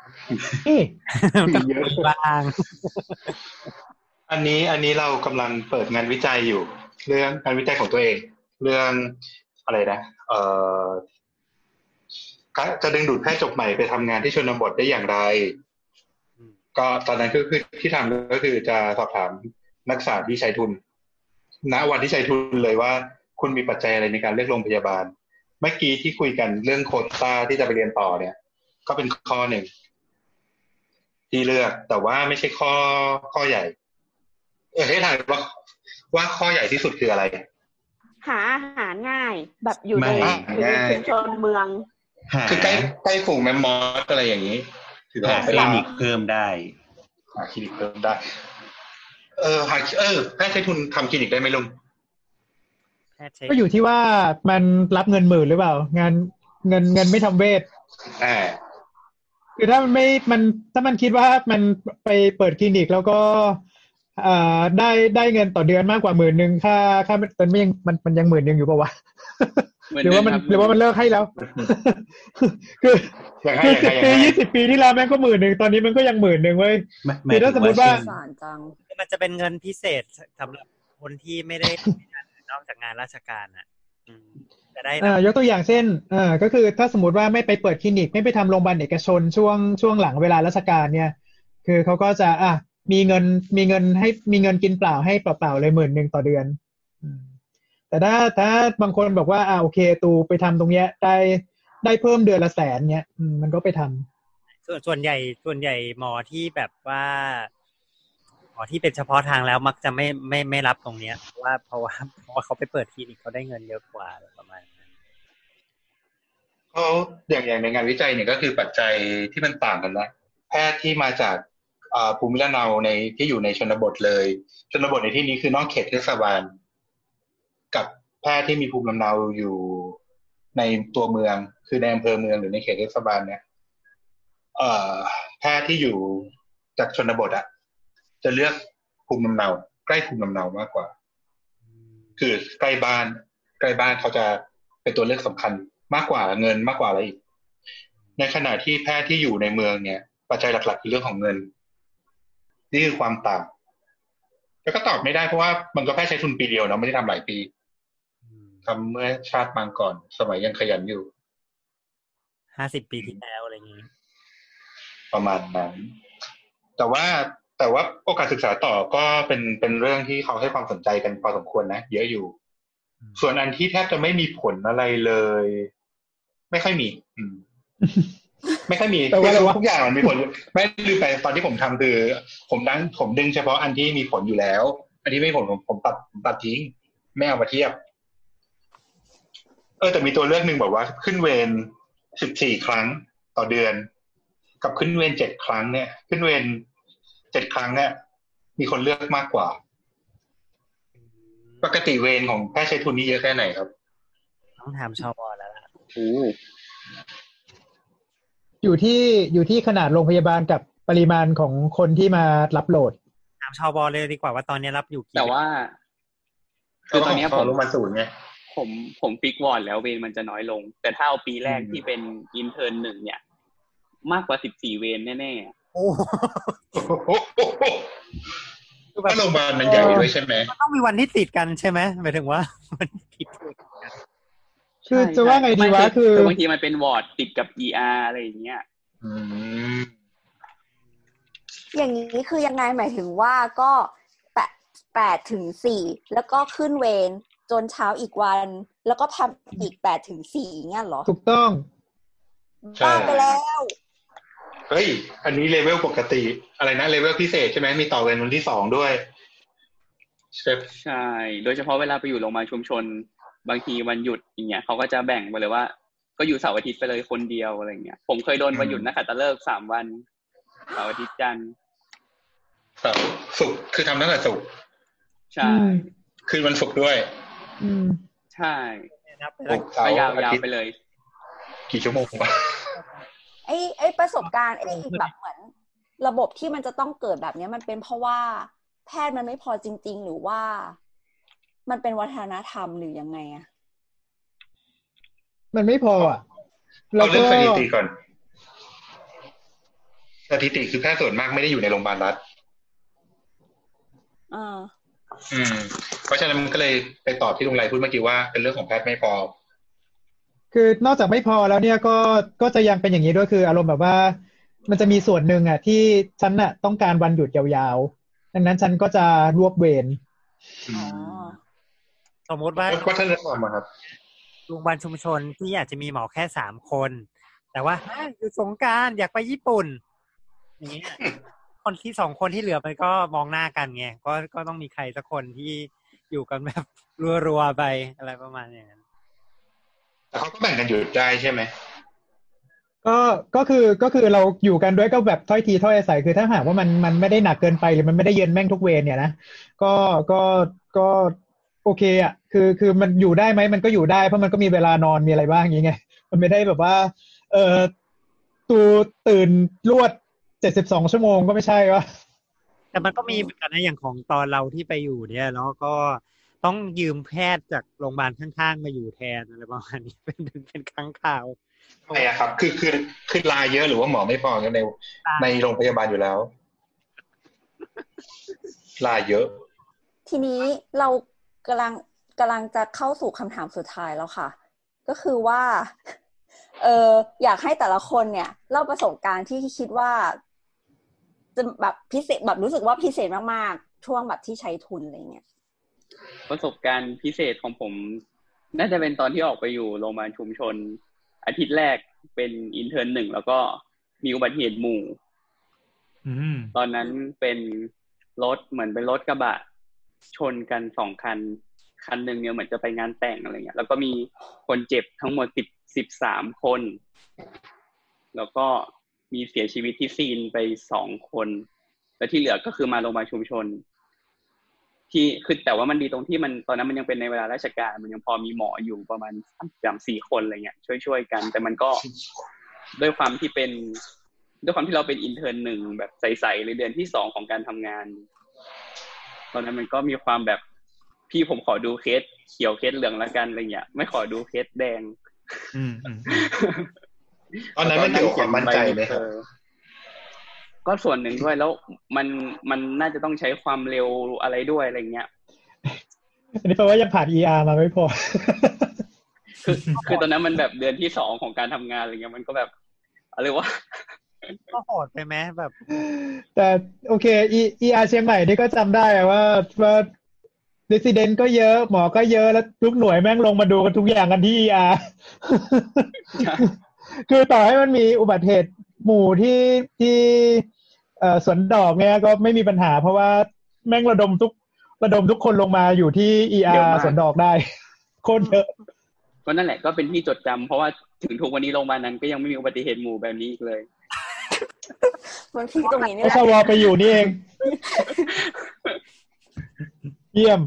S4: เยอะ
S2: บ้าง
S5: อันนี้อันนี้เรากำลังเปิดงานวิจัยอยู่เรื่องงานวิจัยของตัวเองเรื่องอะไรนะเอ่อจะดึงดูดแพทย์จบใหม่ไปทำงานที่ชนบทได้อย่างไรก็ตอนนั้นก็คือที่ทำก็คือจะสอบถามนักศึกษาที่ใช้ทุนณวันที่ใช้ทุนเลยว่าคุณมีปัจจัยอะไรในการเลือกโรงพยาบาลเมื่อกี้ที่คุยกันเรื่องโควต้าที่จะไปเรียนต่อเนี่ยก็เป็นข้อหนึ่งที่เลือกแต่ว่าไม่ใช่ข้อข้อใหญ่เออให้ทายว่าว่าข้อใหญ่ที่สุดคืออะไร
S6: หาอาหารง่ายแบบอยู่ในชุมชนเมือง
S5: คือใกล้ใกล้ฝูงแมมมอสอะไรอย่างนี้
S8: ถือว่าคลินิกเพิ่มได้
S5: หาคลินิกเพิ่มได้เออหาเออแพทย์ใช้ทุนทำคลินิกได้ไหมลุง
S4: ก็อยู่ที่ว่ามันรับเงินหมื่นหรือเปล่างานเงินเงินไม่ทำเวท
S5: อ่า
S4: คือถ้ามันไม่มันถ้ามันคิดว่ามันไปเปิดคลินิกแล้วก็อ่าได้ได้เงินต่อเดือนมากกว่าหมื่นนึงค่าค่ามันไม่ยังมันมันยังหมื่นนึงอยู่ป่าววะหรือว่ามันหรือว่ามันเลิกให้แล้วคือคือสิบปียี่สิบปีที่แล้วแม่งก็หมื่นนึงตอนนี้มันก็ยังหมื่นนึงเว้ยคือถ้าสมมติว่า
S2: มันจะเป็นเงินพิเศษสำหรับคนที่ไม่ได้นอกจากงานราชการอ่ะจะได้
S4: อ่ายกตัวอย่างเช่นอ่าก็คือถ้าสมมติว่าไม่ไปเปิดคลินิกไม่ไปทำโรงพยาบาลเอกชนช่วงช่วงหลังเวลาราชการเนี่ยคือเขาก็จะอ่ะมีเงินมีเงินให้มีเงินกินเปล่าให้เปล่าๆเลยหมื่นนึงต่อเดือนแต่ถ้าถ้าบางคนบอกว่าอ่าโอเคตูไปทำตรงเนี้ยได้ได้เพิ่มเดือนละแสนเนี้ยมันก็ไปทำ
S2: ส่วนส่วนใหญ่ส่วนใหญ่หมอที่แบบว่าหมอที่เป็นเฉพาะทางแล้วมักจะไม่ไม่ไม่รับตรงเนี้ยเพราะว่าเพราะว่าเพราะว่าเขาไปเปิดคลินิกเขาได้เงินเยอะกว่าประมาณนั้น
S5: เขาอย่างอย่างในงานวิจัยเนี่ยก็คือปัจจัยที่มันต่างกันนะแพทย์ที่มาจากภูมิลำเนาในที่อยู่ในชนบทเลยชนบทในที่นี้คือนอกเขตเทศบาลกับแพทย์ที่มีภูมิลำเนาอยู่ในตัวเมืองคือในอำเภอเมืองหรือในเขตเทศบาลเนี่ยเอ่อแพทย์ที่อยู่จากชนบทอ่ะจะเลือกภูมิลำเนาใกล้ภูมิลำเนามากกว่าคือใกล้บ้านใกล้บ้านเขาจะเป็นตัวเลือกสำคัญมากกว่าเงินมากกว่าอะไรอีกในขณะที่แพทย์ที่อยู่ในเมืองเนี่ยปัจจัยหลักๆคือเรื่องของเงินนี่คือความต่างแล้วก็ตอบไม่ได้เพราะว่ามันก็แค่ใช้ทุนปีเดียวเนาะไม่ได้ทำหลายปีทำเมื่อชาติปางก่อนสมัยยังขยันอยู่
S2: ห้าสิบปีที่แล้วอะไรอย่างนี้
S5: ประมาณนั้นแต่ว่าแต่ว่าโอกาสศึกษาต่อก็เป็นเป็นเรื่องที่เขาให้ความสนใจกันพอสมควรนะเยอะอยู่ส่วนอันที่แทบจะไม่มีผลอะไรเลยไม่ค่อยมีอืมไม่ค่อยมีทุกอย่างมันมีผลไม่ลืมไปตอนที่ผมทำคือผมดังผมดึงเฉพาะอันที่มีผลอยู่แล้วอันที่ไม่มีผลผมผมตัดผมตัดทิ้งไม่เอามาเทียบเออแต่มีตัวเลือกนึงบอกว่าขึ้นเวรสิบสี่ครั้งต่อเดือนกับขึ้นเวรเจ็ดครั้งเนี่ยขึ้นเวรเจ็ดครั้งเนี่ยมีคนเลือกมากกว่าปกติเวรของแพทย์ใช้ทุนนี่เยอะแค่ไหนครับ
S2: ต้องถามชวแล้วล่ะ
S5: โอ้
S4: อยู่ที่อยู่ที่ขนาดโรงพยาบาลกับปริมาณของคนที่มารับโหลด
S2: ถามชวเลยดีกว่าว่าตอนนี้รับอยู่กี่
S7: แต่ว่า
S5: คือตอนนี้ผมลงมาศูนย์ไง
S7: ผมผมฟิกวอร์ดแล้วเวรมันจะน้อยลงแต่ถ้าเอาปีแรกที่เป็นอินเทิร์นหนึ่งเนี่ยมากกว่าสิบสี่เวรแน่ๆโอ้
S5: ก็โรงพยาบาลมันใหญ่ด้วยใช่ไหม
S2: ต้องมีวันที่ติดกันใช่ไหมหมายถึงว่ามันติด
S4: คือจะว่าไงดีวะคื
S7: อบางทีมันเป็นวอร์ดติดกับ อี อาร์ อะไรอย่างเงี้ย
S5: อืม
S1: อย่างนี้คือยังไงหมายถึงว่าก็แปดแปดถึงสี่แล้วก็ขึ้นเวรจนเช้าอีกวันแล้วก็ทำอีกแปดถึงสี่เงี้ยเหรอ
S4: ถูกต้อง
S1: บ้าไปแล้ว
S5: เฮ้ยอันนี้เลเวลปกติอะไรนะเลเวลพิเศษใช่ไหมมีต่อเวรวันที่สองด้วย
S7: ใช่โดยเฉพาะเวลาไปอยู่โรงพยาบาลชุมชนบางทีวันหยุดอย่างเงี้ยเขาก็จะแบ่งไปเลยว่าก็อยู่เสาร์อาทิตย์ไปเลยคนเดียวอะไรเงี้ยผมเคยโดนวันหยุดนักขัตฤกษ์สามวันเสาร์อาทิตย์จันทร์
S5: เสาร์ศุกร์คือทำตั้งแต่ศุกร์
S7: ใช่
S5: คืนวันศุกร์ด้วย
S4: อืม
S7: ใช่ก็ยาวๆไปเลย
S5: กี่ชั่วโมงวะ
S1: ไอ้ไอ้ประสบการณ์ไอ้แบบเหมือนระบบที่มันจะต้องเกิดแบบนี้มันเป็นเพราะว่าแพทย์มันไม่พอจริงๆหรือว่ามันเป็นวัฒนธรรมหรือยังไงอะ
S4: มันไม่พออ่ะ
S5: เราเรื่องสถิติก่อนสถิติคือแพทย์ส่วนมากไม่ได้อยู่ในโรงพยาบาลรัฐ
S1: อ่า
S5: อืมเพราะฉะนั้นมันก็เลยไปตอบที่ลุงไรพูดเมื่อกี้ว่าเป็นเรื่องของแพทย์ไม่พอ
S4: คือนอกจากไม่พอแล้วเนี่ยก็ก็จะยังเป็นอย่างนี้ด้วยคืออารมณ์แบบว่ามันจะมีส่วนหนึ่งอ่ะที่ฉันน่ะต้องการวันหยุดยาวๆดังนั้นฉันก็จะรวบเวร
S2: สมมติว่า
S5: ก็ท่านแนะนำมาครับ
S2: โรงพยาบาลชุมชนที่อาจจะมีหมอแค่สามคนแต่ว่าอยู่สงกรานต์อยากไปญี่ปุ่นอย่างเงี้ยคนที่สองคนที่เหลือมันก็มองหน้ากันไงก็ก็ต้องมีใครสักคนที่อยู่กันแบบรัวๆไปอะไรประมาณอย่างนั้น
S5: แต่เขาก็แบ่งกันหยุดได้ใช่ไหม
S4: ก็ก็คือก็คือเราอยู่กันด้วยก็แบบถ้อยทีถ้อยอาศัยคือถ้าหากว่ามันมันไม่ได้หนักเกินไปหรือมันไม่ได้เย็นแม่งทุกเวรเนี่ยนะก็ก็ก็โอเคอ่ะคือคือมันอยู่ได้ไหมมันก็อยู่ได้เพราะมันก็มีเวลานอนมีอะไรบ้างอย่างเงี้ยมันไม่ได้แบบว่าเออตูตื่นรวดเจ็ดสิบสองชั่วโมงก็ไม่ใช่วะ
S2: แต่มันก็มีเหมือนกันนะอย่างของตอนเราที่ไปอยู่เนี่ยแล้วก็ต้องยืมแพทย์จากโรงพยาบาลข้างๆมาอยู่แทนอะไรประมาณนี้เป็นเป็นครั้งคราว
S5: ใช่ครับคือคือคือลาเยอะหรือว่าหมอไม่พอในในโรงพยาบาลอยู่แล้วลาเยอะ
S1: ทีนี้เรากำลังกำลังจะเข้าสู่คำถามสุดท้ายแล้วค่ะก็คือว่าเอออยากให้แต่ละคนเนี่ยเล่าประสบการณ์ที่คิดว่าจะแบบพิเศษแบบรู้สึกว่าพิเศษมากๆช่วงแบบที่ใช้ทุนอะไรเงี้ย
S7: ประสบการณ์พิเศษของผมน่าจะเป็นตอนที่ออกไปอยู่โรงพยาบาลชุมชนอาทิตย์แรกเป็นอินเทิร์นหนึ่งแล้วก็มีอุบัติเหตุหมู่ตอนนั้นเป็นรถเหมือนเป็นรถกระบะชนกันสองคันคันหนึ่งเนี่ยเหมือนจะไปงานแต่งอะไรเงี้ยแล้วก็มีคนเจ็บทั้งหมดสิบสิบสามคนแล้วก็มีเสียชีวิตที่ซีนไปสองคนแล้วที่เหลือก็คือมาโรงพยาบาลชุมชนที่คือแต่ว่ามันดีตรงที่มันตอนนั้นมันยังเป็นในเวลาราชการมันยังพอมีหมออยู่ประมาณสามสี่คนอะไรเงี้ยช่วยๆกันแต่มันก็ด้วยความที่เป็นด้วยความที่เราเป็นอินเทิร์นหนึ่งแบบใสๆเลยเดือนที่สองของการทำงานตอนนั้นมันก็มีความแบบพี่ผมขอดูเคสเขียวเคสเหลืองละกันอะไรเงี้ยไม่ขอดูเคสแดง
S5: ตอนนั้นมันเกี่ยวกับความมั่นใจไหมครับ
S7: ก็ส่วนหนึ่งด้วยแล้วมันมันน่าจะต้องใช้ความเร็วอะไรด้วยอะไรเงี้ย
S4: อันนี้แปลว่ายังผ่าน อี อาร์ มาไม่พอ
S7: คือคือตอนนั้นมันแบบเดือนที่สองของการทำงานอะไรเงี้ยมันก็แบบอะไรวะ
S2: ก็โหดไปไหมแบบ
S4: แต่โอเค อี อาร์ เชียงใหม่นี่ก็จำได้ว่าว่าResident ก็เยอะหมอก็เยอะแล้วทุกหน่วยแม่งลงมาดูกันทุกอย่างกันที่ อี อาร์ คือต่อให้มันมีอุบัติเหตุหมู่ที่ที่เอ่อสวนดอกเนี่ยก็ไม่มีปัญหาเพราะว่าแม่งระดมทุกระดมทุกคนลงมาอยู่ที่ อี อาร์ สวนดอกได้โคตรเยอะ
S7: ก็นั่นแหละก็เป็นที่จดจำเพราะว่าถึงทุกวันนี้โรงพยาบาลนั้นก็ยังไม่มีอุบัติเหตุหมู่แบบนี้อีกเลย
S1: มันพี่ตรงนี้นี่แหละ
S4: ชวไปอยู่นี่เองเยี่ยม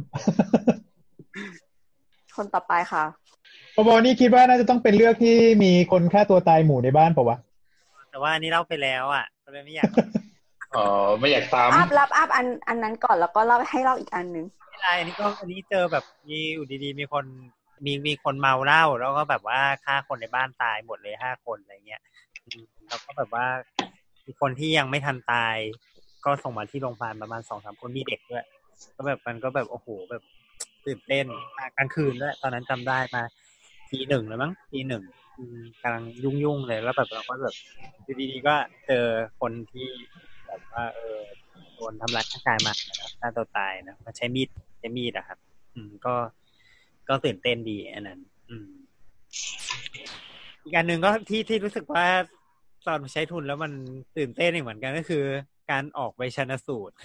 S1: คนต่อไปค่ะ
S4: ปบนี่คิดว่าน่าจะต้องเป็นเรื่องที่มีคนฆ่าตัวตายหมู่ในบ้านป่ะวะ
S2: แต่ว่าอันนี้เล่าไปแล้วอ่ะก็เลยไม่อยาก
S5: อ๋อไม่อยากตาม
S1: อัพรับอัพอันอันนั้นก่อนแล้วก็เล่าให้เล่าอีกอันนึง
S2: ไม่ไรอันนี้ก็อันนี้เจอแบบมีอยู่ดีๆมีคนมีมีคนเมาเหล้าแล้วก็แบบว่าฆ่าคนในบ้านตายหมดเลยห้าคนอะไรเงี้ยแล้วก็แบบว่ามีคนที่ยังไม่ทันตายก็ส่งมาที่โรงพยาบาลประมาณ สองสาม คนมีเด็กด้วยก็แบบมันก็แบบโอ้โหแบบตื่นเต้นกลางคืนด้วยตอนนั้นจำได้มาทีหนึ่งเลยมั้งทีหนึ่งกำลังยุ่งๆเลยแล้วแบบเราก็แบบดีๆก็เจอคนที่แบบว่าเออโดนทำร้ายร่างกายมาฆ่าตัวตายนะมาใช้มีดใช้มีดอะครับอืมก็ก็ตื่นเต้นดีอันนั้นอืมอีกอันหนึ่งก็ที่ที่รู้สึกว่าตอนใช้ทุนแล้วมันตื่นเต้นเหมือนกันก็คือการออกไปชันสูตร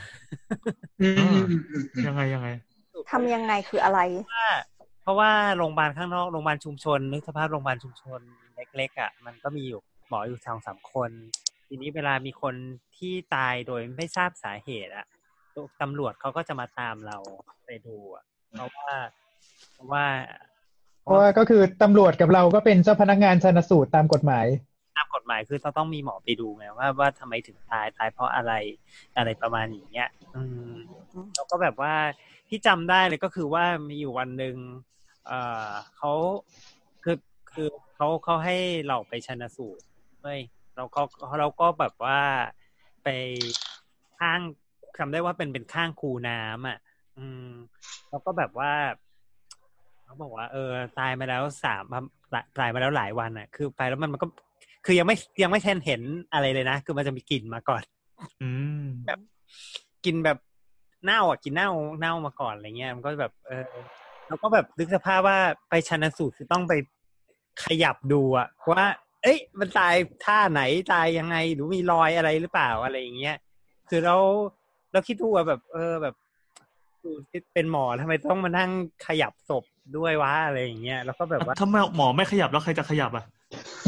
S3: ยังไงยังไง
S1: ทำยังไงคืออะไร
S2: เพราะว่าโรงพยาบาลข้างนอกโรงพยาบาลชุมชนนึกสภาพโรงพยาบาลชุมชนเล็กๆอ่ะมันก็มีอยู่หมออยู่สองสามคนทีนี้เวลามีคนที่ตายโดยไม่ทราบสาเหตุอ่ะตำรวจเขาก็จะมาตามเราไปดูอ่ะเพราะว่าเพราะว่า
S4: เพราะว่าก็คือตำรวจกับเราก็เป็นเจ้าพนักงานชันสูตรตามกฎหมาย
S2: ตามกฎหมายคือต้องต้องมีหมอไปดูไงว่าว่าทำไมถึงตายตายเพราะอะไรอะไรประมาณอย่างเงี้ยอืมแล้วก็แบบว่าที่จำได้เลยก็คือว่ามีอยู่วันนึงเอ่อเขาคือคือเขาเขาให้เราไปชันสูตรเฮ้ยเราก็เราก็แบบว่าไปข้างจำได้ว่าเป็นเป็นข้างคูน้ำอ่ะอืมแล้วก็แบบว่าเขาบอกว่าเออตายมาแล้วสามตายมาแล้วหลายวันอ่ะคือไปแล้วมันมันก็คือยังไม่ยังไม่ทันเห็นอะไรเลยนะคือมันจะมีกลิ่นมาก่อน
S3: อืม
S2: แบบกินแบบเน่าอ่ะกินเน่าเน่ามาก่อนอะไรเงี้ยมันก็แบบเออแล้วก็แบบนึกสภาพว่าไปชันสูตรคือต้องไปขยับดูอ่ะว่าเอ้ยมันตายท่าไหนตายยังไงหรือมีรอยอะไรหรือเปล่าอะไรอย่างเงี้ยคือเราเราคิดดูว่าแบบเออแบบเป็นหมอทำไมต้องมานั่งขยับศพด้วยวะอะไรอย่างเงี้ยแล้วก็แบบว่า
S3: ถ้าหมอไม่ขยับแล้วใครจะขยับอ่ะ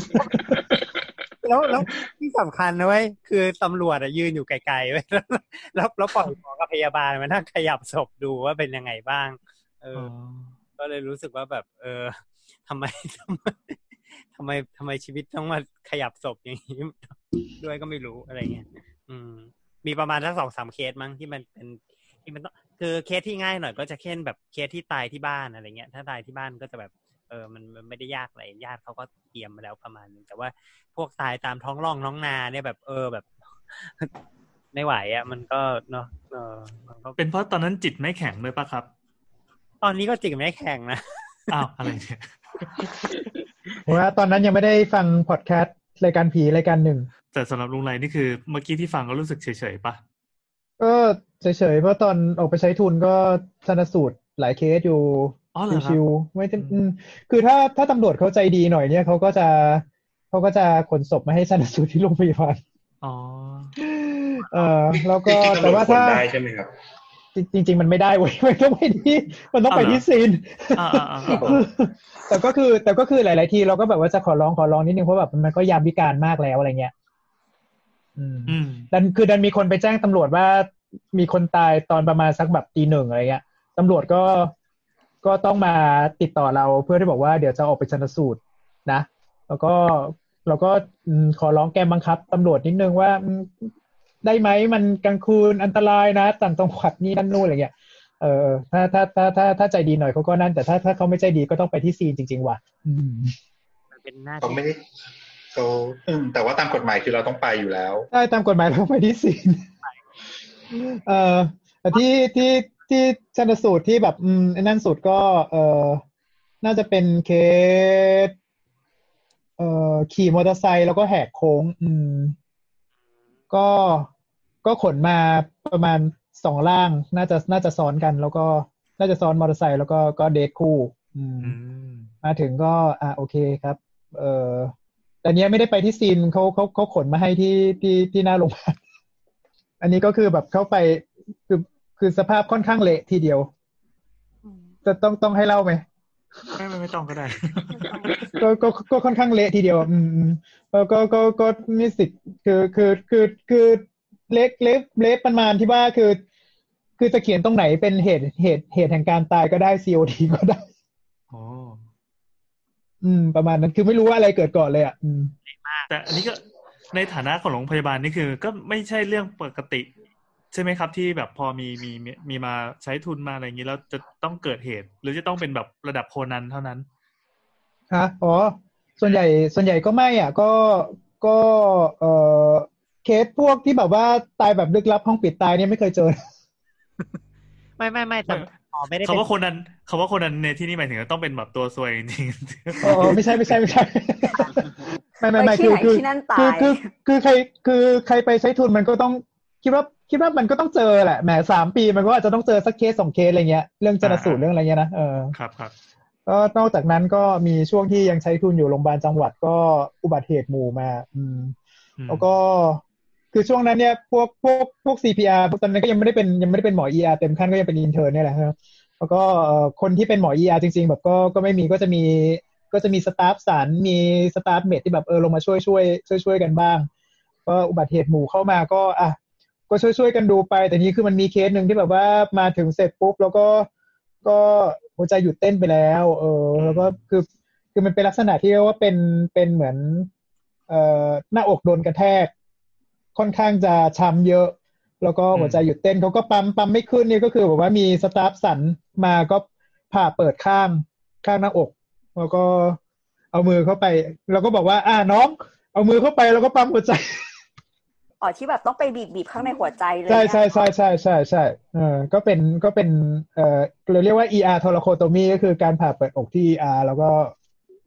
S2: แล้วแล้วที่สำคัญนะเว้ยคือตำรวจอะยืนอยู่ไกลๆเว้ยแล้วแล้วปล่อยหมอกับพยาบาลมานั่งขยับศพดูว่าเป็นยังไงบ้างเออก็เลยรู้สึกว่าแบบเออทำไมทำไมทำไมทำไมชีวิตต้องมาขยับศพอย่างนี้ด้วยก็ไม่รู้อะไรเงี้ยอืมมีประมาณสักสองสามเคสมั้งที่มันเป็นที่มันต้องคือเคสที่ง่ายหน่อยก็จะเช่นแบบเคสที่ตายที่บ้านอะไรเงี้ยถ้าตายที่บ้านก็จะแบบเออมันมันไม่ได้ยากอะไรญาติเขาก็เตรียมมาแล้วประมาณนึงแต่ว่าพวกตายตามท้องร่องท้องนาเนี่ยแบบเออแบบไม่ไหวอ่ะมันก็เนาะเออมันก็
S3: เป็นเพราะตอนนั้นจิตไม่แข็งด้วยป่ะครับ
S2: ตอนนี้ก็จิตไม่แข็งนะ
S3: อ้าวอะไรเนี่ย
S4: ว่าตอนนั้นยังไม่ได้ฟังพอดแคสต์รายการผีรายการหนึ่ง
S3: แต่สำหรับลุงไรนี่คือเมื่อกี้ที่ฟังก็รู้สึกเฉยๆป่ะ
S4: ก็เฉยๆเพราะตอนออกไปใช้ทุนก็ชันสูตรหลายเคสอยู่ชิวๆไม่จะคือถ้าถ้าตำรวจเขาใจดีหน่อยเนี่ยเขาก็จะเขาก็จะขนศพมาให้ชันสูตรที่โรงพยาบาล
S3: อ๋อ
S4: เออแล้วก็แต่ว่าถ้า
S5: ได้ใช่ไหมครับ
S4: จริงๆมันไม่ได้เว้ยมันต้องไปที่มันต้องไปที่ซีนแต่ก็คือแต่ก็คือหลายๆทีเราก็แบบว่าจะขอร้องขอร้องนิดนึงเพราะแบบมันก็ยามวิกาลมากแล้วอะไรเงี้ยอืมดันคือดันมีคนไปแจ้งตำรวจว่ามีคนตายตอนประมาณสักแบบตีหนึ่งอะไรเงี้ยตำรวจก็ก็ต้องมาติดต่อเราเพื่อที่บอกว่าเดี๋ยวจะออกไปชันสูตรนะแล้วก็เราก็ขอร้องแกบังคับตำรวจนิดนึงว่าได้ไหมมันกลางคืนอันตรายนะต่างจังหวัดนี่นั่นนู่นอะไรเงี้ยเออถ้าถ้าถ้าถ้าถ้าใจดีหน่อยเขาก็นั่นแต่ถ้าถ้าเขาไม่ใจดีก็ต้องไปที่ซีนจริงๆว่ะ
S2: มันเป็นหน้า
S5: เขาไม่ได้เขาแต่ว่าตามกฎหมายคือเราต้องไปอยู่แล้ว
S4: ใช่ตามกฎหมายเราต้องไปที่ซีนเอ่อที่ที่ที่ชันสูตรที่แบบอืมนั่นสุดก็เอ่อน่าจะเป็นเคสเอ่อขี่มอเตอร์ไซค์แล้วก็แหกโค้งอืมก็ก็ขนมาประมาณสองร่างน่าจะน่าจะซ้อนกันแล้วก็น่าจะซ้อนมอเตอร์ไซค์แล้วก็ก็เดทคู่อืมมาถึงก็อ่าโอเคครับเอ่อแต่เนี้ยไม่ได้ไปที่ซีนเขาเขาเขาขนมาให้ที่ที่ที่หน้าโรงพยาบาลอันนี้ก็คือแบบเข้าไปคือคือสภาพค่อนข้างเละทีเดียวจะต้องต้องให้เล่าไหม
S3: ไม่ไม่ไม่ต้องก็ได้
S4: ก็ก็ก็ค่อนข้างเละทีเดียวอืมก็ก็ก็ก็มีสิทธิ์คือคือคือคือเล็กเล็กเล็กประมาณที่ว่าคือคือจะเขียนตรงไหนเป็นเหตุเหตุเหตุแห่งการตายก็ได้ ซี โอ ที ก็ได้
S3: อ๋อ
S4: อืมประมาณนั้นคือไม่รู้ว่าอะไรเกิดก่อนเลยอ่ะอืม
S3: แต่อันนี้ก็ในฐานะของโรงพยาบาลนี่คือก็ไม่ใช่เรื่องปกติใช่ไหมครับที่แบบพอมีมีมีมาใช้ทุนมาอะไรอย่างนี้แล้วจะต้องเกิดเหตุหรือจะต้องเป็นแบบระดับโคนันเท่านั้น
S4: ฮะอ๋อส่วนใหญ่ส่วนใหญ่ก็ไม่อ่ะก็ก็เอ่อเคสพวกที่แบบว่าตายแบบลึกลับห้องปิดตายเนี่ยไม่เคยเจอ
S2: ไม่ไม่ไม่แต่อ๋อไม่ได้
S3: คำว่าโคนันคำว่าโคนันในที่นี่หมายถึงต้องเป็นแบบตัวซวยจริง
S4: ๆอ๋อไม่ใช่ไม่ใช่ไม่ใช่ไม่ไม่ไม่คือคือคือคือคือใครคือใครไปใช้ทุนมันก็ต้องคิดว่าคิดว่ามันก็ต้องเจอแหละแหมสามปีมันก็อาจจะต้องเจอสักเคสสองเคสอะไรเงี้ยเรื่องชันสูตรเรื่องอะไรเงี้ยนะเออ
S3: ครับครับ
S4: ก็นอกจากนั้นก็มีช่วงที่ยังใช้ทุนอยู่โรงพยาบาลจังหวัดก็อุบัติเหตุหมู่มาอืมแล้วก็คือช่วงนั้นเนี่ยพวกพวกพวก ซี พี อาร์ พวกตอนนั้นก็ยังไม่ได้เป็นยังไม่ได้เป็นหมอ อี อาร์ เต็มขั้นก็ยังเป็นอินเทิร์นนี่แหละครับแล้วก็คนที่เป็นหมอ อี อาร์ จริงๆแบบก็ก็ไม่มีก็จะมีก็จะมีสตาฟสารมีสตาฟเมทที่แบบเออลงมาช่วยช่วยช่วยช่วยกันบ้างก็อุบัติเหตุหมู่เข้ามาก็อ่ะก็ช่วยช่วยกันดูไปแต่นี้คือมันมีเคสนึงที่แบบว่ามาถึงเสร็จปุ๊บแล้วก็ก็หัวใจหยุดเต้นไปแล้วเออแล้วก็คือคือมันเป็นลักษณะที่เรียกว่าเป็นเป็นเหมือนเอ่อหน้าอกโดนกระแทกค่อนข้างจะช้ำเยอะแล้วก็หัวใจหยุดเต้นเขาก็ปั๊มปั๊มไม่ขึ้นนี่ก็คือแบบว่ามีสตาฟสันมาก็ผ่าเปิดข้างข้างหน้าอกแล้วก็เอามือเข้าไปแล้วก็บอกว่าอ่าน้องเอามือเข้าไปแล้วก็ปั๊มหัวใจ
S1: อ๋อที่แบบต้องไปบีบบีบข้างในหัวใจเลย
S4: ใช่ใช่ใช่ใช่ใช่ใช่เออก็เป็นก็เป็นเอ่อเราเรียกว่า อี อาร์ thoracotomy ก็คือการผ่าเปิดอกที่ อี อาร์ แล้วก็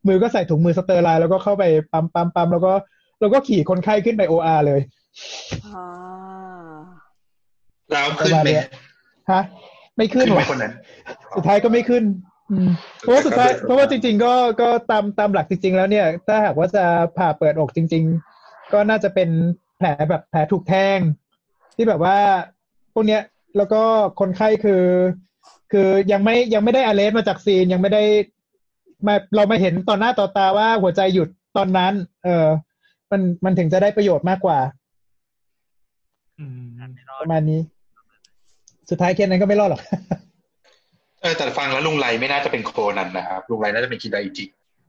S4: มือก็ใส่ถุงมือสเตอร์ไลน์แล้วก็เข้าไปปั๊มปั๊มปั๊มแล้วก็แล้วก็ขี่คนไข้ขึ้นไป โอ อาร์ เลย
S1: อ่า
S5: แล้วขึ้นไหม
S4: ฮะไม่ขึ้นหรอ
S5: คนนั้น
S4: สุดท้ายก็ไม่ขึ้นเพราะว่าสุดท้ายเพราะว่าจริงๆก็ก็ตามตามหลักจริงๆแล้วเนี่ยถ้าหากว่าจะผ่าเปิดอกจริงๆก็น่าจะเป็นแผลแบบแผลถูกแทงที่แบบว่าพวกเนี้ยแล้วก็คนไข้คือคือยังไม่ยังไม่ได้อะเลร์ทมาจากซีนยังไม่ได้มาเรามาเห็นต่อหน้าต่อตาว่าหัวใจหยุดตอนนั้นเออมันมันถึงจะได้ประโยชน์มากกว่าประมาณนี้สุดท้ายเคสนั้นก็ไม่รอดหรอก
S5: เออแต่ฟังแล้วลุงไรไม่น่าจะเป็นโคนันนะครับลุงไรน่าจะเป็นคินดาอิจิ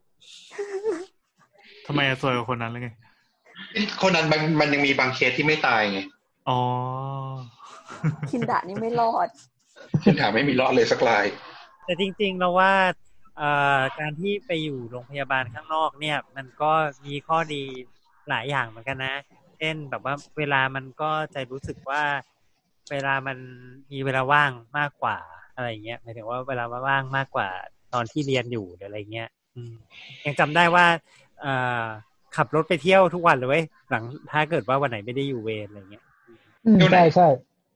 S3: ทำไมสวยกว่าคนนั้นเลยไง
S5: คนนั้นมันมันยังมีบางเคสที่ไม่ตายไง
S3: อ๋อ
S1: คินดานี่ไม่รอด
S5: คินดาไม่มีรอดเลยสักราย
S2: แต่จริงๆเราว่าเอ่อการที่ไปอยู่โรงพยาบาลข้างนอกเนี่ยมันก็มีข้อดีหลายอย่างเหมือนกันนะเช่นแบบว่าเวลามันก็จะรู้สึกว่าเวลามันมีเวลาว่างมากกว่าอะไรเงี้ยหมายถึงว่าเวลาว่างมากกว่าตอนที่เรียนอยู่อะไรเงี้ยยังจำได้ว่าเอ่อขับรถไปเที่ยวทุกวันเลยเว้ยหลังถ้าเกิดว่าวันไหนไม่ได้อยู่เวรอะไรเงี้ย
S4: ใช่ใช่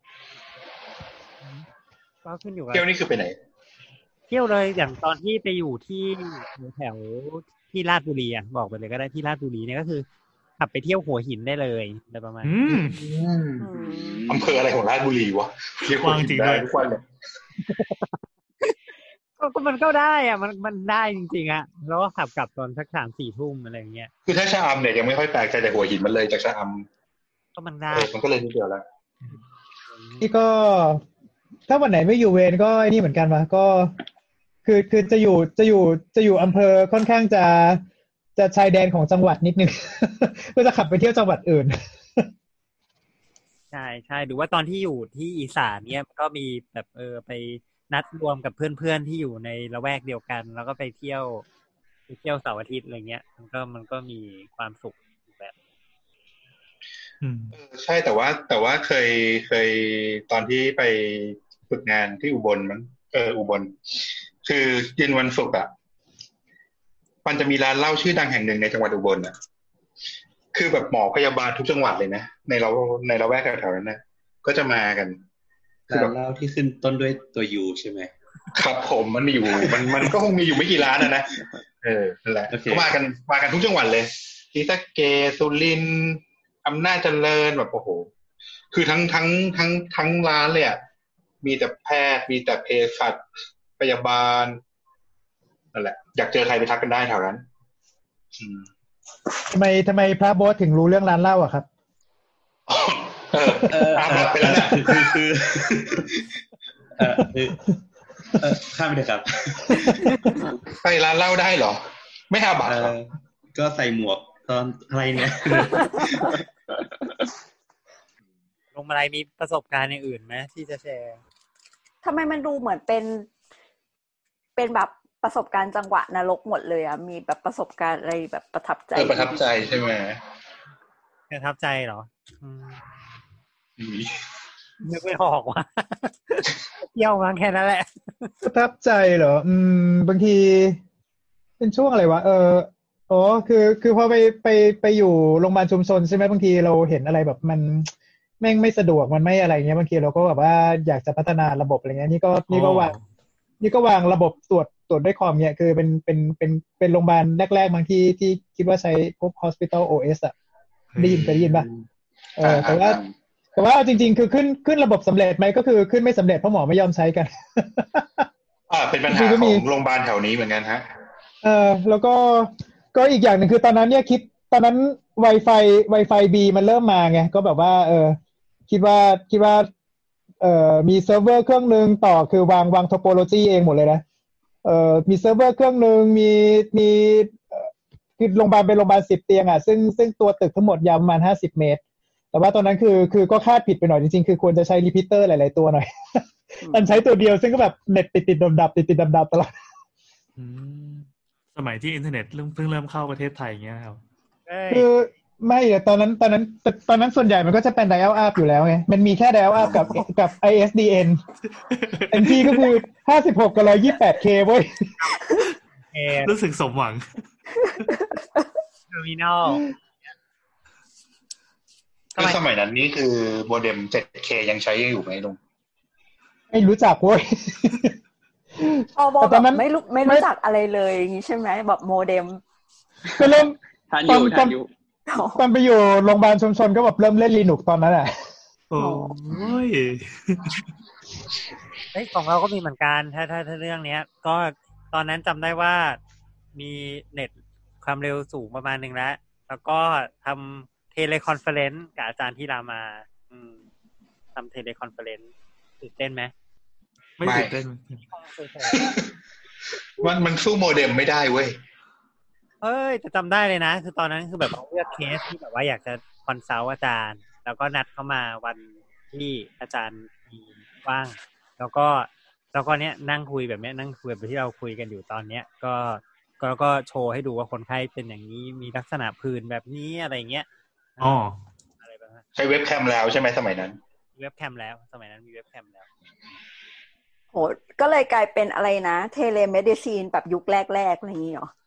S2: ก็ขึ้นอยู่
S5: เที่ยวนี่คือไปไหน
S2: เที่ยวเลยอย่างตอนที่ไปอยู่ที่แถวที่ราชบุรีอ่ะบอกไปเลยก็ได้ที่ราชบุรีเนี่ยก็คือขับไปเที่ยวหัวหินได้เลยอะไรประมาณนี้
S5: อำเภออะไรของราชบุรีวะเที่ยวหัวหินได้ทุกวันเลย
S2: ก็มันก็ได้อ่ะมันมันได้จริงๆอ่ะแล้วก็ขับกลับตอนสักสามสี่ทุ่มอะไรอย่างเงี้ย
S5: คือถ้าชะอำเนี่ยยังไม่ค่อยแปลกใจแต่หัวหินมันเลยจากชะอ
S2: ำก็มันได้
S5: มันก็เลยนิดเดียวแล้ว
S4: นี่ก็ถ้าวันไหนไม่อยู่เวรก็ไอ้นี่เหมือนกันวะก็คือคือจะอยู่จะอยู่จะอยู่อำเภอค่อนข้างจะจะชายแดนของจังหวัดนิดนึงก็จะขับไปเที่ยวจังหวัดอื่น
S2: ใช่ใช่หรือว่าตอนที่อยู่ที่อีสานเนี่ยก็มีแบบเออไปนัดรวมกับเพื่อนๆที่อยู่ในละแวกเดียวกันแล้วก็ไปเที่ยวไปเที่ยวเสาร์อาทิตย์อะไรเงี้ยมันก็มันก็มีความสุขแบบ
S5: อืมใช่แต่ว่าแต่ว่าเคยเคยตอนที่ไปฝึกงานที่อุบลมั้งเอออุบลคือเย็นวันศุกร์อ่ะมันจะมีร้านเหล้าชื่อดังแห่งหนึ่งในจังหวัดอุบลอ่ะคือแบบหมอพยาบาลทุกจังหวัดเลยนะในเราในละแวกแถวๆนั้นนะก็จะมากัน
S8: คือแบบเหล้าที่ขึ้นต้นด้วยตัวยูใช่ไหม
S5: ครับผมมันมีอยู่มันมันก็คงมีอยู่ไม่กี่ร้านนะนะเออนั่นแหละก็มากันมากันทุกจังหวัดเลยศรีสะเกษสุรินทร์อำนาจเจริญแบบโอ้โหคือทั้งทั้งทั้งทั้งร้านเลยอ่ะมีแต่แพทย์มีแต่เภสัชพยาบาลนั่นแหละอยากเจอใครไปทักกันได้แถวนั้น
S4: ทำไมทำไมพระโบ๊ทถึงรู้เรื่องร้านเหล้าอ่ะครับ
S5: เออเอออาบัติไปแล้วนะ
S8: คือคือเออเออข้ามไปเลยครับ
S5: ไปร้านเหล้าได้เหรอไม่อาบัติหรอ
S8: ก็ใส่หมวกตอนอะไรเนี่ย
S2: ลงมาอะไรมีประสบการณ์อย่างอื่นไหมที่จะแชร์
S1: ทำไมมันดูเหมือนเป็นเป็นแบบประสบการณ์จังหวะนรกหมดเลยอ่ะมีแบบประสบการณ์อะไรแบบประทับใจ
S5: เออประทับใจใช่ไหม
S2: ประทับใจเหรอนึกไม่ออกว่ะเที่ยวมาแค่นั้นแหละ
S4: ประทับใจเหรออืมบางทีเป็นช่วงอะไรวะเอออ๋อคือคือพอไปไปไปอยู่โรงพยาบาลชุมชนใช่ไหมบางทีเราเห็นอะไรแบบมันแม่งไม่สะดวกมันไม่อะไรเงี้ยบางทีเราก็แบบว่าอยากจะพัฒนาระบบอะไรเงี้ยนี่ก็นี่ก็วางนี่ก็วางระบบตรวจตรวจด้วยคอมเนี่ยคือเป็นเป็นเป็นเป็นโรงพยาบาลแรกๆบางที่ที่คิดว่าใช้พวก Hospital โอ เอส อ่ะได้ยินเคยได้ยินป่ะเออแต่ว่าแต่ว่าจริงๆคือขึ้นขึ้นระบบสำเร็จไหมก็คือขึ้นไม่สำเร็จเพราะหมอไม่ยอมใช้กัน
S5: อ่าเป็นปัญหาของโรงพยาบาลแถวนี้เหมือนกันฮะ
S4: เออแล้วก็ก็อีกอย่างหนึ่งคือตอนนั้นเนี่ยคิดตอนนั้น Wi-Fi Wi-Fi B มันเริ่มมาไงก็แบบว่าเออคิดว่าคิดว่าเอ่อมีเซิร์ฟเวอร์เครื่องนึงต่อคือวางวางโทโปโลจีเองหมดเลยนะเอ่อมีเซิร์ฟเวอร์เครื่องนึงมีมีคือโรงพยาบาลเป็นโรงพยาบาลสิบเตียงอ่ะซึ่งซึ่งตัวตึกทั้งหมดยาวประมาณห้าสิบเมตรแต่ว่าตอนนั้นคือคือก็คาดผิดไปหน่อยจริงๆคือควรจะใช้รีพีเตอร์หลายๆตัวหน่อยมันใช้ตัวเดียวซึ่งก็แบบเน็ตติดๆดับๆติดๆดับๆตลอด
S3: สมัยที่อินเทอร์เน็ตเพิ่งเริ่มเข้าประเทศไทยอย่างเงี้ยครับ
S4: คือไม่แต่ตอนนั้นตอนนั้นตอนนั้นส่วนใหญ่มันก็จะเป็น dial up อยู่แล้วไงมันมีแค่ dial up กับกับ ไอ เอส ดี เอ็น เอ็น พี ก็คือห้าสิบหกกับหนึ่งร้อยยี่สิบแปดเคเว้ย
S3: รู้สึกสมหวัง
S2: เทอร์มินอล
S5: คือสมัยนั้นนี่คือโมเด็ม เจ็ดเค ยังใช้อยู่ไหมลุง
S4: ไม่รู้จักเว้ย
S1: อ๋อแบบไม่รู้ไม่รู้จักอะไรเลยอย่างนี้ใช่ไหมแบบโมเด็ม
S4: ก็เริ่ม
S7: ทันอยู่ทันอยู่
S4: ตอนไปอยู่โรงพยาบาลชุมชนก็แบบเริ่มเล่น Linux ตอนนั้นแหละ
S3: โอ้ย
S2: เฮ้ยของเราก็มีเหมือนกันถ้าถ้าถ้าเรื่องเนี้ยก็ตอนนั้นจำได้ว่ามีเน็ตความเร็วสูงประมาณนึงแล้วแล้วก็ทำเทเลคอนเฟอเรนซ์กับอาจารย์ที่รามาอืมทำเทเลคอนเฟอเรนซ์ตื่นเต้นไหม
S3: ไม่ตื่นเต้น
S5: มันมันสู้โมเด็มไม่ได้เว้ย
S2: เอ้ยแต่จำได้เลยนะคือตอนนั้นคือแบบเลือกเคสที่แบบว่าอยากจะคอนซัลท์อาจารย์แล้วก็นัดเข้ามาวันที่อาจารย์มีว่างแล้วก็แล้วก็เนี้ยนั่งคุยแบบเนี้ยนั่งคุยแบบที่เราคุยกันอยู่ตอนเนี้ยก็ก็ก็โชว์ให้ดูว่าคนไข้เป็นอย่างนี้มีลักษณะผื่นแบบนี้อะไรเงี้ย
S3: อ๋อ
S5: อะไรแบบนั้นใช้เว็บแคมแล้วใช่ไหมสมัยนั้น
S2: เว็บแคมแล้วสมัยนั้นมีเว็บแคมแล้ว
S1: โหก็เลยกลายเป็นอะไรนะเทเลเมดิซีนแบบยุคแรกๆอะไรอย่างนี้เหรอ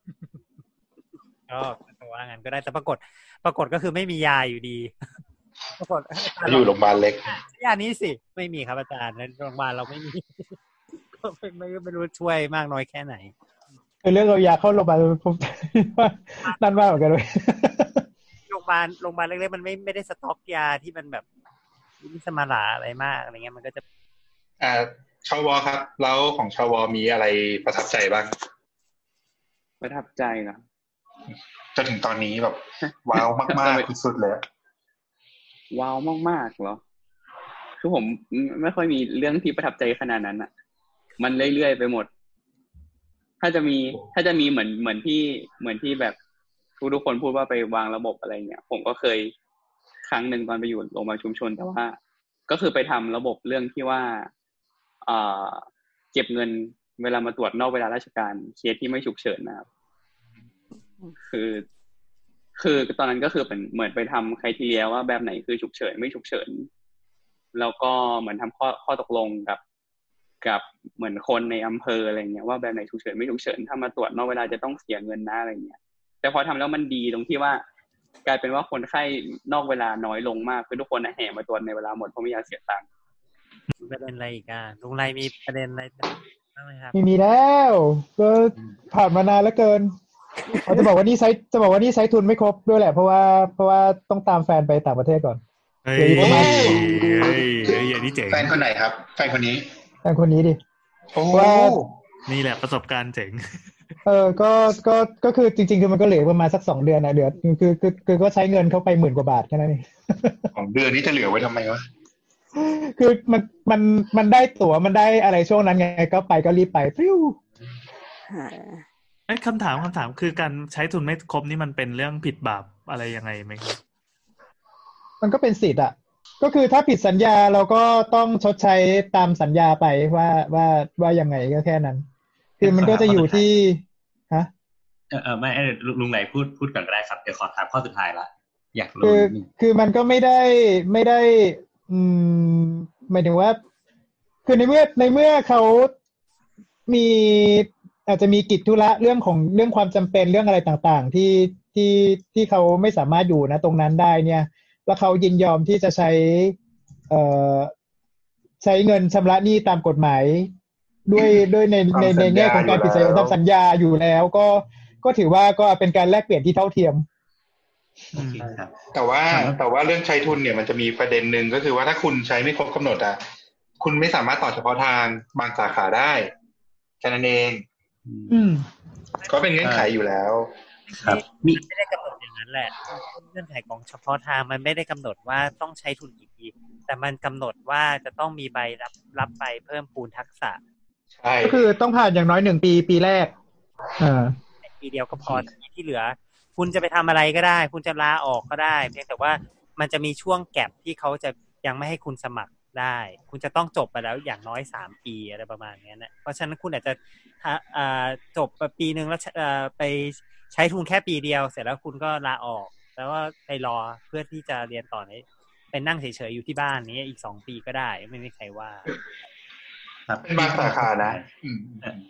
S2: ก็ว่างั้นก็ได้แต่ปรากฏปรากฏก็คือไม่มียาอยู่ดีปรากฏ
S5: อยู่โรงพยาบาลเล็ก
S2: ยานี้สิไม่มีครับอาจารย์ในโรงพยาบาลเราไม่มีก็ไม่ไม่ไม่รู้ช่วยมากน้อยแค่ไหน
S4: คือเรื่องเอายาเข้าโรงพยาบาลผมนั่นมากเหมือนกันเลย
S2: โรงพยาบาลโรงพยาบาลเล็กๆมันไม่ไม่ได้สต็อกยาที่มันแบบมีสมาร์ลาอะไรมากอะไรเงี้ยมันก็จะ
S5: อ่าชวครับแล้วของชวมีอะไรประทับใจบ้าง
S7: ประทับใจเหรอ
S5: จนถึงตอนนี้แบบว้าวมากๆสุดๆเลย
S7: ว้าวมากๆเหรอคือผมไม่ค่อยมีเรื่องที่ประทับใจขนาดนั้นอ่ะมันเรื่อยๆไปหมดถ้าจะมีถ้าจะมีเหมือนเหมือนที่เหมือนที่แบบทุกๆคนพูดว่าไปวางระบบอะไรเงี้ยผมก็เคยครั้งหนึ่งตอนไปอยู่โรงพยาบาลชุมชนแต่ว่าก็คือไปทำระบบเรื่องที่ว่าเอ่อเก็บเงินเวลามาตรวจนอกเวลาราชการเคสที่ไม่ฉุกเฉินนะครับคือคือตอนนั้นก็คือเป็นเหมือนไปทำไครทีเรียว่าแบบไหนคือฉุกเฉินไม่ฉุกเฉินแล้วก็เหมือนทำข้อข้อตกลงกับกับเหมือนคนในอำเภออะไรเงี้ยว่าแบบไหนฉุกเฉินไม่ฉุกเฉินถ้ามาตรวจนอกเวลาจะต้องเสียเงินนะอะไรเงี้ยแต่พอทำแล้วมันดีตรงที่ว่ากลายเป็นว่าคนไข้นอกเวลาน้อยลงมากคือทุกคนแห่มาตรวจในเวลาหมดเพราะไม่อยากเสียตังค์
S2: ประเด็นอะไรอีกอ่ะลุงไรมีประเด็นอะไรบ้างไหมครับ
S4: ไม่มีแล้วก็ผ่านมานานแล้วเกินเขาจะบอกว่านี่ใช้จะบอกว่านี่ใช้ทุนไม่ครบด้วยแหละเพราะว่าเพราะว่าต้องตามแฟนไปต่างประเทศก่อน
S3: เฮ้ยเฮ้ยเฮ้ยอันนี้เจ๋ง
S5: แฟนคนไหนครับแฟนคนนี้
S4: แฟนคนนี้ดิ
S5: ว่า
S3: นี่แหละประสบการณ์เจ๋ง
S4: เออก็ก็ก็คือจริงๆคือมันก็เหลือประมาณสักสองเดือนนะเหลือคือคือคือก็ใช้เงินเข้าไปหมื่นกว่าบาทแค่นั้นเอง
S5: สองเดือนนี้จะเหลือไว้ทำไมวะ
S4: คือมันมันมันได้ตั๋วมันได้อะไรช่วงนั้นไงก็ไปก็รีบไปฟิว
S3: ไอ้คำถามคำถามคือการใช้ทุนไม่ครบนี่มันเป็นเรื่องผิดบาปอะไรยังไงไหมครับ
S4: มันก็เป็นสิทธิ์อ่ะก็คือถ้าผิดสัญญาเราก็ต้องชดใช้ตามสัญญาไปว่าว่าว่ายังไงก็แค่นั้นคือมันก็จะอยู่ที่ฮะ
S8: เออเออไม่ลุงไหนพูดพูดก่อนก็ได้ครับเดี๋ยวขอถามข้อสุดท้ายละอยากรู้
S4: คือคือมันก็ไม่ได้ไม่ได้อืมหมายถึงว่าคือในเมื่อในเมื่อเขามีอาจจะมีกิจธุระเรื่องของเรื่องความจำเป็นเรื่องอะไรต่างๆที่ที่ที่เขาไม่สามารถอยู่นะตรงนั้นได้เนี่ยแล้วเขายินยอมที่จะใช้เอ่อใช้เงินชำระหนี้ตามกฎหมายด้วยด้วยในในในแง่ของการผิดสัญญาอยู่แล้วก็ก็ถือว่าก็เป็นการแลกเปลี่ยนที่เท่าเทียม
S5: แต่ว่าแต่ว่าเรื่องใช้ทุนเนี่ยมันจะมีประเด็นหนึ่งก็คือว่าถ้าคุณใช้ไม่ครบกำหนดอ่ะคุณไม่สามารถต่อเฉพาะทางบางสาขาได้แค่นั้นเอง
S4: อืม
S5: ก็เป็นเงื่อนไขอยู่แล้ว
S2: ครับมีไม่ได้กำหนดอย่างนั้นแหละเงื่อนไขของเฉพาะทางมันไม่ได้กำหนดว่าต้องใช้ทุนกี่ปีแต่มันกำหนดว่าจะต้องมีใบรับรับใบเพิ่มพูนทักษะ
S5: ใช่
S4: ก็คือต้องผ่านอย่างน้อยหนึ่งปีปีแรกอ่า
S2: ปีเดียวก็พอที่เหลือคุณจะไปทำอะไรก็ได้คุณจะลาออกก็ได้เพียงแต่ว่ามันจะมีช่วงแก็ปที่เขาจะยังไม่ให้คุณสมัครได้คุณจะต้องจบไปแล้วอย่างน้อยสามปีอะไรประมาณนี้นะเพราะฉะนั้นคุณอาจจะอ่าจบปีนึงแล้วไปใช้ทุนแค่ปีเดียวเสร็จแล้วคุณก็ลาออกแล้วก็ไปรอเพื่อที่จะเรียนต่อนี้เป็นนั่งเฉยๆอยู่ที่บ้านนี้อีกสองปีก็ได้ไม่มีใครว่า
S5: เป็นบางสาขานะ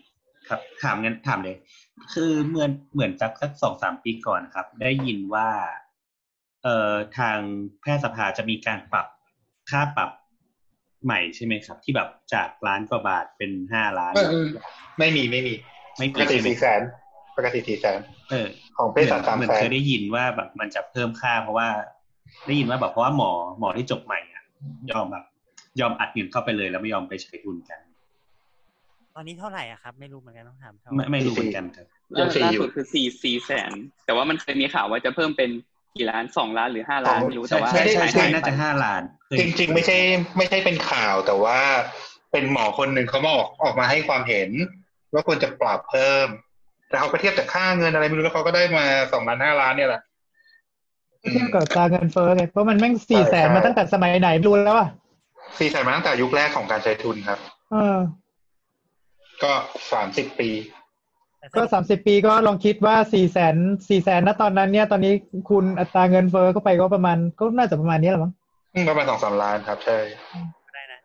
S8: ครับถามงั้นถามเลยคือเหมือนเหมือนจากสักสองสามปีก่อนครับได้ยินว่าเอ่อทางแพทยสภาจะมีการปรับค่าปรับใหม่ใช่ไหมครับที่แบบจากล้านกว่าบาทเป็นห้าล้าน
S5: ไม่มีไม่มี
S8: ไม่
S5: ปกติสี่แสนปกติสี่แสน
S8: เออ
S5: ของเภสัชสามแสน
S8: เหมือนเคยได้ยินว่าแบบมันจะเพิ่มค่าเพราะว่าได้ยินว่าแบบเพราะว่าหมอหมอที่จบใหม่อ่ะยอมแบบยอมอัดเงินเข้าไปเลยแล้วไม่ยอมไปใช้ทุนกัน
S2: ตอนนี้เท่าไหร่อ่ะครับไม่รู้เหมือนกันต้องถามเขา
S8: ไม่ไม่รู้เหมือนกันครับ
S7: ล่าสุดคือสี่สี่แสนแต่ว่ามันเคยมีข่าวว่าจะเพิ่มเป็นกี่ล้านสองล้านหรือห้าล้านไม่รู้แต่ว่า
S8: ใช่ใช่ใช่น่าจะห้าล้าน
S5: จริงๆไม่ใช่ไม่ใช่เป็นข่าวแต่ว่าเป็นหมอคนหนึ่งเขามาออกออกมาให้ความเห็นว่าควรจะปรับเพิ่มแต่เขาไปเทียบจากค่าเงินอะไรไม่รู้แล้วเขาก็ได้มาสองล้านห้าล้านเนี่ยแหละ
S4: เทียบกับตาเงินเฟ้อไงเพราะมันแม่งสี่แสนมาตั้งแต่สมัยไหนรู้แล้วอ่ะ
S5: สี่แสนมาตั้งแต่ยุคแรกของการใช้ทุนครับ
S4: เออ
S5: ก็สามสิบปี
S4: ก็สามสิบปีก็ลองคิดว่าสี่แสนสี่แสนณตอนนั้นเนี่ยตอนนี้คุณอัตราเงินเฟ้อเข้าไปก็ประมาณก็น่าจะประมาณนี้แหละมั้ง
S5: ประมาณสองสามล้านครับใช่
S2: ได้นะ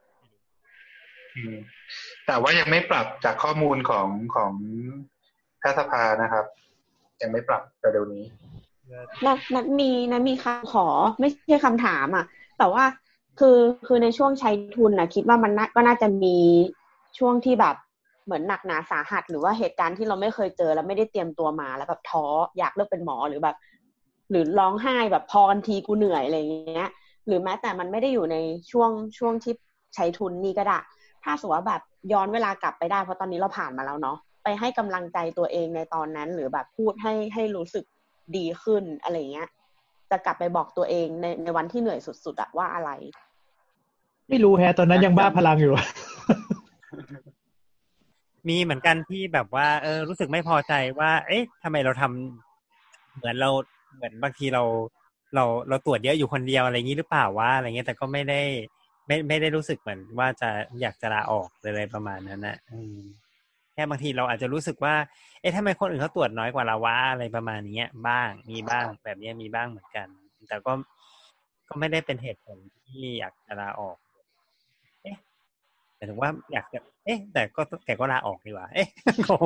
S5: แต่ว่ายังไม่ปรับจากข้อมูลของของแพทยสภานะครับยังไม่ปรับแต่เดี๋ยวนี้
S6: นัดนัดมีนัดมีคำขอไม่ใช่คำถามอ่ะแต่ว่าคือคือในช่วงใช้ทุนนะคิดว่ามันก็น่าจะมีช่วงที่แบบเหมือนหนักหนาสาหัสหรือว่าเหตุการณ์ที่เราไม่เคยเจอแล้วไม่ได้เตรียมตัวมาแล้วแบบท้ออยากเลิกเป็นหมอหรือแบบหรือร้องไห้แบบพอกันทีกูเหนื่อยอะไรอย่างเงี้ยหรือแม้แต่มันไม่ได้อยู่ในช่วงช่วงที่ใช้ทุนนี่ก็ได้ถ้าสมมติว่าแบบย้อนเวลากลับไปได้เพราะตอนนี้เราผ่านมาแล้วเนาะไปให้กำลังใจตัวเองในตอนนั้นหรือแบบพูดให้ให้รู้สึกดีขึ้นอะไรเงี้ยจะกลับไปบอกตัวเองในในวันที่เหนื่อยสุดๆอะว่าอะไร
S4: ไม่รู้แฮะตอนนั้นยังบ้าพลังอยู่
S2: มีเหมือนกันที่แบบว่าเออรู้สึกไม่พอใจว่าเอ๊ะทำไมเราทำเหมือนเราเหมือนบางทีเราเราเราตรวจเยอะอยู่คนเดียวอะไรอย่างนี้หรือเปล่าวะอะไรเงี้ยแต่ก็ไม่ได้ไม่ไม่ได้รู้สึกเหมือนว่าจะอยากจะลาออกอะไรประมาณนั้นนะอืมแค่บางทีเราอาจจะรู้สึกว่าเอ๊ะทำไมคนอื่นเขาตรวจน้อยกว่าเราวะอะไรประมาณนี้บ้างมีบ้างแบบนี้มีบ้างเหมือนกันแต่ก็ก็ไม่ได้เป็นเหตุผลที่อยากจะลาออกเอ๊ะแต่ถึงว่าอยากจะเอ๊ะแต่ก็แกก็ลาออกดีกว่าเอ๊ะงง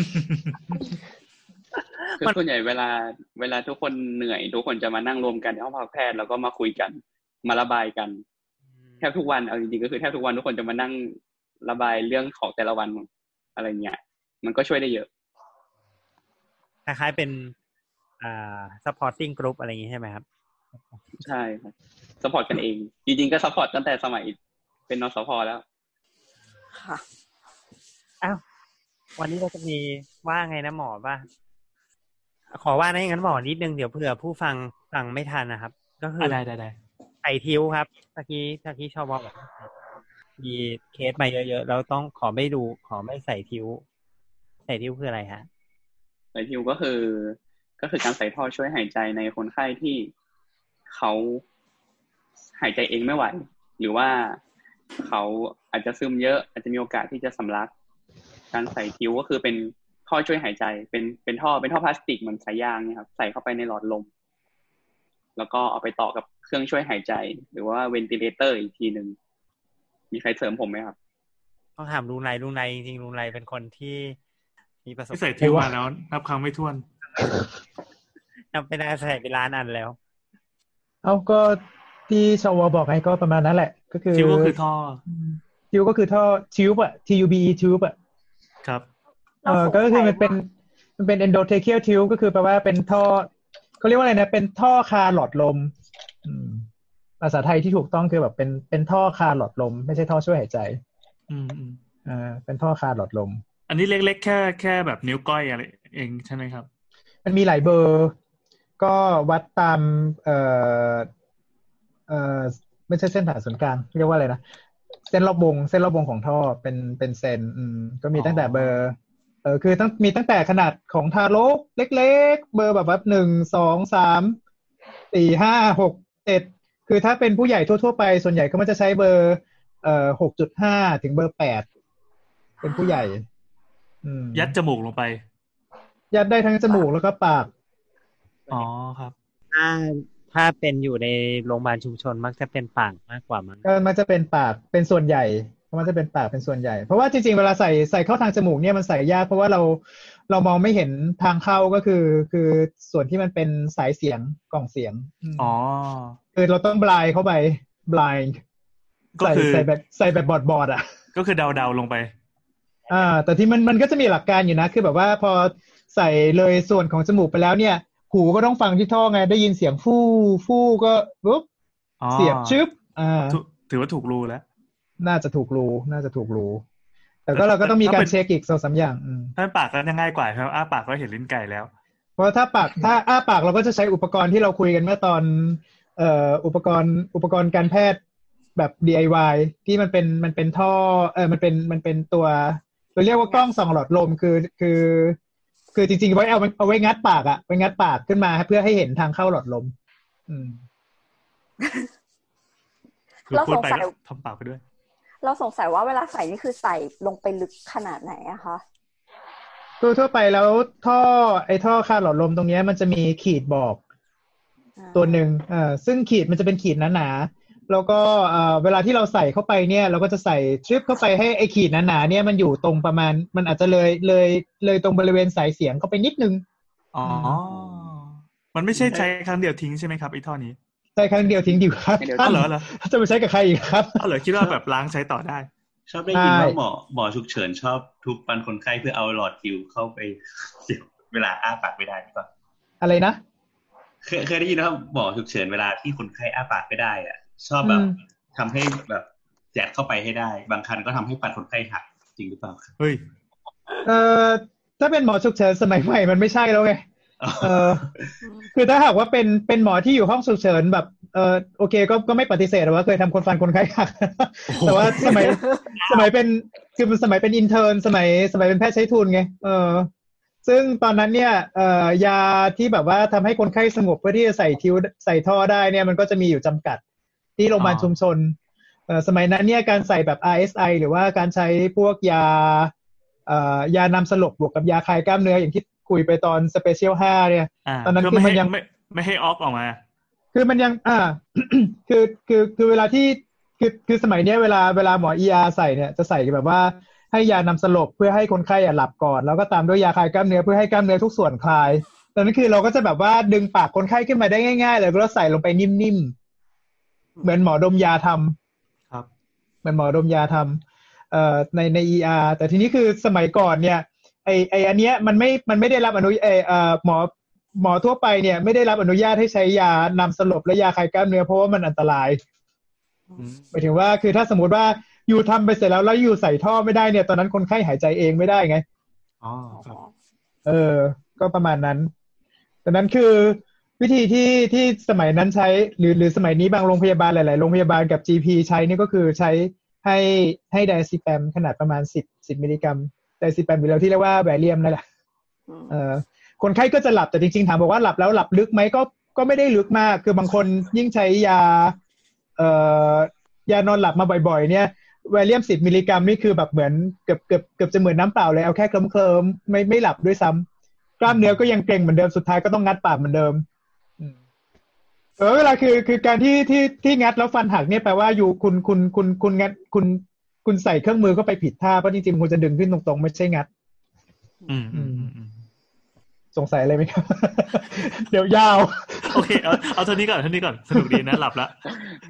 S7: คือส่วนใหญ่เวลาเวลาทุกคนเหนื่อยทุกคนจะมานั่งรวมกันในห้องแพทย์แล้วก็มาคุยกันมาระบายกันแทบทุกวันเอาจริงๆก็คือแทบทุกวันทุกคนจะมานั่งระบายเรื่องของแต่ละวันอะไรเงี้ยมันก็ช่วยได้เยอะ
S2: คล้ายๆเป็นอ่า supporting group อะไรอย่างงี้ใช่ไหมครับ
S7: ใช่ครับ support กันเองจริงๆก็ support ตั้งแต่สมัยเป็นนสพแล้ว
S2: ค่ะอ้าววันนี้เราจะมีว่าไงนะหมอป่ะขอว่านะงั้นหมอนิดนึงเดี๋ยวเผื่อผู้ฟังฟังไม่ทันนะครับก็คือ
S3: ได้ได้
S2: ใส่ทิ้วครับตะกี้ตะกี้ชอบบอกมีเคสมาเยอะๆแล้วต้องขอไม่ดูขอไม่ใส่ทิ้วใส่ทิ้วคืออะไรฮะ
S7: ใส่ทิ้วก็คือก็คือการใส่ท่อช่วยหายใจในคนไข้ที่เขาหายใจเองไม่ไหวหรือว่าเขาอาจจะซึมเยอะอาจจะมีโอกาสที่จะสำลักการใส่ทิ้วก็คือเป็นท่อช่วยหายใจเป็นเป็นท่อเป็นท่อพลาสติกเหมือนสายยางเนี่ยครับใส่เข้าไปในหลอดลมแล้วก็เอาไปต่อกับเครื่องช่วยหายใจหรือว่าเวนติเลเตอร์อีกทีนึงมีใครเสริมผมไหมครับ
S2: ต้องถามลุงไรลุงไรจริงๆลุงไรเป็นคนที่มีประสบการณ์
S3: ใส่ทิ้วมาแล้วนับครั้งไม่ถ้วน
S2: นับไปได้ใส่ไปล้านอันแล้ว
S4: เอาก็ที่ชวบอกไงก็ประมาณนั้นแหละก็คือ
S3: ทิ้วก็คือท่อ
S4: ทิ้วก็คือท่อทิวบอะ T U B E ทิวบอะ
S3: ครับ
S4: เออก็คือมันเป็นมันเป็น endotracheal tube ก็คือแปลว่าเป็นท่อเขาเรียกว่าอะไรนะเป็นท่อคาหลอดลมอืมภาษาไทยที่ถูกต้องคือแบบเป็นเป็นท่อคาหลอดลมไม่ใช่ท่อช่วยหายใจ
S3: อืม
S4: อ่าเป็นท่อคาหลอดลม
S3: อันนี้เล็กๆแค่แค่แบบนิ้วก้อยอะไรเองใช่ไหมครับ
S4: มันมีหลายเบอร์ก็วัดตามเอ่อเอ่อไม่ใช่เส้นผ่าศูนย์กลางเรียกว่าอะไรนะเส้นรอบวงเส้นรอบวงของท่อเป็นเป็นเซนอืมก็มีตั้งแต่เบอร์เออคือต้องมีตั้งแต่ขนาดของทารกเล็กๆเบอร์แบบว่าหนึ่งสองสามสี่ห้าหกเจ็ดคือถ้าเป็นผู้ใหญ่ทั่วๆไปส่วนใหญ่ก็มันจะใช้เบอร์เอ่อหกจุดห้าถึงเบอร์แปดเป็นผู้ใหญ่อืม
S3: ยัดจมูกลงไป
S4: ยัดได้ทั้งจมูกแล้วก็ปาก
S3: อ๋อครับ
S2: ถ้าถ้าเป็นอยู่ในโรงพยาบาลชุมชนมักจะเป็นปากมากกว่ามั้ง
S4: ก็มันจะเป็นปากเป็นส่วนใหญ่เพราะมันจะเป็นปากเป็นส่วนใหญ่เพราะว่าจริงๆเวลาใส่ใส่เข้าทางจมูกเนี่ยมันใส่ยากเพราะว่าเราเรามองไม่เห็นทางเข้าก็คือคือส่วนที่มันเป็นสายเสียงกล่องเสียง
S3: อ๋อ
S4: คือเราต้องบลายเข้าไปบลายใส่ใส่แบบใส่แบบบอดบอดอ่ะ
S3: ก็คือเดาๆลงไป
S4: อ่าแต่ที่มันมันก็จะมีหลักการอยู่นะคือแบบว่าพอใส่เลยส่วนของจมูกไปแล้วเนี่ยหูก็ต้องฟังที่ท่อไงได้ยินเสียงฟู่ฟู่ก็ปุ๊บเสียบชึบอ่า
S3: ถือว่าถูกรูแล้ว
S4: น่าจะถูกรูน่าจะถูกรูแต่ก็เราก็ต้องมีการเช็คอีกสองสามอย่าง
S3: ถ้าปากก็ง่ายกว่าครับอ้าปากก็เห็นลิ้นไก่แล้ว
S4: เพราะถ้าปากถ้าอ้าปากเราก็จะใช้อุปกรณ์ที่เราคุยกันเมื่อตอนเอ่ออุปกรณ์อุปกรณ์การแพทย์แบบ ดี ไอ วาย ที่มันเป็นมันเป็นท่อเออมันเป็นมันเป็นตัวเราเรียกว่ากล้องส่องหลอดลมคือคือคือจริงๆไว้เอาเอาไว้งัดปากอะไว้งัดปากขึ้นมาเพื่อให้เห็นทางเข้าหลอดลมอืม
S3: เราสงสัยทำปากไปด้วย
S1: เราสงสัยว่าเวลาใส่นี่คือใส่ลงไปลึกขนาดไหนอะคะ
S4: ตัวทั่วไปแล้วท่อไอ้ท่อคาดหลอดลมตรงนี้มันจะมีขีดบอกตัวหนึ่งอ่าซึ่งขีดมันจะเป็นขีดหนาๆแล้วก็อ่าเวลาที่เราใส่เข้าไปเนี่ยเราก็จะใส่ทริปเข้าไปให้ไอ้ขีดหนาๆเนี่ยมันอยู่ตรงประมาณมันอาจจะเลยเลยเลยตรงบริเวณสายเสียงเข้าไปนิดนึง
S3: อ๋อมันไม่ใช่ใช้ครั้งเดียวทิ้งใช่ไหมครับไอ้ท่อนี้
S4: ใช้ครั้งเดียวทิ้งดีครับ
S3: อ๋อเหรอเหรอ
S4: จะไปใช้กับใครอีกครับ
S3: อ๋อเหรอคิดว่าแบบล้างใช้ต่อได้
S8: ชอบได้ยินว่าหมอหมอฉุกเฉินชอบทุบฟันคนไข้เพื่อเอาหลอดฟิวเข้าไปเสียบเวลาอ้าปากไม่ได้หรือเปล่า
S4: อะไรนะ
S8: เคยเคยได้ยินว่าหมอฉุกเฉินเวลาที่คนไข้อ้าปากไม่ได้อ่ะชอบแบบทำให้แบบแจกเข้าไปให้ได้บางครั้งก็ทำให้ฟันคนไข้หักจริงหรือเปล่า
S3: เฮ้ย
S4: เอ่อถ้าเป็นหมอฉุกเฉินสมัยใหม่มันไม่ใช่แล้วไงเออคือถ้าหากว่าเป็นเป็นหมอที่อยู่ห้องฉุกเฉินแบบเออโอเคก็ก็ไม่ปฏิเสธว่าเคยทำคนฟันคนไข้หักแต่ว่าสมัยสมัยเป็นคือสมัยเป็นอินเทิร์นสมัยสมัยเป็นแพทย์ใช้ทุนไงเออซึ่งตอนนั้นเนี่ยเอ่อยาที่แบบว่าทำให้คนไข้สงบเพื่อที่จะใส่ทิวใส่ท่อได้เนี่ยมันก็จะมีอยู่จำกัดที่โรงพยาบาลชุมชนเอ่อสมัยนั้นเนี่ยการใส่แบบ อาร์ เอส ไอ หรือว่าการใช้พวกยาเอ่อยานำสลบบวกกับยาคลายกล้ามเนื้ออย่างที่คุยไปตอนสเปเชียลห้าเนี่ยตอนนั้นคือมันยัง
S3: ไม่ไม่ให้ออกออกมา
S4: คือมันยังอ่า คือคือคือเวลาที่คือคือสมัยเนี้ยเวลาเวลาหมอ อี อาร์ ใส่เนี่ยจะใส่แบบว่าให้ยานำสลบเพื่อให้คนไข้หลับก่อนแล้วก็ตามด้วยยาคลายกล้ามเนื้อเพื่อให้กล้ามเนื้อทุกส่วนคลายตอนนั้นคือเราก็จะแบบว่าดึงปากคนไข้ขึ้นมาได้ง่ายๆเลยแล้วใส่ลงไปนิ่มๆเหมือนหมอดมยาท
S3: ำครับ
S4: เหมือนหมอดมยาทำเอ่อในใน อี อาร์ แต่ทีนี้คือสมัยก่อนเนี่ยไอไออันเนี้ยมันไม่มันไม่ได้รับอนุเอเอ่อหมอหมอทั่วไปเนี่ยไม่ได้รับอนุญาตให้ใช้ยานำสลบและยาคลายกล้ามเนื้อเพราะว่ามันอันตรายหมายถึงว่าคือถ้าสมมติว่าอยู่ทำไปเสร็จแล้วแล้วอยู่ใส่ท่อไม่ได้เนี่ยตอนนั้นคนไข้หายใจเองไม่ได้ไง
S3: อ๋อครับ
S4: เออก็ประมาณนั้นดังนั้นคือวิธีที่ที่สมัยนั้นใช้หรือหรือสมัยนี้บางโรงพยาบาลหลายๆโรงพยาบาลกับ จี พี ใช้นี่ก็คือใช้ให้ให้ไดซิแปมขนาดประมาณสิบ สิบมิลลิกรัมไดซิแปมอยู่แล้วที่เรียกว่าแบเรียมนั่นแหละเออคนไข้ก็จะหลับแต่จริงๆถามบอกว่าหลับแล้วหลับลึกไหมก็ก็ไม่ได้ลึกมากคือบางคนยิ่งใช้ยาเอ่อยานอนหลับมาบ่อยๆเนี่ยแวเลียมสิบมิลลิกรัมนี่คือแบบเหมือนเกือบเกือบเกือบจะเหมือนน้ำเปล่าเลยเอาแค่เคลิ้มๆไม่ไม่หลับด้วยซ้ำกล้ามเนื้อก็ยังเกร็งเหมือนเดิมสุดท้ายก็ต้องงัดปากเหมือนเดิมเออเวลาคือคือการที่ที่ที่งัดแล้วฟันหักเนี่ยแปลว่าอยู่คุณคุณคุณคุณงัดคุณคุณใส่เครื่องมือเข้าไปผิดท่าเพราะจริงๆคุณจะดึงขึ้นตรงๆไม่ใช่งัด
S3: อืมอืม
S4: สงสัยอะไรไหมครับ เดี๋ยวยาว
S3: โอเคเอาเอาเท่านี้ก่อนเท่านี้ก่อนสนุกดีนะหลับละ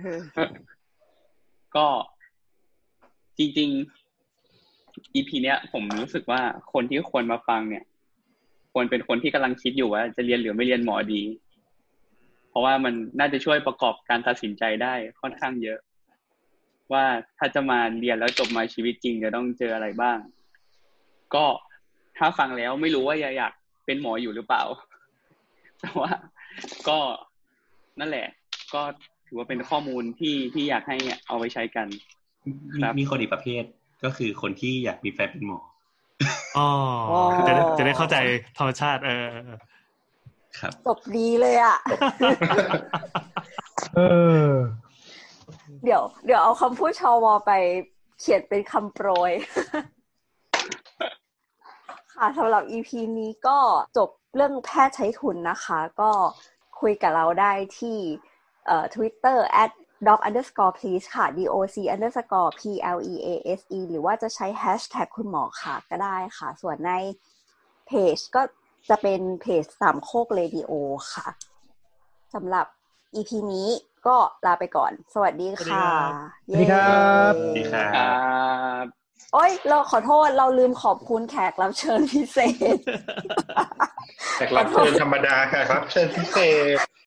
S7: ก็จริงๆ อี พี เนี้ยผมรู้สึกว่าคนที่ควรมาฟังเนี่ยควรเป็นคนที่กำลังคิดอยู่ว่าจะเรียนหรือไม่เรียนหมอดีเพราะว่ามันน่าจะช่วยประกอบการตัดสินใจได้ค่อนข้างเยอะว่าถ้าจะมาเรียนแล้วจบมาชีวิตจริงจะต้องเจออะไรบ้างก็ถ้าฟังแล้วไม่รู้ว่าอยากเป็นหมออยู่หรือเปล่าแต่ว่าก็นั่นแหละก็ถือว่าเป็นข้อมูลที่ที่อยากให้เอาไปใช้กัน
S8: มีคนอีกประเภทก็คือคนที่อยากมีแฟนเป็นหมอ
S3: อ๋อจะได้จะได้เข้าใจธรรมชาติเออ
S8: ครับ
S1: จบดีเลยอ่ะ
S4: เออ
S1: เดี๋ยวเดี๋ยวเอาคำพูดชวไปเขียนเป็นคำโปรยค่ะสำหรับ อี พี นี้ก็จบเรื่องแพทย์ใช้ทุนนะคะก็คุยกับเราได้ที่เอ่อ Twitter แอท doc underscore please ค่ะ doc underscore please หรือว่าจะใช้ hashtag คุณหมอค่ะก็ได้ค่ะส่วนในเพจก็จะเป็นเพจสามโคกเรดิโอค่ะสำหรับ อี พี นี้ก็ลาไปก่อนสวัสดีค่ะ
S4: สวัสดีครับ
S8: สวัสดีครับ
S1: โอ๊ยเราขอโทษเราลืมขอบคุณแขกรับเชิญพิเศษ
S5: แขกรับเชิญธรรมดาค่ะครับเชิญพิเศษ